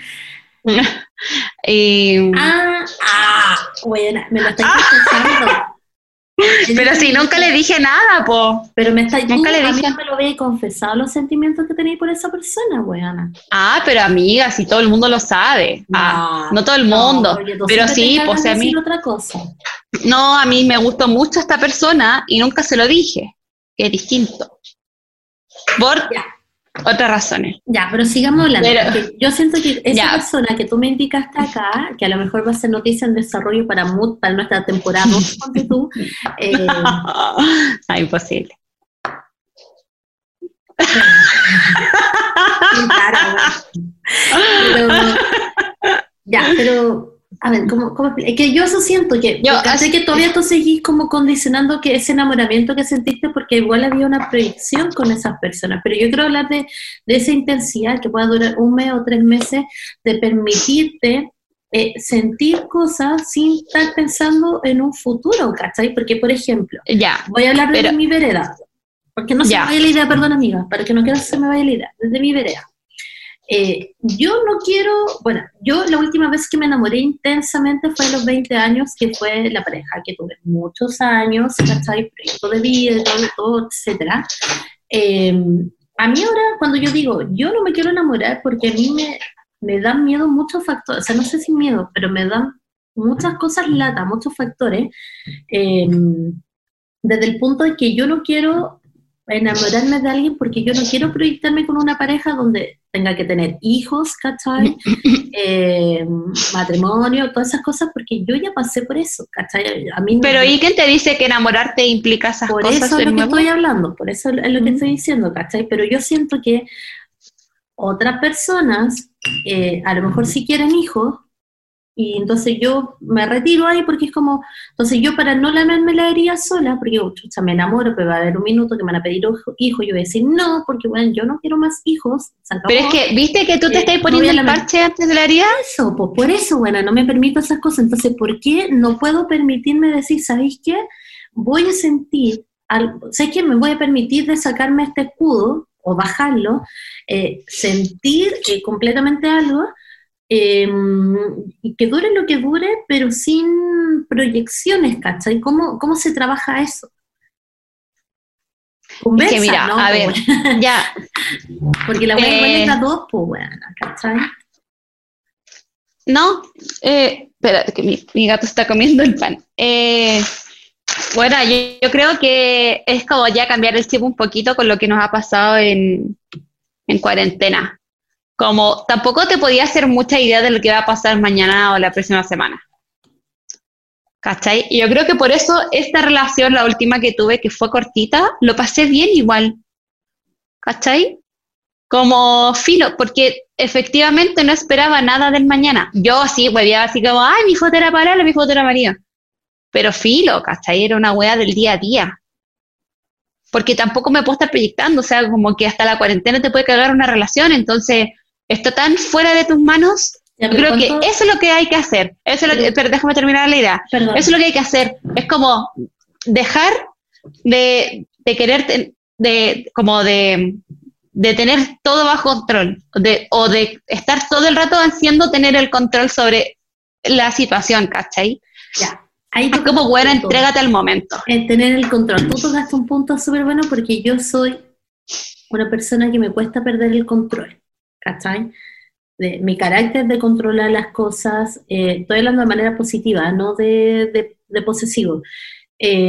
y- ah, ah, buena, me lo estáis confesando. pero si nunca le dije nada, po. Pero me estáis, Nunca tú le a mí dije. no me lo habéis confesado los sentimientos que tenéis por esa persona, weana. Ah, pero amiga, si todo el mundo lo sabe. Ah, no todo el mundo, porque tú pero siempre te sí, encargas pues de a mí, decir otra cosa. no, a mí me gustó mucho esta persona y nunca se lo dije, que es distinto. Por Ya. otras razones. Ya, pero sigamos hablando, Pero- porque yo siento que esa Ya. persona que tú me indicaste acá, que a lo mejor va a ser noticia en desarrollo para, mu- para nuestra temporada dos, ponte tú, eh, Ah, imposible. claro, bueno. Pero, ya, pero, a ver, ¿cómo, cómo expli- es que yo eso siento, que Yo, porque sé así- que todavía tú seguís como condicionando que ese enamoramiento que sentiste, porque igual había una proyección con esas personas, pero yo quiero hablar de, de esa intensidad que pueda durar un mes o tres meses, de permitirte eh, sentir cosas sin estar pensando en un futuro, ¿cachai? Porque, por ejemplo, Ya, voy a hablar desde pero- mi vereda, porque no se Ya. me vaya la idea, perdón amiga, para que no quiera que se me vaya la idea, desde mi vereda. Eh, yo no quiero, bueno, yo la última vez que me enamoré intensamente fue a los veinte años, que fue la pareja que tuve muchos años, ¿cachai? Proyecto de vida, todo, todo etcétera. Eh, a mí ahora, cuando yo digo, yo no me quiero enamorar porque a mí me, me dan miedo muchos factores, o sea, no sé si miedo, pero me dan muchas cosas lata, muchos factores, eh, desde el punto de que yo no quiero enamorarme de alguien porque yo no quiero proyectarme con una pareja donde tenga que tener hijos, ¿cachai? Eh, matrimonio, todas esas cosas, porque yo ya pasé por eso, ¿cachai? A mí no- pero ¿y quién te dice que enamorarte implica esas por cosas eso es de lo que nuevo? estoy hablando, por eso es lo que Mm. estoy diciendo, ¿cachai? Pero yo siento que otras personas, eh, a lo mejor sí quieren hijos, y entonces yo me retiro ahí porque es como, entonces yo para no lamerme la herida sola, porque yo, chucha, me enamoro, pero va a haber un minuto que me van a pedir hijos, yo voy a decir no, porque bueno, yo no quiero más hijos, se acabó. Pero es que, ¿viste que tú te Eh, estás no poniendo voy a el lament- parche antes de la herida? Eso, pues por eso, bueno, no me permito esas cosas. Entonces, ¿por qué no puedo permitirme decir, ¿sabéis qué? Voy a sentir, algo, ¿sabéis qué? Me voy a permitir de sacarme este escudo o bajarlo, eh, sentir eh, completamente algo, eh, y que dure lo que dure, pero sin proyecciones, ¿cachai? ¿Cómo, cómo se trabaja eso? Es Conversa, que mira, ¿no? a Pues, ver, bueno, ya, porque la voy a igual eh, es las dos, pues bueno, ¿cachai? no, eh, espera, que mi, mi gato está comiendo el pan. Eh, bueno, yo, yo creo que es como ya cambiar el chip un poquito con lo que nos ha pasado en, en cuarentena. Como tampoco te podía hacer mucha idea de lo que va a pasar mañana o la próxima semana. ¿Cachai? Y yo creo que por eso esta relación, la última que tuve, que fue cortita, lo pasé bien igual. ¿Cachai? Como filo, porque efectivamente no esperaba nada del mañana. Yo sí, hueveaba así como, ay, mi foto era para mi foto era María. Pero filo, ¿cachai? Era una wea del día a día. Porque tampoco me puedo estar proyectando, o sea, como que hasta la cuarentena te puede cagar una relación, entonces está tan fuera de tus manos Ya, Yo pero creo que ¿cuánto? eso es lo que hay que hacer. Eso es lo que, pero déjame terminar la idea. Perdón. Eso es lo que hay que hacer. Es como dejar de, de querer, ten- de, como de, de tener todo bajo control, de, o de estar todo el rato haciendo tener el control sobre la situación, ¿cachai? Ya. Ahí Es tocaste como, un bueno, punto. entrégate al momento. En tener el control. Tú tocaste un punto súper bueno porque yo soy una persona que me cuesta perder el control, ¿cachai? De, mi carácter de controlar las cosas, eh, estoy hablando de manera positiva, no de, de, de posesivo. Eh,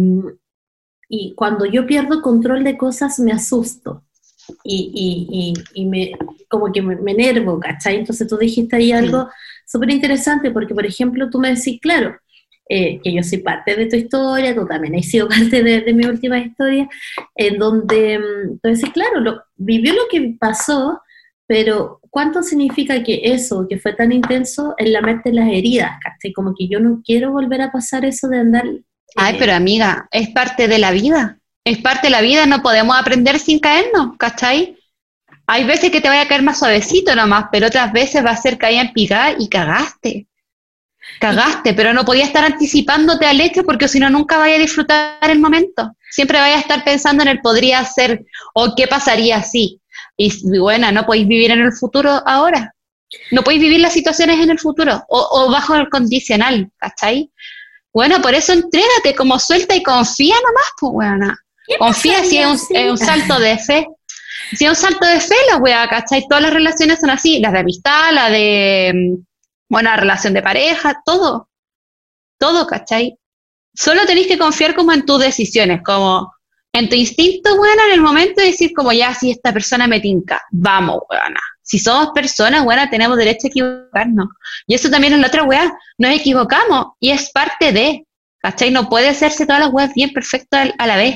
y cuando yo pierdo control de cosas me asusto y, y, y, y me, como que me, me enervo, ¿cachai? Entonces tú dijiste ahí algo súper interesante porque, por ejemplo, tú me decís, claro, eh, que yo soy parte de tu historia, tú también has sido parte de, de mi última historia, en donde, mm, tú decís, claro, lo, vivió lo que pasó, pero ¿cuánto significa que eso, que fue tan intenso, en la mente las heridas, ¿cachai? Como que yo no quiero volver a pasar eso de andar... Ay, eh, pero amiga, es parte de la vida. Es parte de la vida, no podemos aprender sin caernos, ¿cachai? Hay veces que te vaya a caer más suavecito nomás, pero otras veces va a ser caída en picada y cagaste. Cagaste, pero no podías estar anticipándote al hecho porque si no nunca vaya a disfrutar el momento. Siempre vaya a estar pensando en el podría ser o qué pasaría si. Y bueno, no podéis vivir en el futuro ahora. No podéis vivir las situaciones en el futuro o, o bajo el condicional, ¿cachai? Bueno, por eso entrégate como suelta y confía nomás, pues weona. Confía si es un, así? es un salto de fe. Si es un salto de fe, la weá, ¿cachai? Todas las relaciones son así, las de amistad, la de, bueno, la relación de pareja, todo. Todo, ¿cachai? Solo tenéis que confiar como en tus decisiones, como en tu instinto, weona, en el momento de decir como ya, si esta persona me tinca, vamos, weona. Si somos personas, weona, tenemos derecho a equivocarnos. Y eso también es la otra weá, nos equivocamos y es parte de, ¿cachai? No puede hacerse todas las weas bien perfectas a la vez.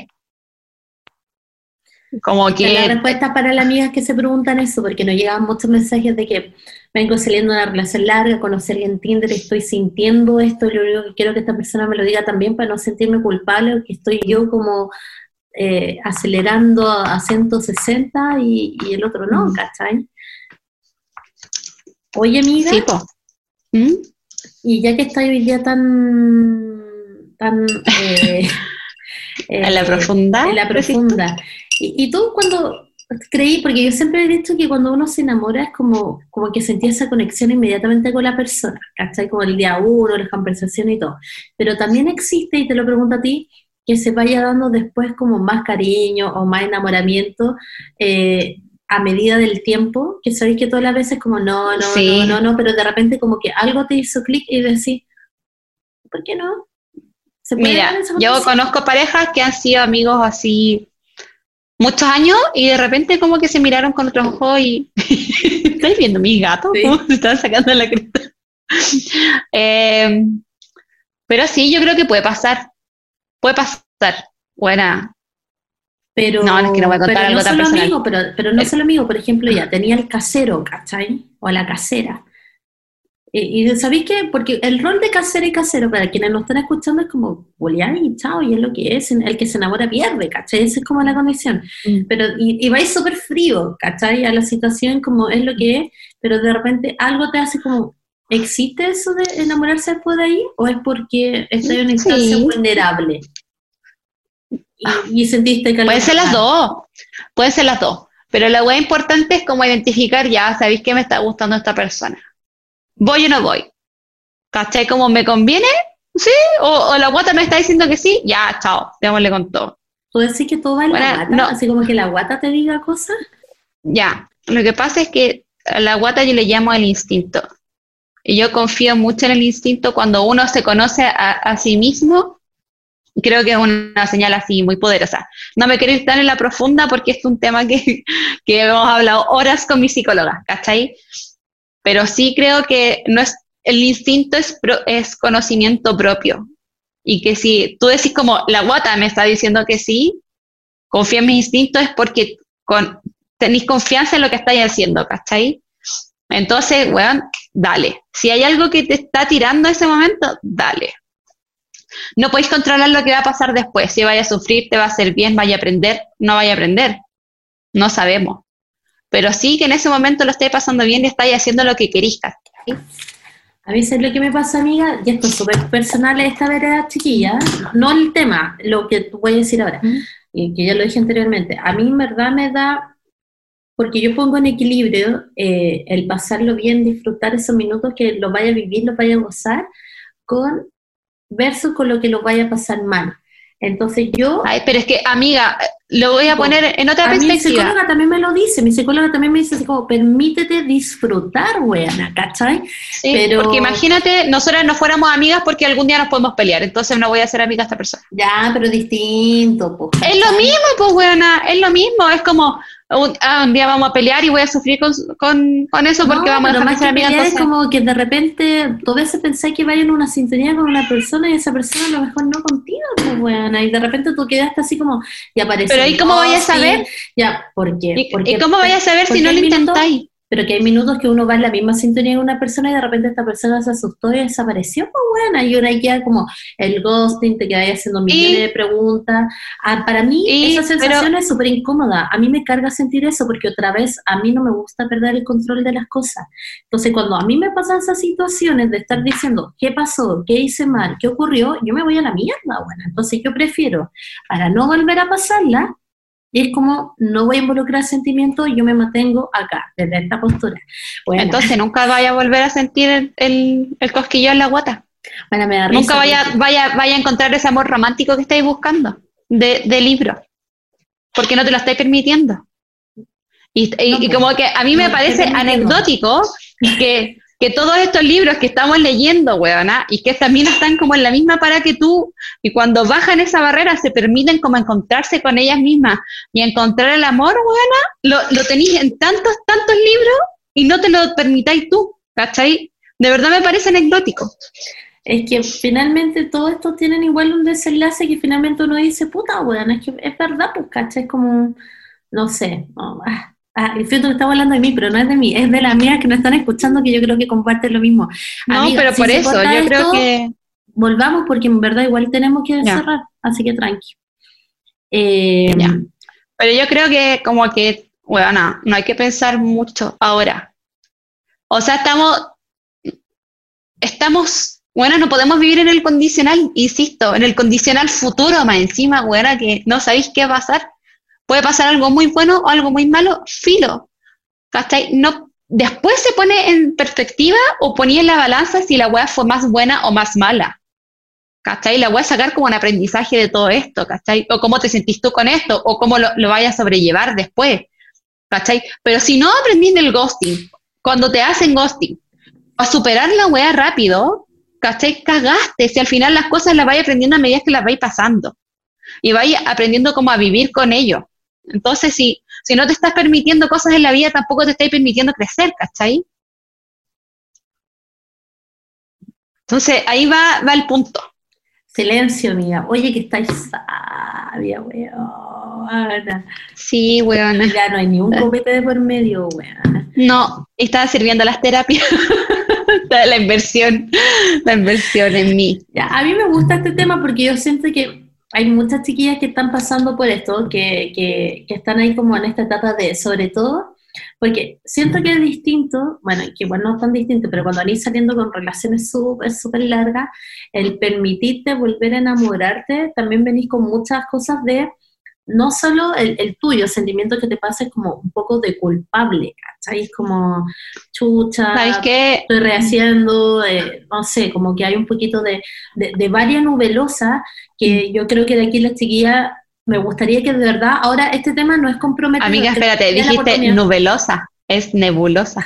Como Esta es la que, respuesta para las amigas que se preguntan eso, porque nos llegan muchos mensajes de que vengo saliendo de una relación larga, conocí a alguien en Tinder, estoy sintiendo esto, y lo único que quiero que esta persona me lo diga también para no sentirme culpable, o que estoy yo como eh, acelerando a ciento sesenta y, y el otro no, ¿cachai? Oye, amiga, sí, po. ¿Mm? y ya que estás hoy día tan, tan eh, En la eh, profunda, en la decís tú. profunda. Y, y tú cuando creí, porque yo siempre he dicho que cuando uno se enamora es como, como que sentía esa conexión inmediatamente con la persona, ¿cachai? Como el día uno, las conversaciones y todo. Pero también existe, y te lo pregunto a ti, que se vaya dando después como más cariño o más enamoramiento eh, a medida del tiempo, que sabéis que todas las veces como no, no, Sí. no, no, no, pero de repente como que algo te hizo clic y decís, ¿por qué no? ¿Se puede Mira, dar esa yo conexión? conozco parejas que han sido amigos así muchos años y de repente como que se miraron con otros ojos y... ¿Estáis viendo mis gatos? Sí. ¿Cómo se están sacando la cresta? Eh, pero sí, yo creo que puede pasar. Puede pasar. Buena. Pero, No, es que no voy a contar pero algo no tan solo personal. amigo, pero, pero no Eh. solo amigo, por ejemplo, ya tenía el casero, ¿cachai? O la casera. Y, y ¿sabéis qué? Porque el rol de casera y casero, para quienes nos están escuchando, es como, Julián y chao, y es lo que es, el que se enamora pierde, ¿cachai? Esa es como la condición. Mm. Pero, y, y vais súper frío, ¿cachai? A la situación como es lo que es, pero de repente algo te hace como, ¿existe eso de enamorarse después de ahí? ¿O es porque estás en una instancia Sí. vulnerable? Y, y sentiste que algo Pueden ser las pasaba. dos. Pueden ser las dos. Pero la hueá importante es como identificar ya, ¿sabéis que me está gustando esta persona? ¿Voy o no voy? ¿Cachai? ¿Cómo me conviene? ¿Sí? ¿O, o la guata me está diciendo que sí? Ya, chao, démosle con todo. ¿Tú decís que todo va en la Bueno, guata? no. Así como que la guata te diga cosas. Ya, lo que pasa es que a la guata yo le llamo el instinto. Y yo confío mucho en el instinto cuando uno se conoce a, a sí mismo. Creo que es una señal así muy poderosa. No me quiero ir tan en la profunda porque es un tema que, que hemos hablado horas con mi psicóloga, ¿cachai? Pero sí creo que no es, el instinto es, pro, es conocimiento propio. Y que si tú decís como la guata me está diciendo que sí, confía en mis instintos es porque con, tenéis confianza en lo que estáis haciendo, ¿cachai? Entonces, weón, dale. Si hay algo que te está tirando en ese momento, dale. No podéis controlar lo que va a pasar después. Si vaya a sufrir, te va a hacer bien, vaya a aprender, no vaya a aprender. No sabemos. Pero sí que en ese momento lo estáis pasando bien y estáis haciendo lo que queréis, A mí es lo que me pasa, amiga, y esto es súper personal esta vereda chiquilla, no el tema, lo que voy a decir ahora, ¿Mm? y que ya lo dije anteriormente. A mí en verdad me da, porque yo pongo en equilibrio eh, el pasarlo bien, disfrutar esos minutos, que lo vaya a vivir, lo vaya a gozar, con versus con lo que lo vaya a pasar mal. Entonces yo... Ay, pero es que, amiga, lo voy a poner en otra A mi perspectiva. psicóloga también me lo dice, mi psicóloga también me dice así como, permítete disfrutar, weona, ¿cachai? Sí, Pero... porque imagínate, nosotras no fuéramos amigas porque algún día nos podemos pelear, entonces no voy a ser amiga de esta persona. Ya, pero distinto, pues. Es lo mismo, pues, weona, es lo mismo, es como, un, ah, un día vamos a pelear y voy a sufrir con, con, con eso porque No, vamos a pero dejar de más ser que amigas. pelear Entonces, es como que de repente tú a veces pensás que vaya en una sintonía con una persona y esa persona a lo mejor no contigo, pues bueno, y de repente tú quedaste así como, y aparece pero ahí, ¿cómo vayas a saber? Ya, ¿por qué? ¿Y, Porque, y cómo vayas a saber si no lo intentáis? Pero que hay minutos que uno va en la misma sintonía con una persona y de repente esta persona se asustó y desapareció, pues bueno, y uno ahí queda como el ghosting, te quedas haciendo millones Y, de preguntas. Ah, para mí y, esa sensación pero, es súper incómoda, a mí me carga sentir eso porque otra vez a mí no me gusta perder el control de las cosas. Entonces cuando a mí me pasan esas situaciones de estar diciendo, ¿qué pasó? ¿Qué hice mal? ¿Qué ocurrió? Yo me voy a la mierda, bueno, entonces yo prefiero, para no volver a pasarla, es como, no voy a involucrar sentimientos, yo me mantengo acá, desde esta postura. Bueno, entonces nunca vaya a volver a sentir el, el, el cosquillo en la guata. bueno, me da risa. Nunca vaya, porque... vaya, vaya a encontrar ese amor romántico que estáis buscando de, de libro, porque no te lo estáis permitiendo. Y, y, No, y como que a mí no, me parece anecdótico que, que todos estos libros que estamos leyendo, weona, y que también están como en la misma para que tú, y cuando bajan esa barrera se permiten como encontrarse con ellas mismas y encontrar el amor, weona, lo, lo tenéis en tantos, tantos libros y no te lo permitáis tú, ¿cachai? De verdad me parece anecdótico. Es que finalmente todos estos tienen igual un desenlace que finalmente uno dice, puta, weón, es que es verdad, pues, ¿cachai? Es como, no sé, no, ah, ah, el fíjate que estaba hablando de mí, pero no es de mí, es de las mías que nos están escuchando, que yo creo que comparten lo mismo. No, Amiga, pero si por se eso, corta yo esto, creo que... volvamos porque en verdad igual tenemos que Ya. cerrar, así que tranqui. Eh, Ya. Pero yo creo que como que, bueno, no, no hay que pensar mucho ahora. O sea, estamos, estamos, bueno, no podemos vivir en el condicional, insisto, en el condicional futuro más encima, bueno, que no sabéis qué va a pasar. Puede pasar algo muy bueno o algo muy malo, filo. ¿Cachai? No, después se pone en perspectiva o ponía en la balanza si la weá fue más buena o más mala. ¿Cachai? La voy a sacar como un aprendizaje de todo esto, ¿cachai? O cómo te sentís tú con esto, o cómo lo, lo vayas a sobrellevar después, ¿cachai? Pero si no aprendís del ghosting, cuando te hacen ghosting, a superar la weá rápido, ¿cachai? Cagaste, si al final las cosas las vais aprendiendo a medida que las vais pasando, y vais aprendiendo cómo a vivir con ello. Entonces, si, si no te estás permitiendo cosas en la vida, tampoco te estáis permitiendo crecer, ¿cachai? Entonces, ahí va, va el punto. Silencio, amiga. Oye, que estáis sabia, weona. Sí, weona. Ya no hay ni un copete de por medio, weona. No, estaba sirviendo las terapias. La inversión, la inversión en mí. Ya, a mí me gusta este tema porque yo siento que hay muchas chiquillas que están pasando por esto, que, que, que están ahí como en esta etapa de, sobre todo, porque siento que es distinto, bueno, que igual no es tan distinto, pero cuando venís saliendo con relaciones súper, súper largas, el permitirte volver a enamorarte, también venís con muchas cosas de, no solo el, el tuyo, el sentimiento que te pasa es como un poco de culpable, ¿cachai? Es como, chucha, ¿Sabes qué? estoy rehaciendo, eh, no sé, como que hay un poquito de, de, de varia nubelosa, que yo creo que de aquí las chiquillas, me gustaría que de verdad, ahora este tema no es comprometedor. Amiga, espérate, dijiste nubelosa, es nebulosa.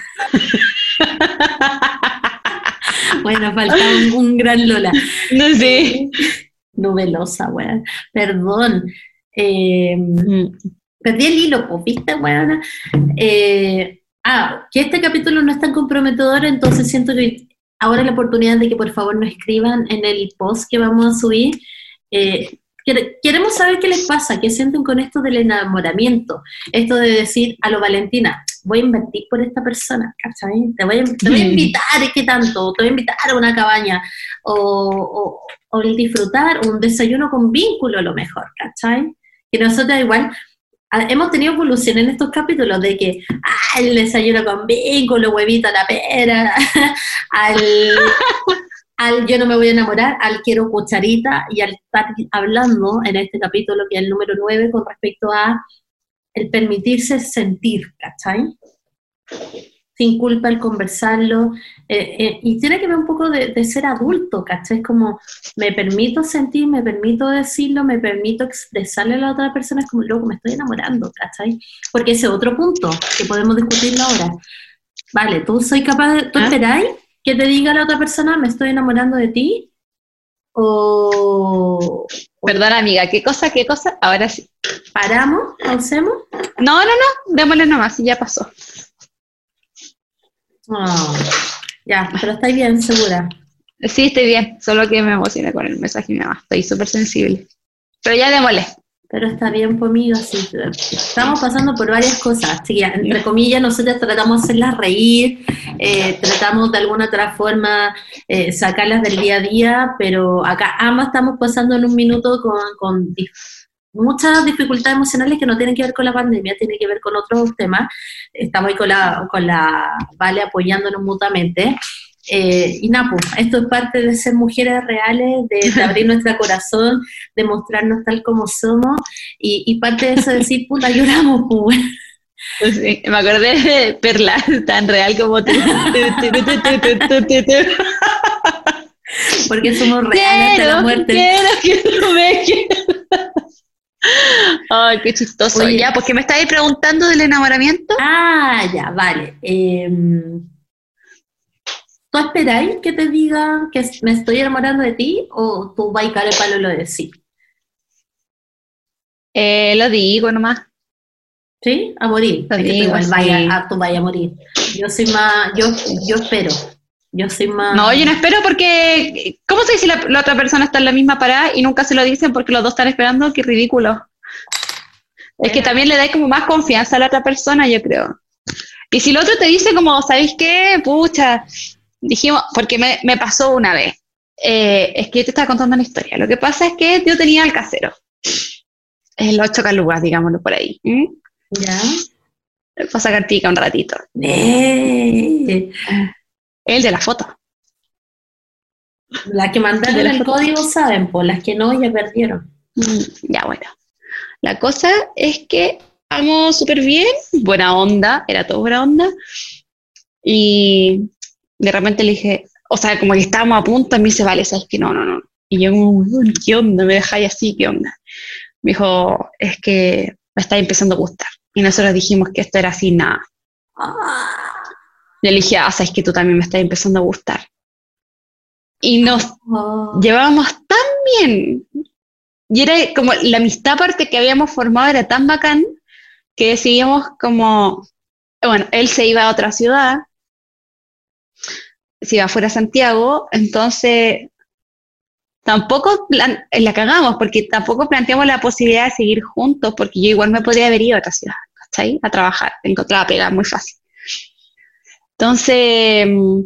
Bueno, falta un, un gran Lola. No sé. Nubelosa, weón, perdón. Eh, Mm. Perdí el hilo, pues, ¿viste, weón? Eh, ah, que este capítulo no es tan comprometedor, entonces siento que ahora es la oportunidad de que por favor nos escriban en el post que vamos a subir. Eh, queremos saber qué les pasa, qué sienten con esto del enamoramiento, esto de decir a lo Valentina, voy a invertir por esta persona, ¿cachai? Te voy a, te voy a invitar, ¿qué tanto? Te voy a invitar a una cabaña, o, o, o el disfrutar un desayuno con vínculo a lo mejor, ¿cachai? Que nosotros igual, ah, hemos tenido evolución en estos capítulos de que, ah, el desayuno con bacon, los huevitos a la pera, al, al yo no me voy a enamorar, al quiero cucharita, y al estar hablando en este capítulo, que es el número nueve, con respecto a el permitirse sentir, ¿cachai? Sin culpa el conversarlo, eh, eh, y tiene que ver un poco de, de ser adulto, ¿cachai? Es como, me permito sentir, me permito decirlo, me permito expresarle a la otra persona, es como, loco, me estoy enamorando, ¿cachai? Porque ese otro punto que podemos discutirlo ahora. Vale, ¿tú soy capaz de, tú ¿Ah? esperáis que te diga la otra persona, me estoy enamorando de ti? O Perdón, amiga, ¿qué cosa, qué cosa? Ahora sí. paramos, pausemos. No, no, no, démosle nomás y ya pasó. Oh, ya, pero estáis bien, segura. Sí, estoy bien, solo que me emocioné con el mensaje de mi mamá, estoy súper sensible. Pero ya démosle. Pero está bien por mí, así. Estamos pasando por varias cosas. Así que, entre comillas, nosotros tratamos de hacerlas reír, eh, tratamos de alguna otra forma eh, sacarlas del día a día, pero acá ambas estamos pasando en un minuto con, con dif- muchas dificultades emocionales que no tienen que ver con la pandemia, tienen que ver con otros temas. Estamos ahí con la, con la Vale apoyándonos mutuamente. Eh, y nada, pues, esto es parte de ser mujeres reales, de, de abrir nuestro corazón, de mostrarnos tal como somos, y, y parte de eso de decir, puta, lloramos, pues. Sí, me acordé de Perla, tan real como tú. Porque somos reales hasta la Quiero, muerte. quiero que tú me quieras. Ay, qué chistoso. Oye. Ya, porque me estabas preguntando del enamoramiento. Ah, ya, vale. Eh, ¿tú esperáis que te digan que me estoy enamorando de ti o tú vas a caer el palo y lo decís? Eh, lo digo nomás. ¿Sí? A morir. Lo Es que tú digo, igual sí. vaya, ah, tú vayas a morir. Yo soy más, yo, yo espero. Yo soy más... No, yo no espero porque, ¿cómo se dice si la, la otra persona está en la misma parada y nunca se lo dicen porque los dos están esperando? Qué ridículo. Es que también le dais como más confianza a la otra persona, yo creo. Y si el otro te dice como, ¿sabéis qué? Pucha, dijimos, porque me, me pasó una vez. Eh, es que yo te estaba contando una historia. Lo que pasa es que yo tenía al casero. El ocho calugas, digámoslo por ahí. ¿Mm? ¿Ya? Para sacar tica un ratito. Eh, El de la foto. las que mandaron De la el foto. código saben, pues las que no ya perdieron. Mm, ya, bueno. La cosa es que vamos súper bien, buena onda, era todo buena onda. Y de repente le dije, o sea, como que estábamos a punto, y me dice, vale, sabes que no, no, no. Y yo, como, ¿qué onda? ¿Me dejáis así? ¿Qué onda? Me dijo, es que me está empezando a gustar. Y nosotros dijimos que esto era así, nada. Ah, Yo le dije, ah, sabes que tú también me estás empezando a gustar. Y nos oh, llevábamos tan bien. Y era como la amistad aparte que habíamos formado era tan bacán que decidimos como, bueno, él se iba a otra ciudad, se iba fuera a Santiago, entonces tampoco plan- la cagamos porque tampoco planteamos la posibilidad de seguir juntos porque yo igual me podría haber ido a otra ciudad, ¿cachai? A trabajar, encontraba pega muy fácil. Entonces,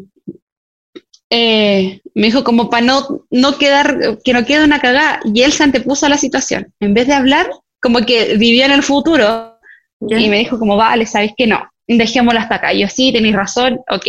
eh, me dijo como para no, no quedar, que no quede una cagada, y él se antepuso a la situación. En vez de hablar, como que vivía en el futuro, ¿ya? y me dijo como, vale, ¿sabéis que no? Dejémoslo hasta acá. Y yo, sí, tenéis razón, ok.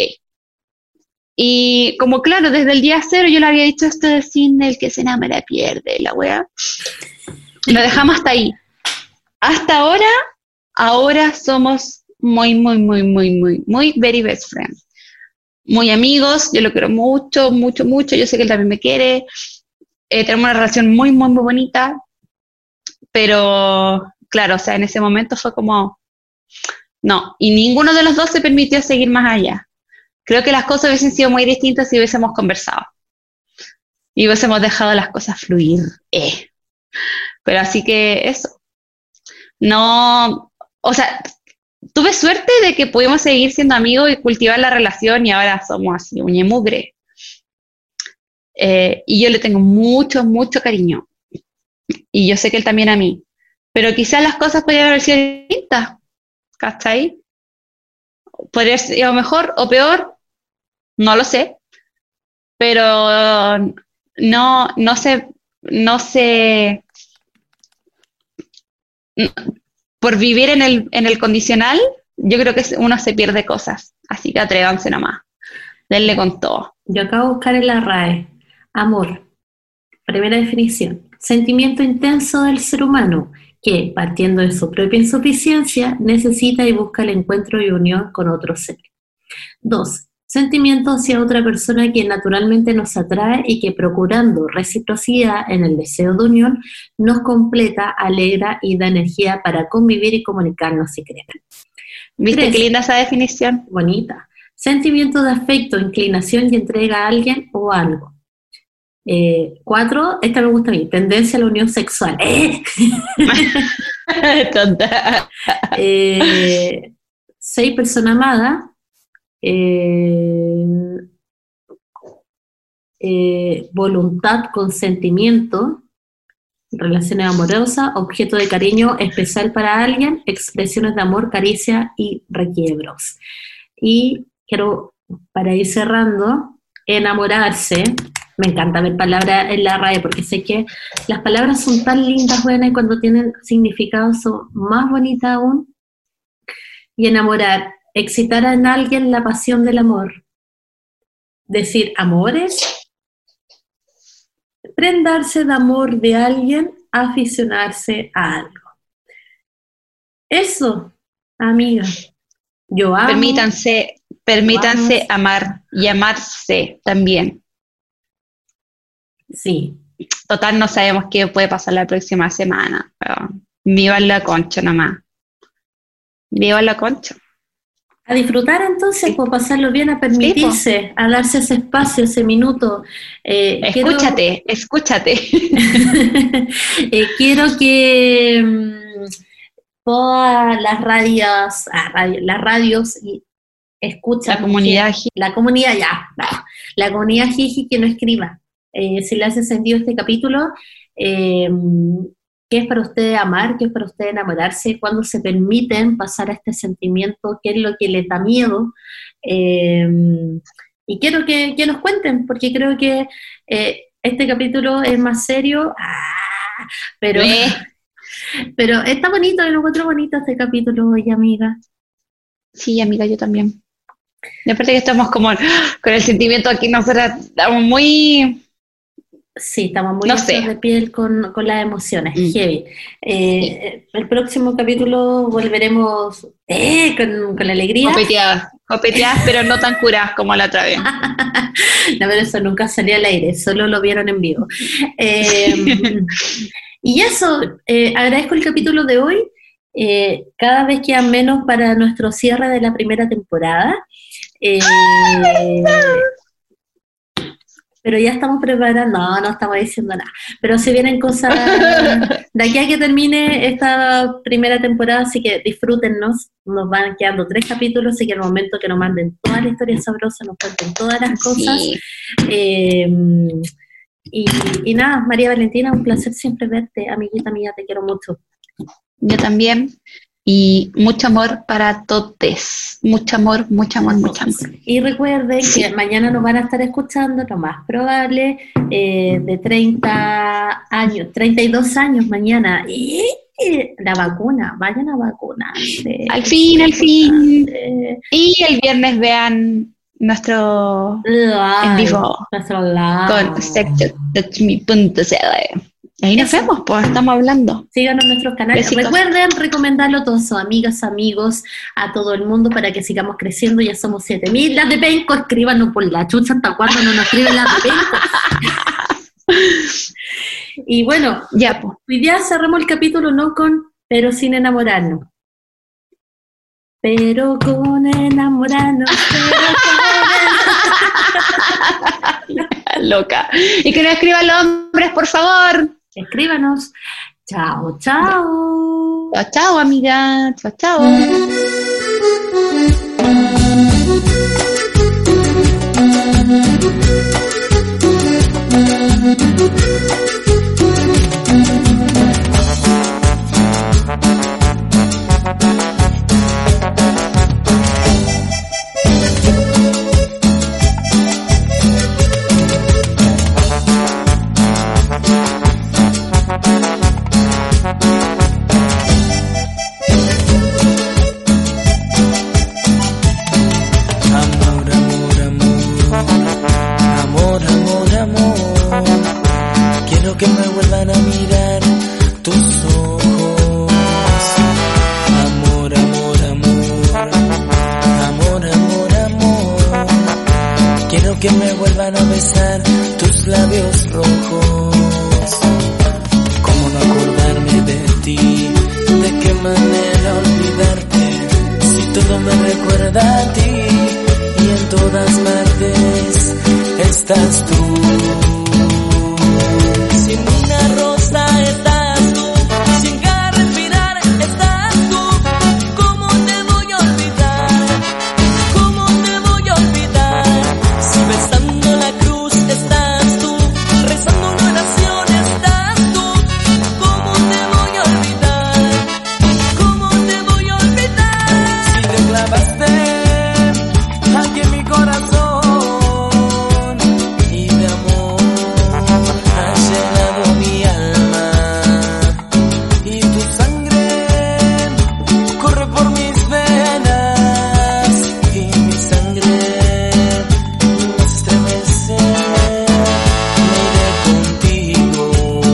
Y como claro, desde el día cero yo le había dicho esto de cine, el que se enamora pierde, la wea. Lo dejamos hasta ahí. Hasta ahora, ahora somos muy, muy, muy, muy, muy, muy very best friends. Muy amigos, yo lo quiero mucho, mucho, mucho, yo sé que él también me quiere, eh, tenemos una relación muy, muy, muy bonita, pero claro, o sea, en ese momento fue como, no, y ninguno de los dos se permitió seguir más allá. Creo que las cosas hubiesen sido muy distintas si hubiésemos conversado y hubiésemos dejado las cosas fluir. Eh. Pero así que eso, no, o sea, tuve suerte de que pudimos seguir siendo amigos y cultivar la relación y ahora somos así, uña y mugre. Eh, y yo le tengo mucho, mucho cariño. Y yo sé que él también a mí. Pero quizás las cosas podrían haber sido distintas, ¿cachai? Podría haber sido mejor o peor, no lo sé. Pero no, no sé, no sé, por vivir en el, en el condicional, yo creo que uno se pierde cosas. Así que atrévanse nomás. Denle con todo. Yo acabo de buscar en la R A E. Amor. Primera definición. Sentimiento intenso del ser humano que, partiendo de su propia insuficiencia, necesita y busca el encuentro y unión con otro ser. Dos. Sentimiento hacia otra persona que naturalmente nos atrae y que, procurando reciprocidad en el deseo de unión, nos completa, alegra y da energía para convivir y comunicarnos si queremos. ¿Viste Tres. qué linda esa definición? Bonita. Sentimiento de afecto, inclinación y entrega a alguien o algo. Eh, cuatro, esta me gusta a mí, tendencia a la unión sexual. ¡Eh! Tonta. eh, seis, persona amada. Eh, eh, voluntad, consentimiento, relaciones amorosas, objeto de cariño especial para alguien, expresiones de amor, caricia y requiebros. Y quiero, para ir cerrando, enamorarse. Me encanta ver palabras en la R A E porque sé que las palabras son tan lindas, buenas, y cuando tienen significado son más bonitas aún. Y enamorar, excitar en alguien la pasión del amor. Decir amores, prendarse de amor de alguien, aficionarse a algo. Eso, amiga. Yo amo. Permítanse, permítanse Vamos. amar y amarse también. Sí. Total, no sabemos qué puede pasar la próxima semana. Pero vivan la concha nomás. Vivan la concha. A disfrutar entonces, Sí. por pasarlo bien, a permitirse, a darse ese espacio, ese minuto. Eh, quiero- Escúchate, escúchate. Eh, quiero que mm, todas las radios, ah, radio- las radios y escuchan La comunidad que- la comunidad ya, ah, la comunidad Jiji que no escriba. Eh, si le hace sentido este capítulo, eh, ¿qué es para usted amar? ¿Qué es para usted enamorarse? ¿Cuándo se permiten pasar a este sentimiento? ¿Qué es lo que les da miedo? Eh, y quiero que, que nos cuenten, porque creo que eh, este capítulo es más serio, ah, pero, Ve. pero está bonito, yo lo encuentro bonito este capítulo hoy, amiga. Sí, amiga, yo también. Y aparte que estamos como con el sentimiento aquí, nosotros estamos muy... Sí, estamos muy No a flor sé. de piel con, con las emociones, Mm. heavy. Eh, El próximo capítulo volveremos eh, con, con alegría. Copeteadas, copeteadas, pero no tan curadas como la otra vez. No, pero eso nunca salió al aire, solo lo vieron en vivo. Eh, y eso, eh, agradezco el capítulo de hoy. Eh, cada vez queda menos para nuestro cierre de la primera temporada. Eh, pero ya estamos preparando, no, no estamos diciendo nada, pero se vienen cosas de aquí a que termine esta primera temporada, así que disfrútennos, nos van quedando tres capítulos, así que en el momento que nos manden toda la historia sabrosa, nos cuenten todas las cosas. Sí. Eh, y, y nada, María Valentina, un placer siempre verte, amiguita mía, te quiero mucho. Yo también. Y mucho amor para todos. Mucho amor, mucho amor, mucho amor. Y recuerden Sí. que mañana nos van a estar escuchando, lo más probable, eh, de treinta años, treinta y dos años mañana. Y y la vacuna, vayan a vacunarse. Al fin, al fin. Eh, Y el viernes vean nuestro en vivo nuestro live. con sex touch me punto c l. Ahí nos Eso. vemos, pues estamos hablando. Síganos en nuestros canales. Besitos. Recuerden recomendarlo a todas sus amigas, amigos, a todo el mundo para que sigamos creciendo. Ya somos siete mil. Las de Penco, escríbanos por la chucha. ¿Hasta cuándo no nos escriben las de Penco? Y bueno, Ya, pues. hoy día cerramos el capítulo no con pero sin enamorarnos. Pero con enamorarnos. Pero con... Loca. Y que nos escriban los hombres, por favor. Escríbanos. Chao, chao. Chao, chao, amiga. Chao, chao. manera olvidarte si todo me recuerda a ti y en todas partes estás tú. Sin una rosa estás tú, sin cada respirar estás tú. ¿Cómo te voy a olvidar? ¿Cómo te voy a olvidar? Si besando la cruz estás tú, rezando una oración estás tú. ¿Cómo te voy a olvidar? ¿Cómo te voy a olvidar? Si te clavaste aquí en mi corazón y de amor has llenado mi alma y tu sangre corre por mis venas y mi sangre me estremece, me iré contigo.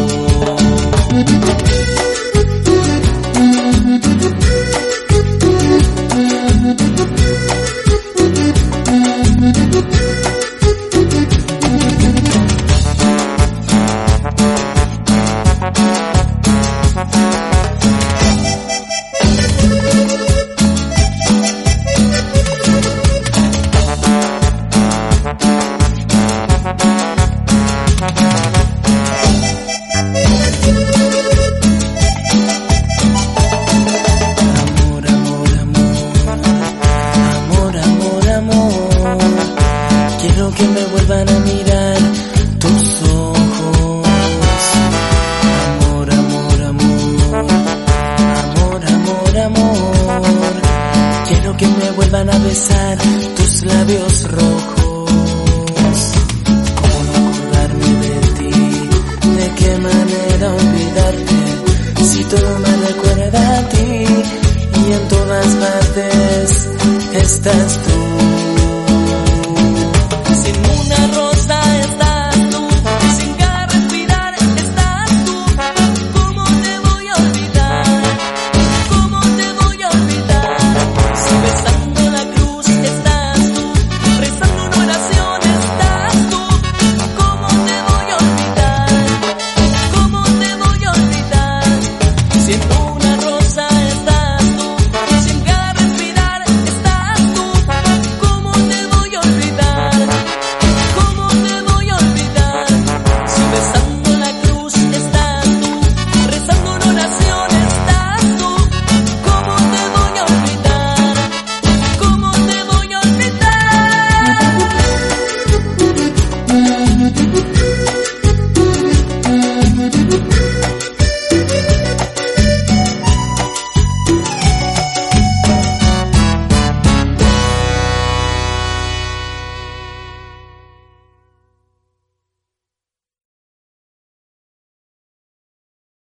Amor, amor, amor, amor, amor, amor. Quiero que me vuelvan a mirar tus ojos. Amor, amor, amor, amor, amor, amor. Quiero que me vuelvan a besar tus labios rojos. ¿Cómo no acordarme de ti? ¿De qué manera olvidarte? Si todo me recuerda a ti y en todas partes estás tú.